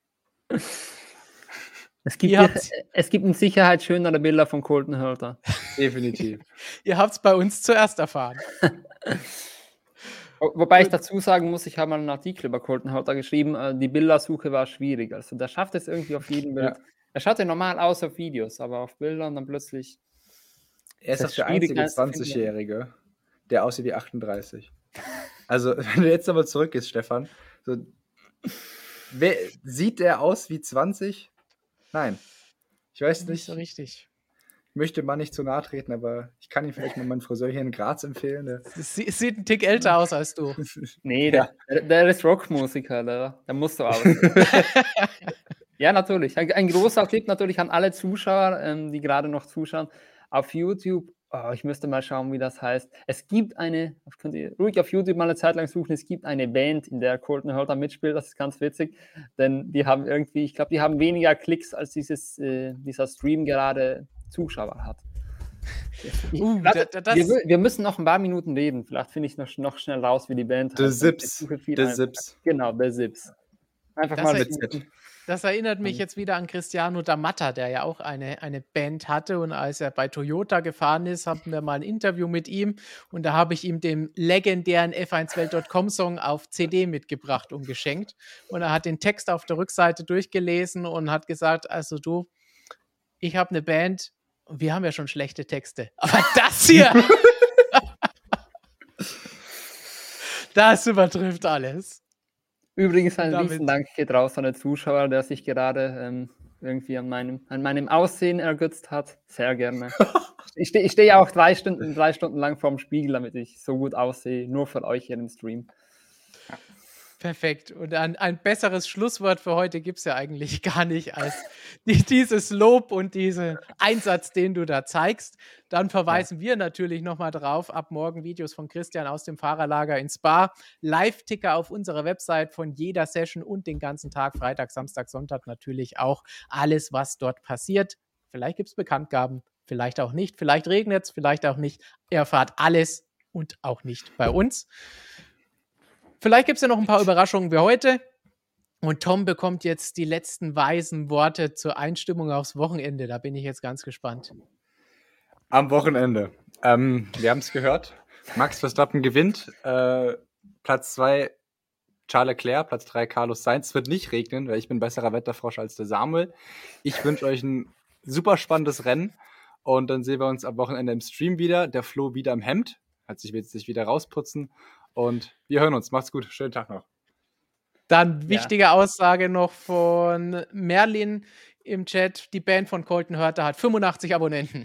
Es gibt, ja, es gibt mit Sicherheit schönere Bilder von Colton Herta. Definitiv. Ihr habt es bei uns zuerst erfahren. Wobei ich dazu sagen muss, ich habe mal einen Artikel über Colton Herta geschrieben, die Bildersuche war schwierig. Also der schafft es irgendwie auf jedem Bild. Ja. Er schaut ja normal aus auf Videos, aber auf Bildern dann plötzlich Er ist Das doch der schwierig, einzige eins zu finden. zwanzigjährige, der aussieht wie achtunddreißig. Also, wenn du jetzt nochmal zurückgehst, Stefan, so, wer, sieht er aus wie zwanzig? Nein. Ich weiß Nicht nicht, so richtig. ich möchte mal nicht zu nahe treten, aber ich kann ihm vielleicht mal meinen Friseur hier in Graz empfehlen. Der Es sie- es sieht ein Tick älter aus als du. Nee, Ja. der, der ist Rockmusiker, der, der muss so aus. Ja, natürlich. Ein, ein großer Tipp natürlich an alle Zuschauer, ähm, die gerade noch zuschauen. Auf YouTube, oh, ich müsste mal schauen, wie das heißt. Es gibt eine, das könnt ihr ruhig auf YouTube mal eine Zeit lang suchen, es gibt eine Band, in der Colton Herta mitspielt, das ist ganz witzig, denn die haben irgendwie, ich glaube, die haben weniger Klicks, als dieses, äh, dieser Stream gerade Zuschauer hat. Ich, Uh, warte, da- da- wir, das- wir müssen noch ein paar Minuten reden, vielleicht finde ich noch, noch schnell raus, wie die Band The heißt. Zips. Ich suche viel The einfach. Zips. Genau, The Zips. Einfach Das mal ist- mit Das erinnert mich Mhm. jetzt wieder an Cristiano D'Amatta, der ja auch eine, eine Band hatte. Und als er bei Toyota gefahren ist, hatten wir mal ein Interview mit ihm. Und da habe ich ihm den legendären F eins Welt Punkt com Song auf C D mitgebracht und geschenkt. Und er hat den Text auf der Rückseite durchgelesen und hat gesagt, also du, ich habe eine Band und wir haben ja schon schlechte Texte. Aber das hier, das übertrifft alles. Übrigens ein Damit- Riesendank geht raus an den Zuschauer, der sich gerade ähm, irgendwie an meinem, an meinem Aussehen ergötzt hat. Sehr gerne. ich stehe ich steh auch drei Stunden, drei Stunden lang vorm Spiegel, damit ich so gut aussehe, nur für euch hier im Stream. Perfekt. Und ein, ein besseres Schlusswort für heute gibt es ja eigentlich gar nicht als die, dieses Lob und diesen Einsatz, den du da zeigst. Dann verweisen wir natürlich nochmal drauf, ab morgen Videos von Christian aus dem Fahrerlager in Spa, Live-Ticker auf unserer Website von jeder Session und den ganzen Tag, Freitag, Samstag, Sonntag natürlich auch alles, was dort passiert. Vielleicht gibt es Bekanntgaben, vielleicht auch nicht, vielleicht regnet es, vielleicht auch nicht. Ihr erfahrt alles und auch nicht bei uns. Vielleicht gibt es ja noch ein paar Überraschungen wie heute. Und Tom bekommt jetzt die letzten weisen Worte zur Einstimmung aufs Wochenende. Da bin ich jetzt ganz gespannt. Am Wochenende. Ähm, wir haben es gehört. Max Verstappen gewinnt. Äh, Platz zwei Charles Leclerc, Platz drei Carlos Sainz. Es wird nicht regnen, weil ich bin besserer Wetterfrosch als der Samuel. Ich wünsche euch ein super spannendes Rennen. Und dann sehen wir uns am Wochenende im Stream wieder. Der Flo wieder im Hemd. Hat sich jetzt sich wieder rausputzen. Und wir hören uns. Macht's gut. Schönen Tag noch. Dann wichtige Aussage noch von Merlin im Chat. Die Band von Colton Herta hat fünfundachtzig Abonnenten.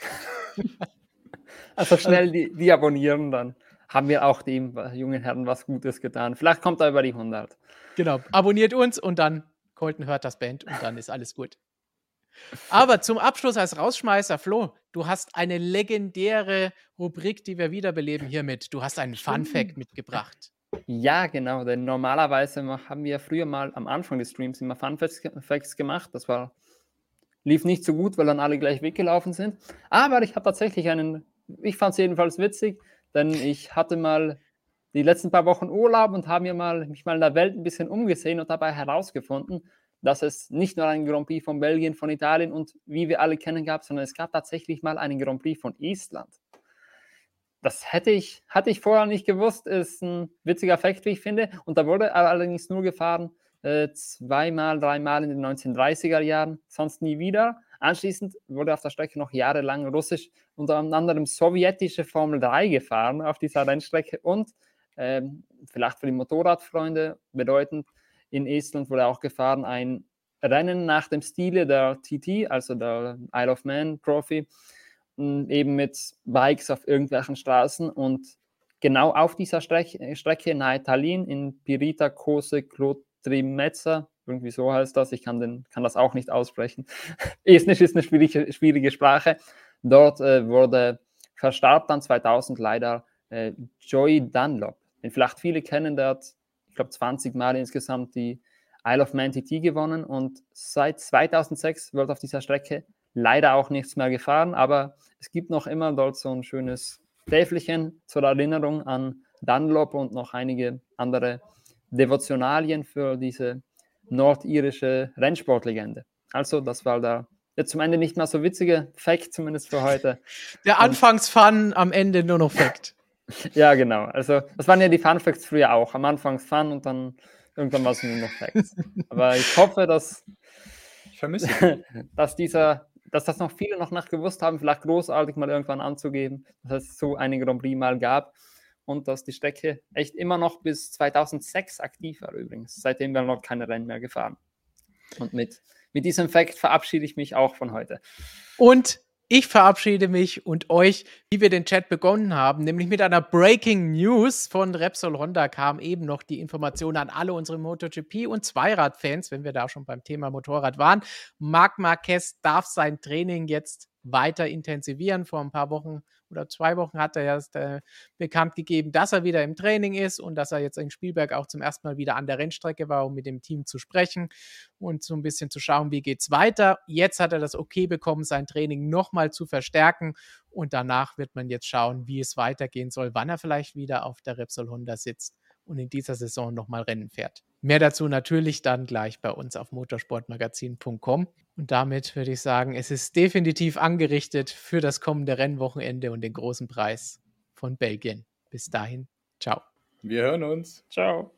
Also schnell die, die abonnieren, dann haben wir auch dem jungen Herrn was Gutes getan. Vielleicht kommt er über die hundert. Genau. Abonniert uns und dann Colton Hertas Band und dann ist alles gut. Aber zum Abschluss als Rausschmeißer, Flo, du hast eine legendäre Rubrik, die wir wiederbeleben hiermit. Du hast einen Fun-Fact mitgebracht. Ja, genau, denn normalerweise ma- haben wir früher mal am Anfang des Streams immer Fun Facts ge- Facts gemacht. Das war, lief nicht so gut, weil dann alle gleich weggelaufen sind. Aber ich habe tatsächlich einen, ich fand es jedenfalls witzig, denn ich hatte mal die letzten paar Wochen Urlaub und habe mir mal, mich mal in der Welt ein bisschen umgesehen und dabei herausgefunden, dass es nicht nur einen Grand Prix von Belgien, von Italien und wie wir alle kennen gab, sondern es gab tatsächlich mal einen Grand Prix von Estland. Das hätte ich, hatte ich vorher nicht gewusst, ist ein witziger Fakt, wie ich finde. Und da wurde allerdings nur gefahren, äh, zweimal, dreimal in den neunzehnhundertdreißiger Jahren, sonst nie wieder. Anschließend wurde auf der Strecke noch jahrelang russisch, unter anderem sowjetische Formel drei gefahren auf dieser Rennstrecke. Und ähm, vielleicht für die Motorradfreunde bedeutend, in Estland wurde auch gefahren ein Rennen nach dem Stile der T T, also der Isle of Man Trophy, eben mit Bikes auf irgendwelchen Straßen und genau auf dieser Strecke, Strecke nahe Tallinn in Pirita Kose Klotrimetsa, irgendwie so heißt das, ich kann, den, kann das auch nicht aussprechen. Estnisch ist eine schwierige, schwierige Sprache. Dort äh, wurde verstarb dann zweitausend leider äh, Joey Dunlop, den vielleicht viele kennen, der hat, ich glaube, zwanzig Mal insgesamt die Isle of Man T T gewonnen und seit zweitausendsechs wird auf dieser Strecke leider auch nichts mehr gefahren, aber es gibt noch immer dort so ein schönes Täfelchen zur Erinnerung an Dunlop und noch einige andere Devotionalien für diese nordirische Rennsportlegende. Also das war der jetzt zum Ende nicht mehr so witzige Fact, zumindest für heute. Der Anfangs-Fun, am Ende nur noch Fact. Ja, genau. Also das waren ja die Fun Facts früher auch. Am Anfang Fun und dann irgendwann war es nur noch Facts. Aber ich hoffe, dass, Ich vermisse ihn. dass dieser dass das noch viele noch nicht gewusst haben, vielleicht großartig mal irgendwann anzugeben, dass es so einen Grand Prix mal gab und dass die Strecke echt immer noch bis zweitausendsechs aktiv war übrigens. Seitdem werden noch keine Rennen mehr gefahren. Und mit, mit diesem Fakt verabschiede ich mich auch von heute. Und ich verabschiede mich und euch, wie wir den Chat begonnen haben, nämlich mit einer Breaking News von Repsol Honda kam eben noch die Information an alle unsere MotoGP- und Zweirad-Fans, wenn wir da schon beim Thema Motorrad waren. Marc Marquez darf sein Training jetzt weiter intensivieren. Vor ein paar Wochen oder zwei Wochen hat er erst äh, bekannt gegeben, dass er wieder im Training ist und dass er jetzt in Spielberg auch zum ersten Mal wieder an der Rennstrecke war, um mit dem Team zu sprechen und so ein bisschen zu schauen, wie geht's weiter. Jetzt hat er das Okay bekommen, sein Training nochmal zu verstärken und danach wird man jetzt schauen, wie es weitergehen soll, wann er vielleicht wieder auf der Repsol Honda sitzt und in dieser Saison nochmal Rennen fährt. Mehr dazu natürlich dann gleich bei uns auf motorsportmagazin punkt com. Und damit würde ich sagen, es ist definitiv angerichtet für das kommende Rennwochenende und den großen Preis von Belgien. Bis dahin, ciao. Wir hören uns. Ciao.